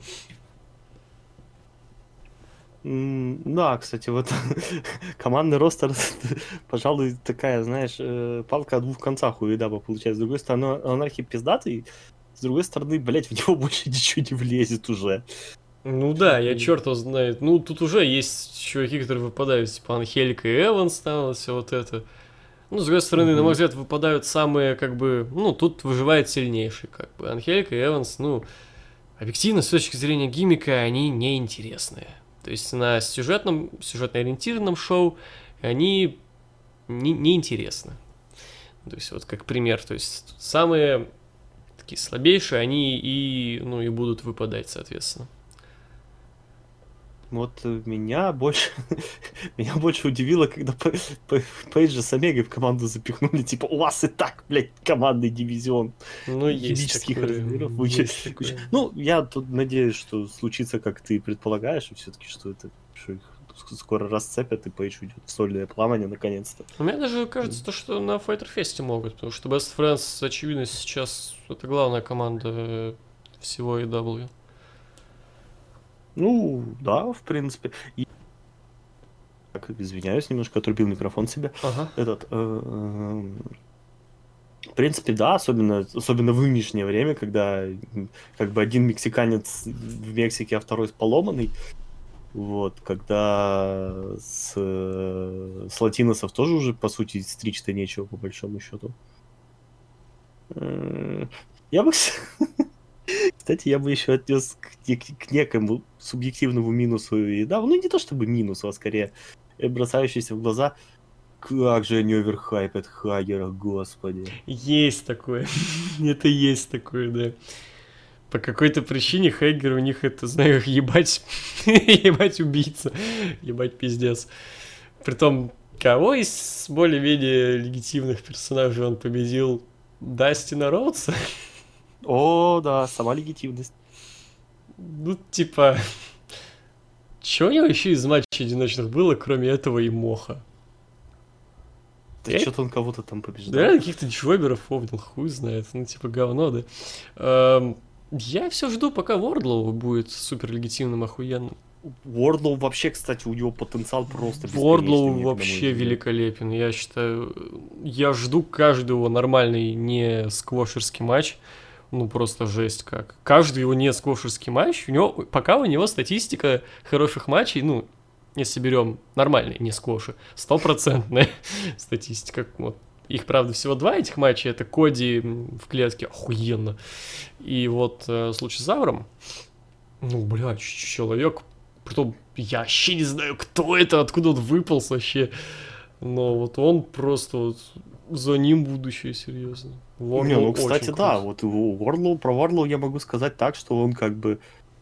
Да, кстати, вот командный ростер, пожалуй, такая, знаешь, палка о двух концах у AEW получается. С другой стороны, анархия пиздатый, с другой стороны, блядь, в него больше ничего не влезет уже. Ну да, я черт его знает. Ну, тут уже есть чуваки, которые выпадают, типа Анхелика и Эванс, там, все вот это. Ну, с другой стороны, на мой взгляд, выпадают самые, как бы, ну, тут выживает сильнейший, как бы. Анхелика и Эванс, ну, объективно, с точки зрения гиммика, они неинтересные. То есть на сюжетно-ориентированном шоу они неинтересны. То есть вот как пример, то есть самые такие слабейшие, они и, ну, и будут выпадать, соответственно. Вот меня больше меня больше удивило, когда Пейджа с Омегой в команду запихнули, типа, у вас и так, блядь, командный дивизион Ну, есть ебических такое, размеров. есть такое. Ну, я тут надеюсь, что случится, как ты предполагаешь, и все-таки, что их скоро расцепят, и Пейдж уйдет в сольное плавание наконец-то. У меня даже кажется, то, что на Fighter Fest могут, потому что Best Friends, очевидно, сейчас это главная команда всего AEW. Ну, да, в принципе. Так, извиняюсь, немножко отрубил микрофон себе. Ага. В принципе, да, особенно в нынешнее время, когда как бы один мексиканец в Мексике, а второй поломанный. Вот, когда с латиносов тоже уже, по сути, стричь-то нечего, по большому счету. Я бы... Кстати, я бы еще отнес к некому субъективному минусу. И, да, ну не то чтобы минусу, а скорее бросающийся в глаза. Как же они оверхайпят Хагера, господи. Есть такое. Это есть такое, да. По какой-то причине Хейгер у них это, знаю, ебать, ебать убийца, ебать пиздец. Притом, кого из более-менее легитимных персонажей он победил? Дастина Роудса? О, да, сама легитимность. Ну, типа, чё у него еще из матчей одиночных было, кроме этого и Моха? Да что-то он кого-то там побеждал. Да, каких-то джоберов помнил, хуй знает, ну, типа, говно, да. Я все жду, пока Вордлоу будет супер легитимным, охуенным. Вордлоу вообще, кстати, у него потенциал просто Вордлоу вообще великолепен, я считаю. Я жду каждый его нормальный не сквошерский матч. Ну, просто жесть как. Каждый его не сквошерский матч, пока у него статистика хороших матчей, ну, если берем нормальные, не сквоши, 100% статистика. Вот. Их, правда, всего 2 этих матча. Это Коди в клетке, охуенно. И вот с Лучезавром, ну, блядь, человек, потом я вообще не знаю, кто это, откуда он выполз вообще. Но вот он просто вот, за ним будущее, серьезно. Не, ну, кстати, да, вот про Вордлоу я могу сказать так, что он как бы...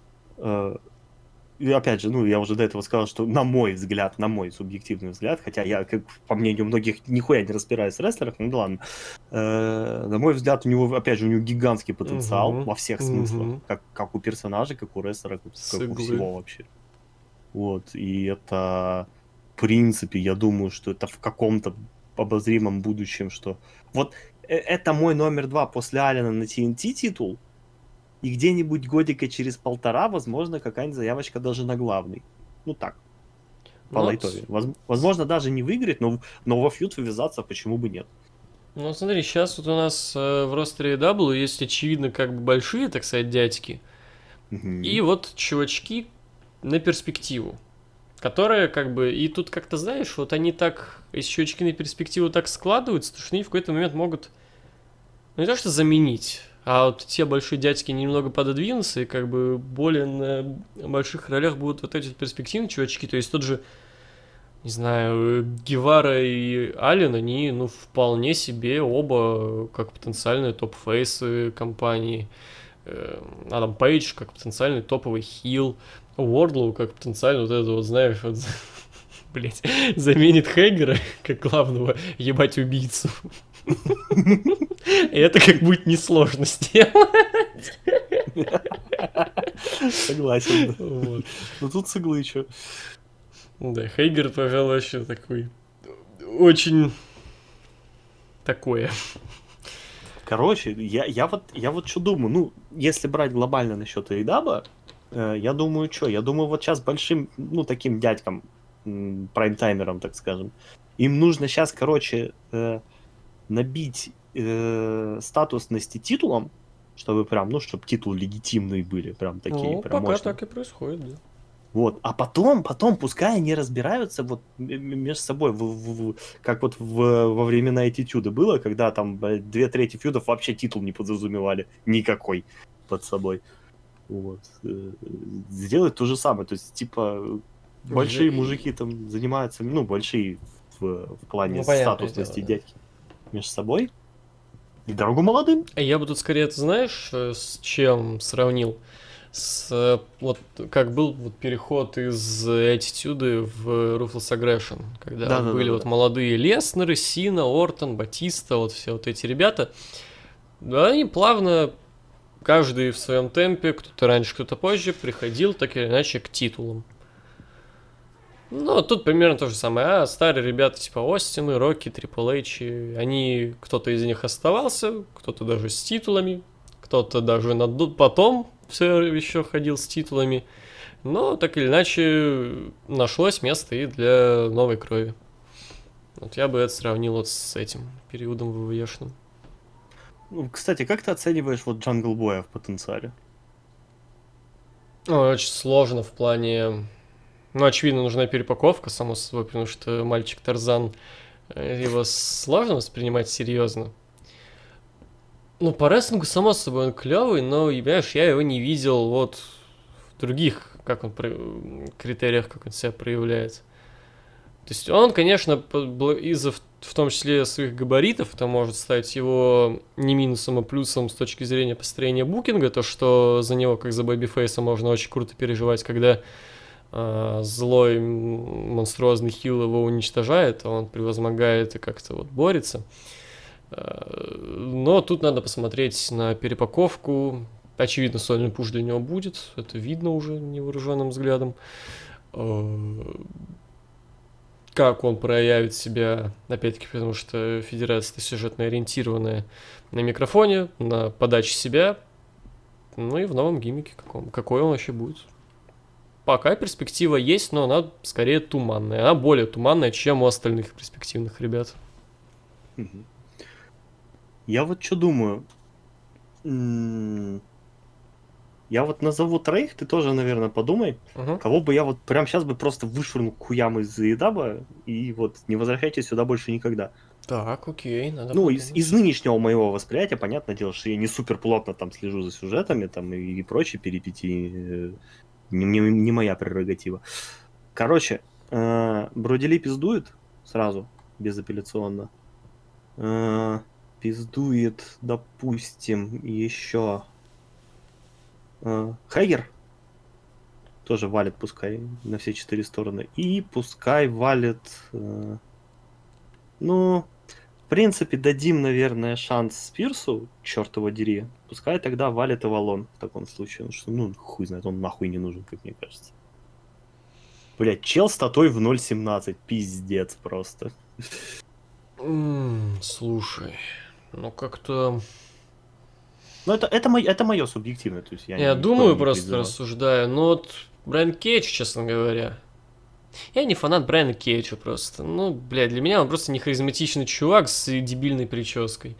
И опять же, ну, я уже до этого сказал, что на мой взгляд, на мой субъективный взгляд, хотя я, как по мнению многих, нихуя не разбираюсь в рестлерах, ну да ладно, на мой взгляд, у него, опять же, у него гигантский потенциал во всех смыслах, как у персонажа, как у рестлера, как у всего вообще. Вот, и это, в принципе, я думаю, что это в каком-то обозримом будущем, что... Вот это мой номер 2 после Аллена на TNT титул, и где-нибудь годика через 1.5, возможно, какая-нибудь заявочка даже на главный. Ну так, по лайтове. Возможно, даже не выиграть, но во фьюд ввязаться почему бы нет. Ну, смотри, сейчас вот у нас в ростере AEW есть, очевидно, как бы большие, так сказать, дядьки. И вот чувачки на перспективу, которые как бы... И тут как-то, знаешь, вот они так... Эти чувачки на перспективу так складываются, что они в какой-то момент могут... Ну, не то, что заменить... А вот те большие дядьки немного пододвинутся, и как бы более на больших ролях будут вот эти перспективные чувачки. То есть тот же, не знаю, Гевара и Аллен, они, ну, вполне себе оба как потенциальные топ-фейсы компании. Адам Пейдж как потенциальный топовый хил. Уордлоу как потенциальный вот это вот, знаешь, вот, блять, заменит Хейгера как главного ебать убийцу. И это как будет несложно сделать. Согласен. Вот. Ну тут с иглы что. Да, Хейгер, пожалуй, вообще такой... Очень... Такое. Короче, я вот что думаю. Ну, если брать глобально насчет Эйдаба, я думаю, что? Я думаю, вот сейчас большим, ну, таким дядькам, прайм-таймерам, так скажем, им нужно сейчас, короче, набить статусности титулом, чтобы прям, ну, чтобы титулы легитимные были, прям такие, Ну, прям пока мощные. так и происходит, да. Вот, а потом, пускай они разбираются вот между собой, как вот во времена Attitude было, когда там 2/3 фьюдов вообще титул не подразумевали никакой под собой. Вот. Сделать то же самое, то есть, типа, большие мужики там занимаются, ну, большие в плане статусности дело, да. дядьки между собой, и дорогу молодым. Я бы тут скорее, ты знаешь, с чем сравнил? С вот как был вот переход из Attitude в Ruthless Aggression, когда вот были вот молодые Леснеры, Сина, Ортон, Батиста, вот все вот эти ребята. Да, они плавно, каждый в своем темпе, кто-то раньше, кто-то позже, приходил так или иначе к титулам. Ну, тут примерно то же самое. А старые ребята типа Остины, Рокки, Трипл Эйч, они, кто-то из них оставался, кто-то даже с титулами, кто-то даже потом все еще ходил с титулами. Но так или иначе нашлось место и для новой крови. Вот я бы это сравнил вот с этим периодом ВВЕшным. Кстати, как ты оцениваешь вот Джангл Боя в потенциале? Очень сложно в плане... Ну, очевидно, нужна перепаковка, само собой, потому что мальчик Тарзан, его сложно воспринимать серьезно. Ну, по рестлингу, само собой, он клевый, но, понимаешь, я его не видел вот в других, как он, критериях, как он себя проявляет. То есть он, конечно, из-за в том числе своих габаритов, это может стать его не минусом, а плюсом с точки зрения построения букинга, то, что за него, как за бэйбифейса, можно очень круто переживать, когда злой монструозный хил его уничтожает, а он превозмогает и как-то вот борется. Но тут надо посмотреть на перепаковку. Очевидно, сольный пуш для него будет. Это видно уже невооруженным взглядом. Как он проявит себя, опять-таки, потому что федерация сюжетно ориентированная на микрофоне, на подаче себя, ну и в новом гиммике какой он вообще будет. Пока перспектива есть, но она скорее туманная. Она более туманная, чем у остальных перспективных ребят. Я вот что думаю. Я вот назову троих, ты тоже, наверное, подумай. Кого бы я вот прямо сейчас бы просто вышвырнул к хуям из Едаба, и вот не возвращайтесь сюда больше никогда. Так, окей, надо Ну, из нынешнего моего восприятия, понятное дело, что я не супер плотно там слежу за сюжетами там и прочие перипетии. Не моя прерогатива. Короче, Бродили пиздует сразу, безапелляционно. Пиздует, допустим, еще Хэггер. Тоже валит, пускай, на все 4 стороны. И пускай валит... ну, в принципе, дадим, наверное, шанс Спирсу, черт его дери. Пускай тогда валит Авалон в таком случае. Ну, хуй знает, он нахуй не нужен, как мне кажется. Блять, чел статой в 0.17. Пиздец просто. Слушай, ну как-то... Ну, это мое субъективное. То есть я думаю, просто рассуждаю. Ну, вот Брайан Кейдж, честно говоря. Я не фанат Брайана Кейджа просто. Ну, блядь, для меня он просто не харизматичный чувак с дебильной прической.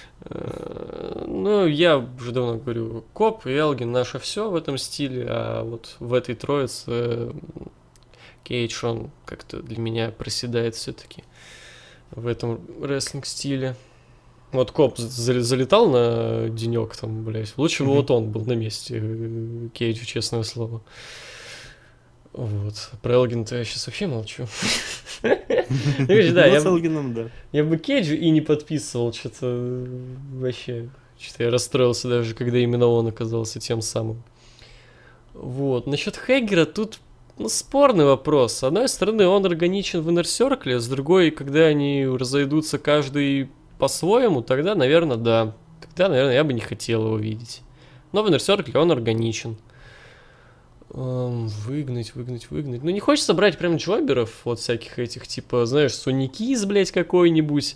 Ну, я уже давно говорю, Коп и Элгин наше все в этом стиле, а вот в этой троице Кейдж, он как-то для меня проседает все-таки в этом рестлинг-стиле. Вот Коп залетал на денек там, блядь. Лучше бы вот он был на месте Кейджа, честное слово. Вот. Про Элгина-то я сейчас вообще молчу. Я бы Кейджу и не подписывал, что-то вообще. Что-то я расстроился даже, когда именно он оказался тем самым. Вот. Насчет Хэггера тут спорный вопрос. С одной стороны, он органичен в Inner Circle, с другой, когда они разойдутся каждый по-своему, тогда, наверное, да. Тогда, наверное, я бы не хотел его видеть. Но в Inner Circle он органичен. Выгнать. Ну, не хочется брать прям джоберов, вот всяких этих, типа, знаешь, Соникиз, блядь, какой-нибудь.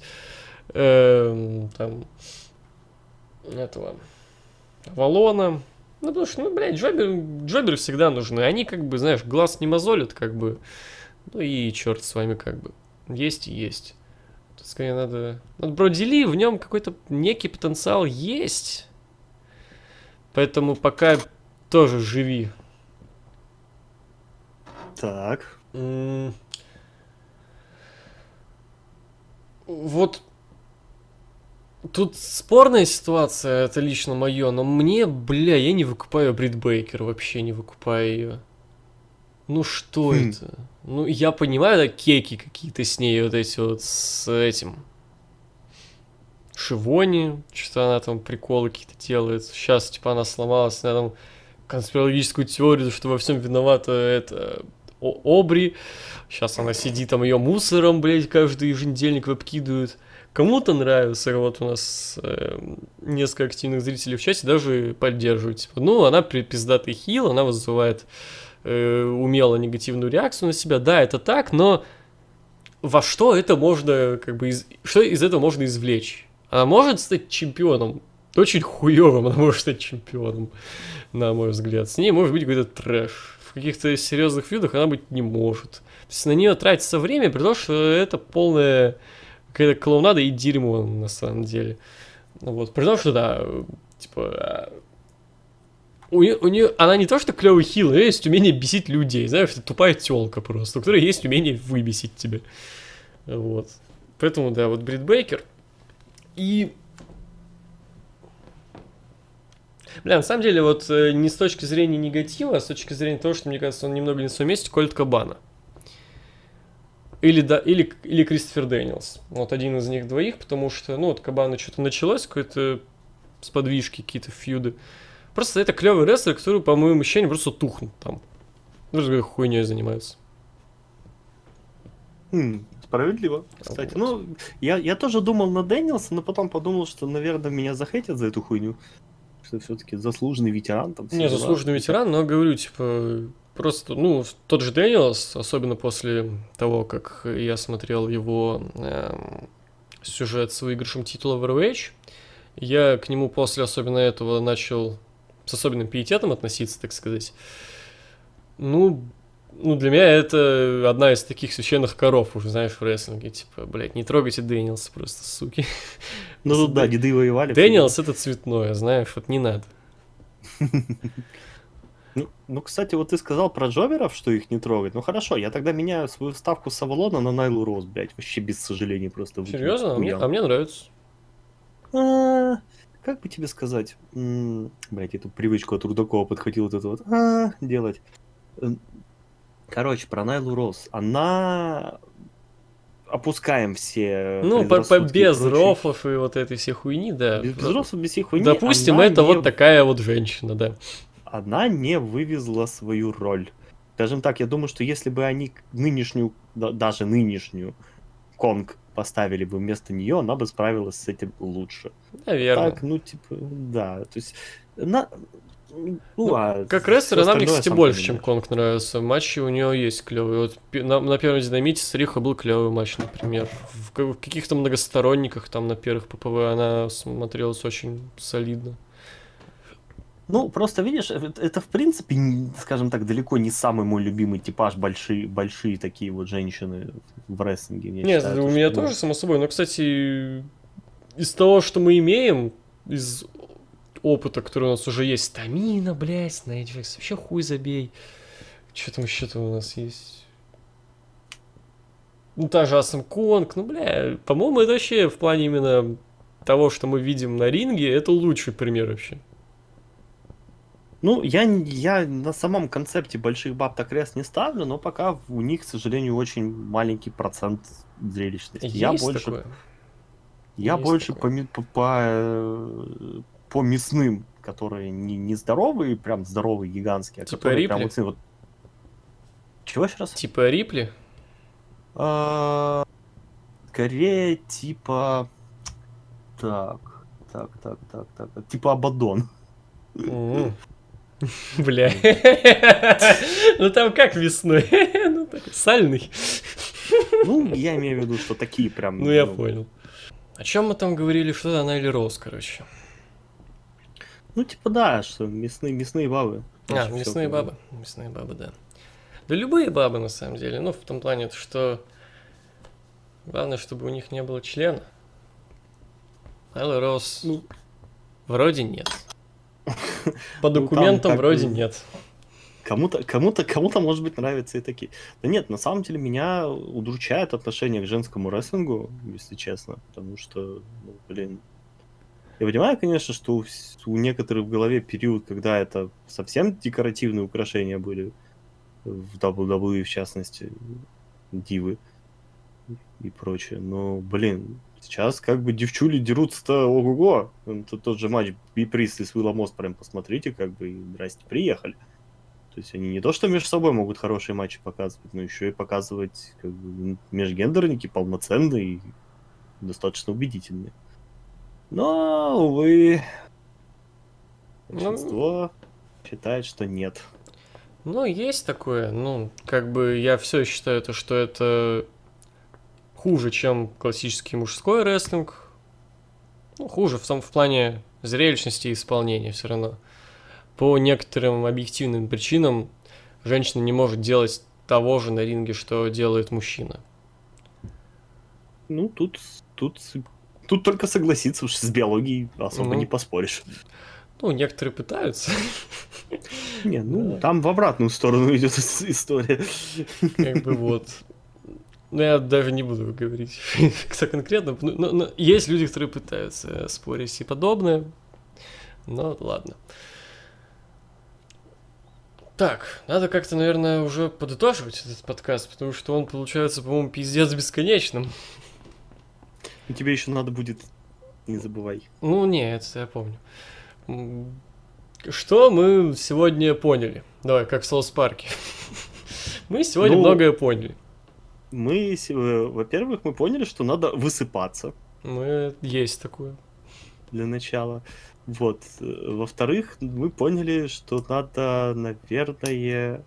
Там, этого, Авалона. Ну, потому что, блядь, джоберы всегда нужны. Они, как бы, знаешь, глаз не мозолят, как бы. Ну, и черт с вами, как бы. Есть и есть. Тут, скорее, надо... Бродили, в нем какой-то некий потенциал есть. Поэтому пока тоже живи. Так. Вот тут спорная ситуация, это лично мое, но мне, бля, я не выкупаю Брит Бейкер, вообще не выкупаю ее. Ну что это? Ну я понимаю, да, кеки какие-то с ней, вот эти вот с этим Шивони, что она там приколы какие-то делает. Сейчас, типа, она сломалась, она там конспирологическую теорию, что во всем виновата это Обри. Сейчас она сидит там ее мусором, блядь, каждый еженедельник выкидывает. Кому-то нравится, вот у нас несколько активных зрителей в чате даже поддерживают. Типа, ну, она пиздатый хил, она вызывает умело негативную реакцию на себя. Да, это так, но во что это можно, как бы, что из этого можно извлечь? Она может стать чемпионом. Очень хуёвым она может стать чемпионом, на мой взгляд. С ней может быть какой-то трэш. В каких-то серьезных фьюдах она быть не может. То есть на нее тратится время, при том, что это полная какая-то клоунада и дерьмо на самом деле. Вот. При том, что да, типа... У нее она не то, что клевый хил, у нее есть умение бесить людей. Знаешь, это тупая тёлка просто, у которой есть умение выбесить тебя. Вот. Поэтому, да, вот Брит Бейкер. И... Бля, на самом деле, вот не с точки зрения негатива, а с точки зрения того, что, мне кажется, он немного не в своем месте, Кольт Кабана. Или Кристофер Дэниелс. Вот один из них двоих, потому что, ну, вот Кабана что-то началось, какой-то сподвижки, какие-то фьюды. Просто это клевый рестлер, который, по моему ощущению, просто тухнут там. Просто хуйней занимаются. Справедливо, кстати. Вот. Ну, я тоже думал на Дэниелса, но потом подумал, что, наверное, меня захейтят за эту хуйню. Что все-таки заслуженный ветеран там. Не, заслуженный ветеран, но говорю, типа, просто, ну, тот же Дэниелс, особенно после того, как я смотрел его сюжет с выигрышем титула в ROH, я к нему после особенно этого начал с особенным пиететом относиться, так сказать. Ну, для меня это одна из таких священных коров, уже, знаешь, в рестлинге. Типа, блядь, не трогайте Дэниелса просто, суки. Ну, тут, да, деды воевали. Дэниелс это цветное, знаешь, вот не надо. Ну, кстати, вот ты сказал про джоберов, что их не трогать. Ну, хорошо, я тогда меняю свою ставку с Авалона на Найлу Роуз, блядь. Вообще без сожаления просто. Серьезно? А мне нравится. Как бы тебе сказать? Блядь, эту привычку от Рудакова подхватил вот это вот делать. Короче, про Найлу Роуз. Она... Опускаем все... Ну, без рофлов и вот этой всей хуйни, да. Без рофлов, без всей хуйни. Допустим, это вот такая вот женщина, да. Она не вывезла свою роль. Скажем так, я думаю, что если бы они нынешнюю, даже нынешнюю Конг поставили бы вместо нее, она бы справилась с этим лучше. Наверное. Так, ну, типа, да. То есть... как рестлер, она мне, кстати, больше, чем Конг нравится. Матчи у нее есть клевые. Вот на первом динамите с Риха был клевый матч, например. В каких-то многосторонниках, там на первых ППВ она смотрелась очень солидно. Ну, просто, видишь, это в принципе, скажем так, далеко не самый мой любимый типаж, большие такие вот женщины в рестлинге. Нет, у меня тоже, само собой. Но, кстати, из того, что мы имеем, из опыта, который у нас уже есть, Тамина, блядь, на Netflix, вообще хуй забей. Что там еще-то у нас есть? Ну, та же Асам Конг, ну, бля, по-моему, это вообще в плане именно того, что мы видим на ринге, это лучший пример вообще. Ну, я на самом концепте больших баб так крест не ставлю, но пока у них, к сожалению, очень маленький процент зрелищности. Я больше по мясным, которые не здоровые, прям здоровые, гигантские, а типа которые Рипли? прям вот... Чего еще раз? Типа Рипли? Скорее, типа... Так. Типа Абаддон. Бля. Ну там как весной? Ну такой сальный. Ну, я имею в виду, что такие прям... Ну я понял. О чем мы там говорили, что она или Роуз, короче? Ну типа да, что мясные бабы. Мясные бабы. Мясные бабы, да. Да любые бабы на самом деле. Ну в том плане, что главное, чтобы у них не было члена. Найла Роуз вроде нет. По Ну, там документам как вроде бы нет. кому-то, может быть, нравятся и такие. Да нет, на самом деле меня удручает отношение к женскому рестлингу, если честно, потому что, ну, блин, я понимаю, конечно, что у некоторых в голове период, когда это совсем декоративные украшения были, в WWE, в частности, дивы и прочее. Но, блин, сейчас как бы девчули дерутся-то ого-го. Тот же матч Би Прист с Уиллом Оспреем, посмотрите, как бы, и здрасте, приехали. То есть они не то, что между собой могут хорошие матчи показывать, но еще и показывать как бы межгендерники полноценные и достаточно убедительные. Но, увы, Ну, большинство считает, что нет. ну, есть такое. Ну, как бы я все считаю, что это хуже, чем классический мужской рестлинг. Ну, хуже в плане зрелищности и исполнения все равно. По некоторым объективным причинам женщина не может делать того же на ринге, что делает мужчина. Ну, тут только согласиться, уж с биологией особо Ну. не поспоришь. Ну, некоторые пытаются. Не, ну, Да. там в обратную сторону идет история. Как бы вот. Ну, я даже не буду говорить, кто конкретно. Но есть люди, которые пытаются спорить и подобное. Но ладно. Так, надо как-то, наверное, уже подытоживать этот подкаст, потому что он получается, по-моему, пиздец бесконечным. И тебе еще надо будет, не забывай. Ну, не, это я помню. Что мы сегодня поняли? Давай, как в Соус Парке. Мы сегодня Ну, многое поняли. Во-первых, мы поняли, что надо высыпаться Есть такое. для начала. Вот. Во-вторых, мы поняли, что надо, наверное,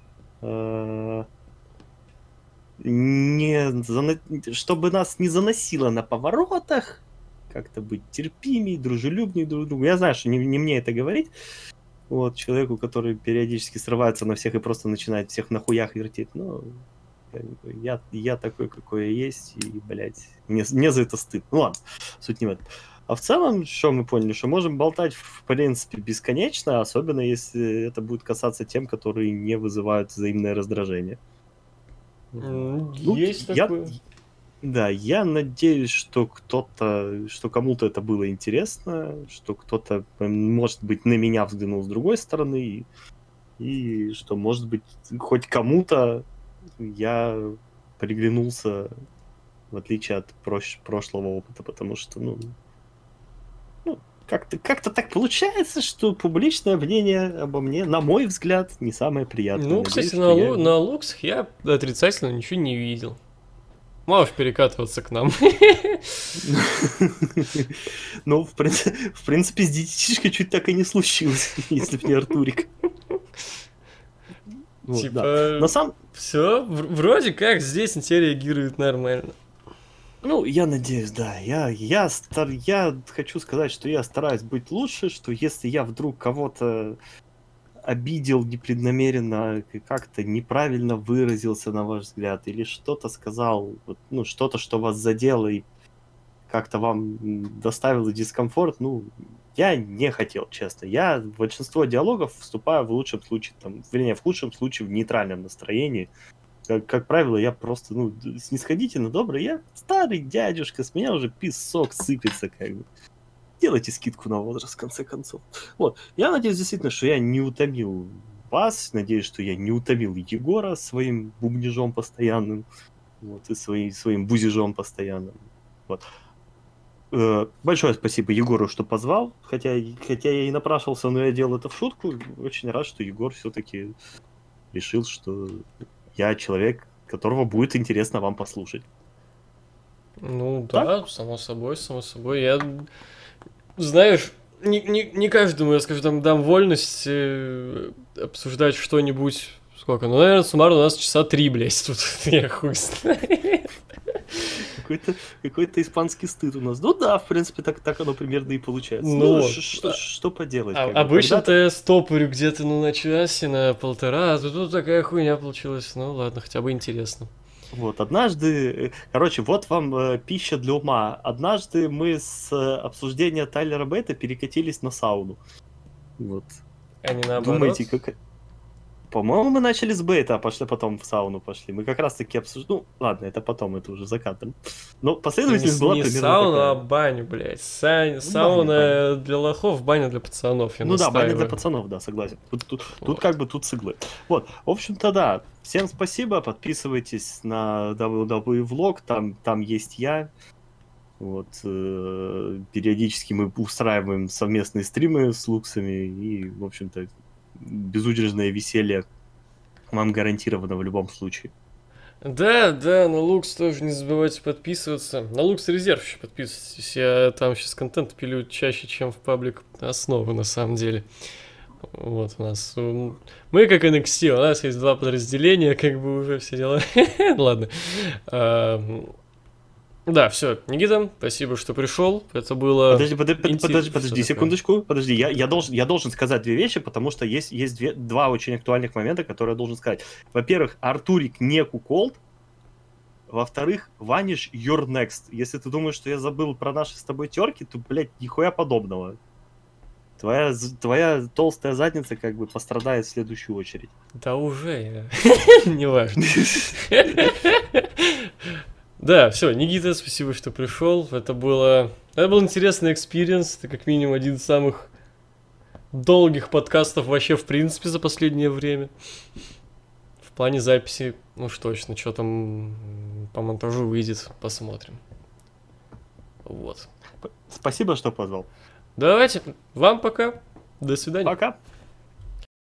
чтобы нас не заносило на поворотах, как-то быть терпимее, дружелюбнее друг к другу. Я знаю, что не мне это говорить. Вот, человеку, который периодически срывается на всех и просто начинает всех на хуях вертеть. Но как бы, я такой, какой я есть, и, блядь, мне за это стыдно. Ну ладно, суть не в этом. А в целом, что мы поняли? Что можем болтать, в принципе, бесконечно, особенно если это будет касаться тем, которые не вызывают взаимное раздражение. Ну, Есть такое. Да, я надеюсь, что что кому-то это было интересно, что кто-то, может быть, на меня взглянул с другой стороны, и что, может быть, хоть кому-то я приглянулся, в отличие от прошлого опыта, потому что, ну как-то так получается, что публичное мнение обо мне, на мой взгляд, не самое приятное. Ну, Надеюсь, кстати, что я- на луксах я отрицательно ничего не видел. Можешь перекатываться к нам. Ну, в принципе, с детишкой чуть так и не случилось, если б не Артурик. Вот, да. Типа, На самом... все, вроде как здесь те реагируют нормально. Ну, я надеюсь, да. Я хочу сказать, что я стараюсь быть лучше, что если я вдруг кого-то обидел непреднамеренно, как-то неправильно выразился, на ваш взгляд, или что-то сказал, вот, ну, что-то, что вас задело и как-то вам доставило дискомфорт, ну, я не хотел, честно. Я в большинство диалогов вступаю в лучшем случае, в худшем случае в нейтральном настроении. Как правило, я просто, снисходительно добрый. Я старый дядюшка, с меня уже песок сыпется, как бы. Делайте скидку на возраст, в конце концов. Вот. Я надеюсь, действительно, что я не утомил вас. Надеюсь, что я не утомил Егора своим бубнижом постоянным. Вот, и своим бузижом постоянным. Вот. Большое спасибо Егору, что позвал. Хотя я и напрашивался, но я делал это в шутку. Очень рад, что Егор все-таки решил, что я человек, которого будет интересно вам послушать. Ну да, само собой. Я, знаешь, не каждому, я скажу, дам вольность обсуждать что-нибудь. Сколько? Ну, наверное, суммарно у нас часа 3, блядь, тут. Я хуй знаю. Какой-то испанский стыд у нас. Ну да, в принципе, так оно примерно и получается. Ну, что поделать? Обычно-то я стопорю где-то на час и на полтора, а тут такая хуйня получилась. Ну ладно, хотя бы интересно. Вот, однажды, короче, вот вам пища для ума. Однажды мы с обсуждения Тайлера Бейта перекатились на сауну. Вот. А не наоборот? Думаете, как... По-моему, мы начали с бейта, а пошли потом в сауну пошли. Мы как раз-таки обсуждали... Ну, ладно, это потом, это уже за кадром. Но последовательность была не примерно сауну, такая. а баню, блядь. баня, Сауна для лохов, баня для пацанов. Я Ну да, баня для настаиваю. пацанов, да, согласен. Тут Вот. как бы тут с иглы. Вот, в общем-то, да. Всем спасибо, подписывайтесь на WWE Vlog, там есть я. Вот, периодически мы устраиваем совместные стримы с луксами, и, в общем-то, безудержное веселье вам гарантировано в любом случае. Да, на Лукс тоже не забывайте подписываться. На Лукс Резерв еще подписывайтесь. Я там сейчас контент пилю чаще, чем в паблик Основы, на самом деле. Вот у нас... Мы как NXT, у нас есть 2 подразделения, как бы уже все дела. Ладно. Да, все, Никита, спасибо, что пришел. Это было... Подожди секундочку. Подожди, я должен сказать 2 вещи, потому что есть 2 очень актуальных момента, которые я должен сказать. Во-первых, Артурик не куколд. Во-вторых, Vanish, you're next. Если ты думаешь, что я забыл про наши с тобой терки, то, блядь, нихуя подобного. Твоя толстая задница как бы пострадает в следующую очередь. Да уже, неважно. Да, все, Никита, спасибо, что пришел. Это был интересный экспириенс. Это как минимум один из самых долгих подкастов вообще в принципе за последнее время. В плане записи, ну уж точно, что там по монтажу выйдет, посмотрим. Вот. Спасибо, что позвал. Давайте, вам пока. До свидания. Пока.